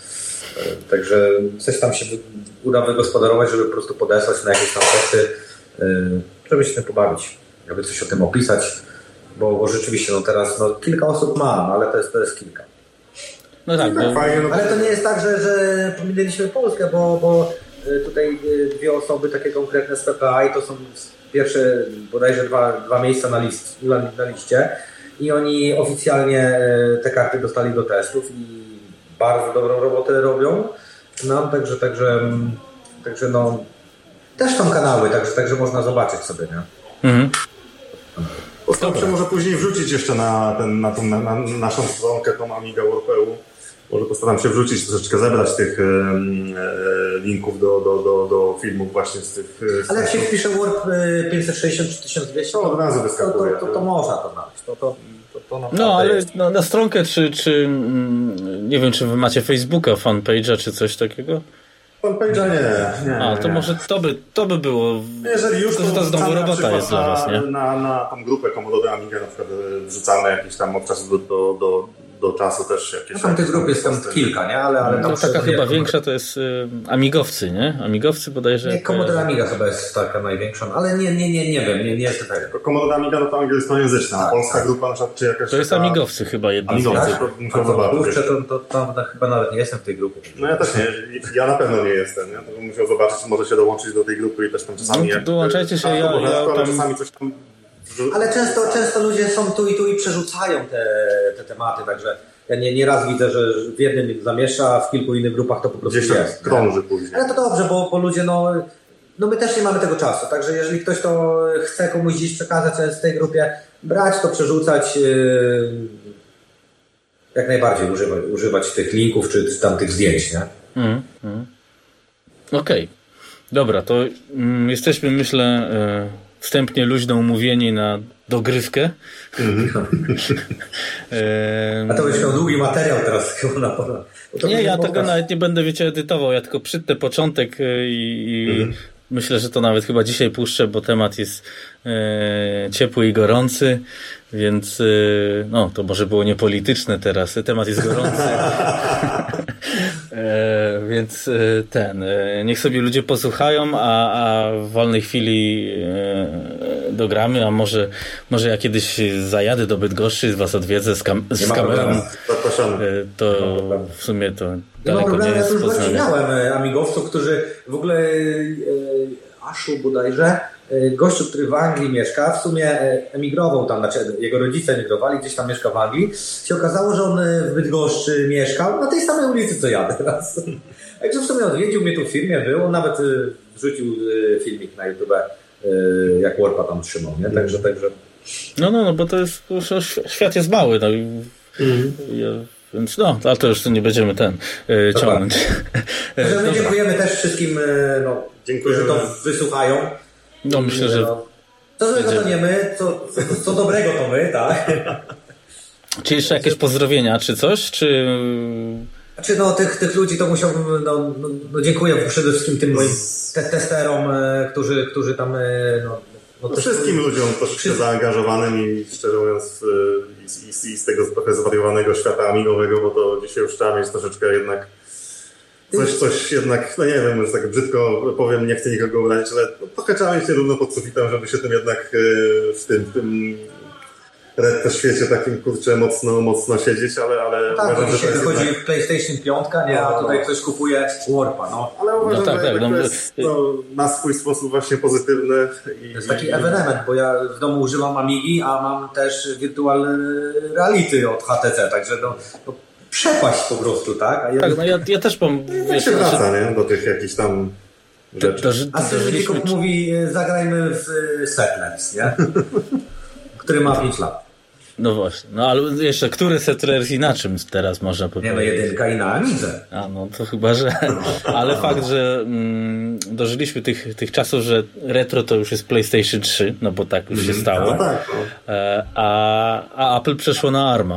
Także coś tam się uda wygospodarować, żeby po prostu podesłać na jakieś tam testy, żeby się tym pobawić, żeby coś o tym opisać, bo, bo rzeczywiście no teraz no, kilka osób mam, ale to jest, to jest kilka. No tak, no, bo... ale to nie jest tak, że, że pominęliśmy Polskę, bo, bo tutaj dwie osoby takie konkretne z P P A i to są pierwsze bodajże dwa, dwa miejsca na, list, na, na liście i oni oficjalnie te karty dostali do testów i bardzo dobrą robotę robią. No, także, także, także no też są kanały, także, także można zobaczyć sobie, nie? Mhm. Postaram się może później wrzucić jeszcze na, ten, na, tą, na, na naszą stronkę, tą Amiga World P U. Może postaram się wrzucić, troszeczkę zebrać tych e, e, linków do, do, do, do filmów właśnie z tych... Z ale jak się wpisze Warp pięćset sześćdziesiąt czy tysiąc dwieście, to od razu wyskakuje. To, to, to, to można to znaleźć. To, to, to, to no ale no, na stronkę, czy, czy nie wiem, czy wy macie Facebooka, fanpage'a, czy coś takiego? Fanpage'a nie, nie. A, to nie. Może to by, to by było... Jeżeli już, to, to, to znowu robota jest dla was, nie? Na, na tą grupę Commodore Amiga na przykład wrzucamy jakieś tam od czasu do, do, do, do czasu też jakieś... No tam tych grup jest tam kilka, nie? Ale, ale no, taka chyba większa to jest y, Amigowcy, nie? Amigowcy bodajże... Nie, Commodore Amiga chyba jest taka największa, ale nie, nie, nie, nie wiem, nie, nie jest tego. Commodore Amiga no to angielskojęzyczna, a polska tak. grupa na przykład czy jakaś... To jest taka... Amigowcy chyba jedna Amigowcy, z to muszę zobaczyć. To, to, to, to chyba nawet nie jestem w tej grupie. No ja też nie, ja na pewno nie jestem, nie? To bym musiał zobaczyć, może się dołączyć do tej grupy i też tam czasami... No, dołączajcie się, ja, ja, ja tam... czasami coś tam... Ale często, często ludzie są tu i tu i przerzucają te, te tematy, także ja nie, nie raz widzę, że w jednym zamiesza, a w kilku innych grupach to po prostu gdzieś jest. krąży później. Ale to dobrze, bo, bo ludzie, no, no my też nie mamy tego czasu, także jeżeli ktoś to chce komuś gdzieś przekazać, co jest w tej grupie, brać to, przerzucać, yy, jak najbardziej używać, używać tych linków czy, czy tam tych zdjęć, nie? Mm, mm. Okej. Okay. Dobra, to mm, jesteśmy, myślę, y, wstępnie luźno umówieni na dogrywkę. A to byś miał długi materiał teraz chyba na pewno. Nie, ja tego nawet nie będę, wiecie, edytował. Ja tylko przytnę początek i, i mhm. myślę, że to nawet chyba dzisiaj puszczę, bo temat jest e, ciepły i gorący, więc e, no, to może było niepolityczne teraz. Temat jest gorący. E, więc e, ten, e, niech sobie ludzie posłuchają, a, a w wolnej chwili e, dogramy, a może, może ja kiedyś zajadę do Bydgoszczy, was odwiedzę z, kam- z kamerą, e, to w sumie to daleko nie, nie jest ja już Poznanie. miałem amigowców, którzy w ogóle e, Aszu bodajże, gościu, który w Anglii mieszka, w sumie emigrował tam, znaczy jego rodzice emigrowali, gdzieś tam mieszka w Anglii. Się okazało, że on w Bydgoszczy mieszkał na tej samej ulicy, co ja teraz. Także w sumie odwiedził mnie tu w firmie, był, on nawet wrzucił filmik na YouTube, jak Warpa tam trzymał, nie? Także, także... No, no, no, bo to jest, świat jest mały, no i mm. ja, więc no, ale to już tu nie będziemy ten e, ciągnąć. Także my dziękujemy też wszystkim, no, którzy to wysłuchają. No myślę, że... No, co złego to nie my, co, co, co dobrego to my, tak? Czy jeszcze jakieś pozdrowienia, czy coś, czy... Znaczy no tych, tych ludzi to musiałbym, no, no, no dziękuję przede wszystkim tym moim te, testerom, którzy, którzy tam... No, no, no wszystkim to, ludziom troszeczkę wszyscy... zaangażowanym i szczerze mówiąc i, i, i z tego trochę zwariowanego świata amigowego, bo to dzisiaj już trzeba mieć troszeczkę jednak Coś, coś jednak, no nie wiem, że tak brzydko powiem, nie chcę nikogo obrazić, ale no, trochę trzeba mieć równo pod sufitem, żeby się tym jednak w tym, w tym retro świecie takim, kurczę, mocno, mocno siedzieć, ale... ale tak, uważam, że to wychodzi jednak... PlayStation pięć, nie? A tutaj no. ktoś kupuje Warpa, no. Ale uważam, no tak, że tak, no, to jest no, na swój sposób właśnie pozytywny. I, to jest taki i... ewenement, bo ja w domu używam Amigi, a mam też Virtual Reality od H T C, także no, no przepaść po prostu, tak? A ja... Tak, no ja, ja też mam... Jak się wraca, nie? Do tych jakichś tam rzeczy. Do, do, a Sylwik mówi, zagrajmy w Settlers, nie? Który ma pięć lat. No właśnie, no ale jeszcze, który Settlers i na czym teraz można powiedzieć? Nie no, jedynka i na Amidze. A no to chyba, że... Ale fakt, że mm, dożyliśmy tych, tych czasów, że retro to już jest PlayStation trzy, no bo tak już się stało. No tak, no. A, a Apple przeszło na ARMA.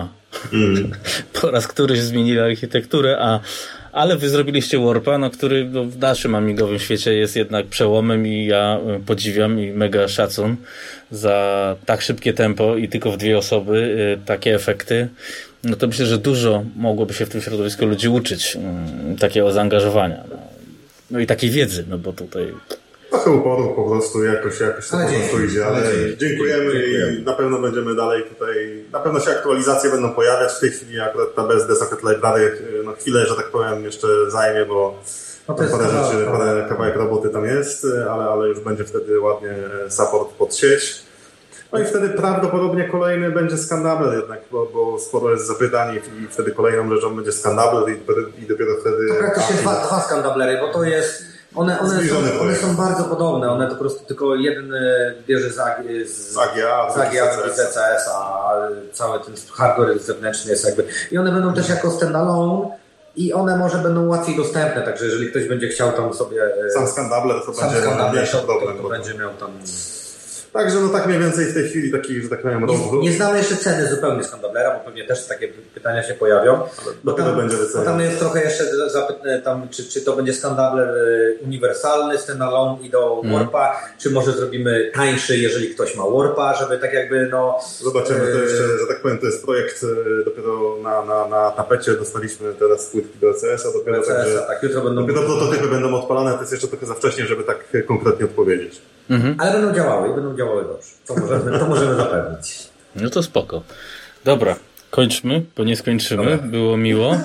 Mm. Po raz któryś zmienili architekturę, a ale wy zrobiliście Warpa, no, który no, w naszym amigowym świecie jest jednak przełomem i ja podziwiam i mega szacun za tak szybkie tempo i tylko w dwie osoby y, takie efekty. No to myślę, że dużo mogłoby się w tym środowisku ludzi uczyć y, takiego zaangażowania. No. no i takiej wiedzy, no bo tutaj... Trochę uporu po prostu jakoś, jakoś to po prostu idzie, ale dziękujemy, dziękujemy i na pewno będziemy dalej tutaj, na pewno się aktualizacje będą pojawiać. W tej chwili akurat ta B S D Socket Library no chwilę, że tak powiem, jeszcze zajmie, bo no parę rzeczy, parę kawałek roboty tam jest, ale, ale już będzie wtedy ładnie support pod sieć. No i wtedy prawdopodobnie kolejny będzie Scandabler jednak, bo, bo sporo jest zapytań i wtedy kolejną rzeczą będzie Scandabler i, i dopiero wtedy... To praktycznie dwa, dwa Scandablery, bo to jest... One, one, są, one są bardzo podobne, one to po prostu tylko jeden bierze z, z, z A G A, z C C S, a cały ten hardware zewnętrzny jest jakby... I one będą też jako standalone i one może będą łatwiej dostępne, także jeżeli ktoś będzie chciał tam sobie... Sam Scandabler to będzie mniejszy problem. To, to będzie miał tam... Także no tak mniej więcej w tej chwili taki, że tak powiem, rozwój. Nie znamy jeszcze ceny zupełnie Scandablera, bo pewnie też takie pytania się pojawią. Bo tam, będzie bo tam jest trochę jeszcze zapytane, tam, czy, czy to będzie Scandabler uniwersalny, standalone i do mm. Warpa, czy może zrobimy tańszy, jeżeli ktoś ma Warpa, żeby tak jakby no... Zobaczymy, to jeszcze, że tak powiem, to jest projekt dopiero na, na, na tapecie, dostaliśmy teraz płytki do E C S a dopiero, do E C S a, tak, jutro będą... dopiero prototypy będą odpalane, to jest jeszcze trochę za wcześnie, żeby tak konkretnie odpowiedzieć. Mhm. Ale będą działały i będą działały dobrze. To możemy, to możemy zapewnić. No to spoko. Dobra, kończmy, bo nie skończymy. Dobra. Było miło.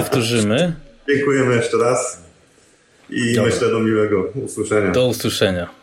Powtórzymy. Dziękujemy jeszcze raz i Dobra. myślę do miłego usłyszenia. Do usłyszenia.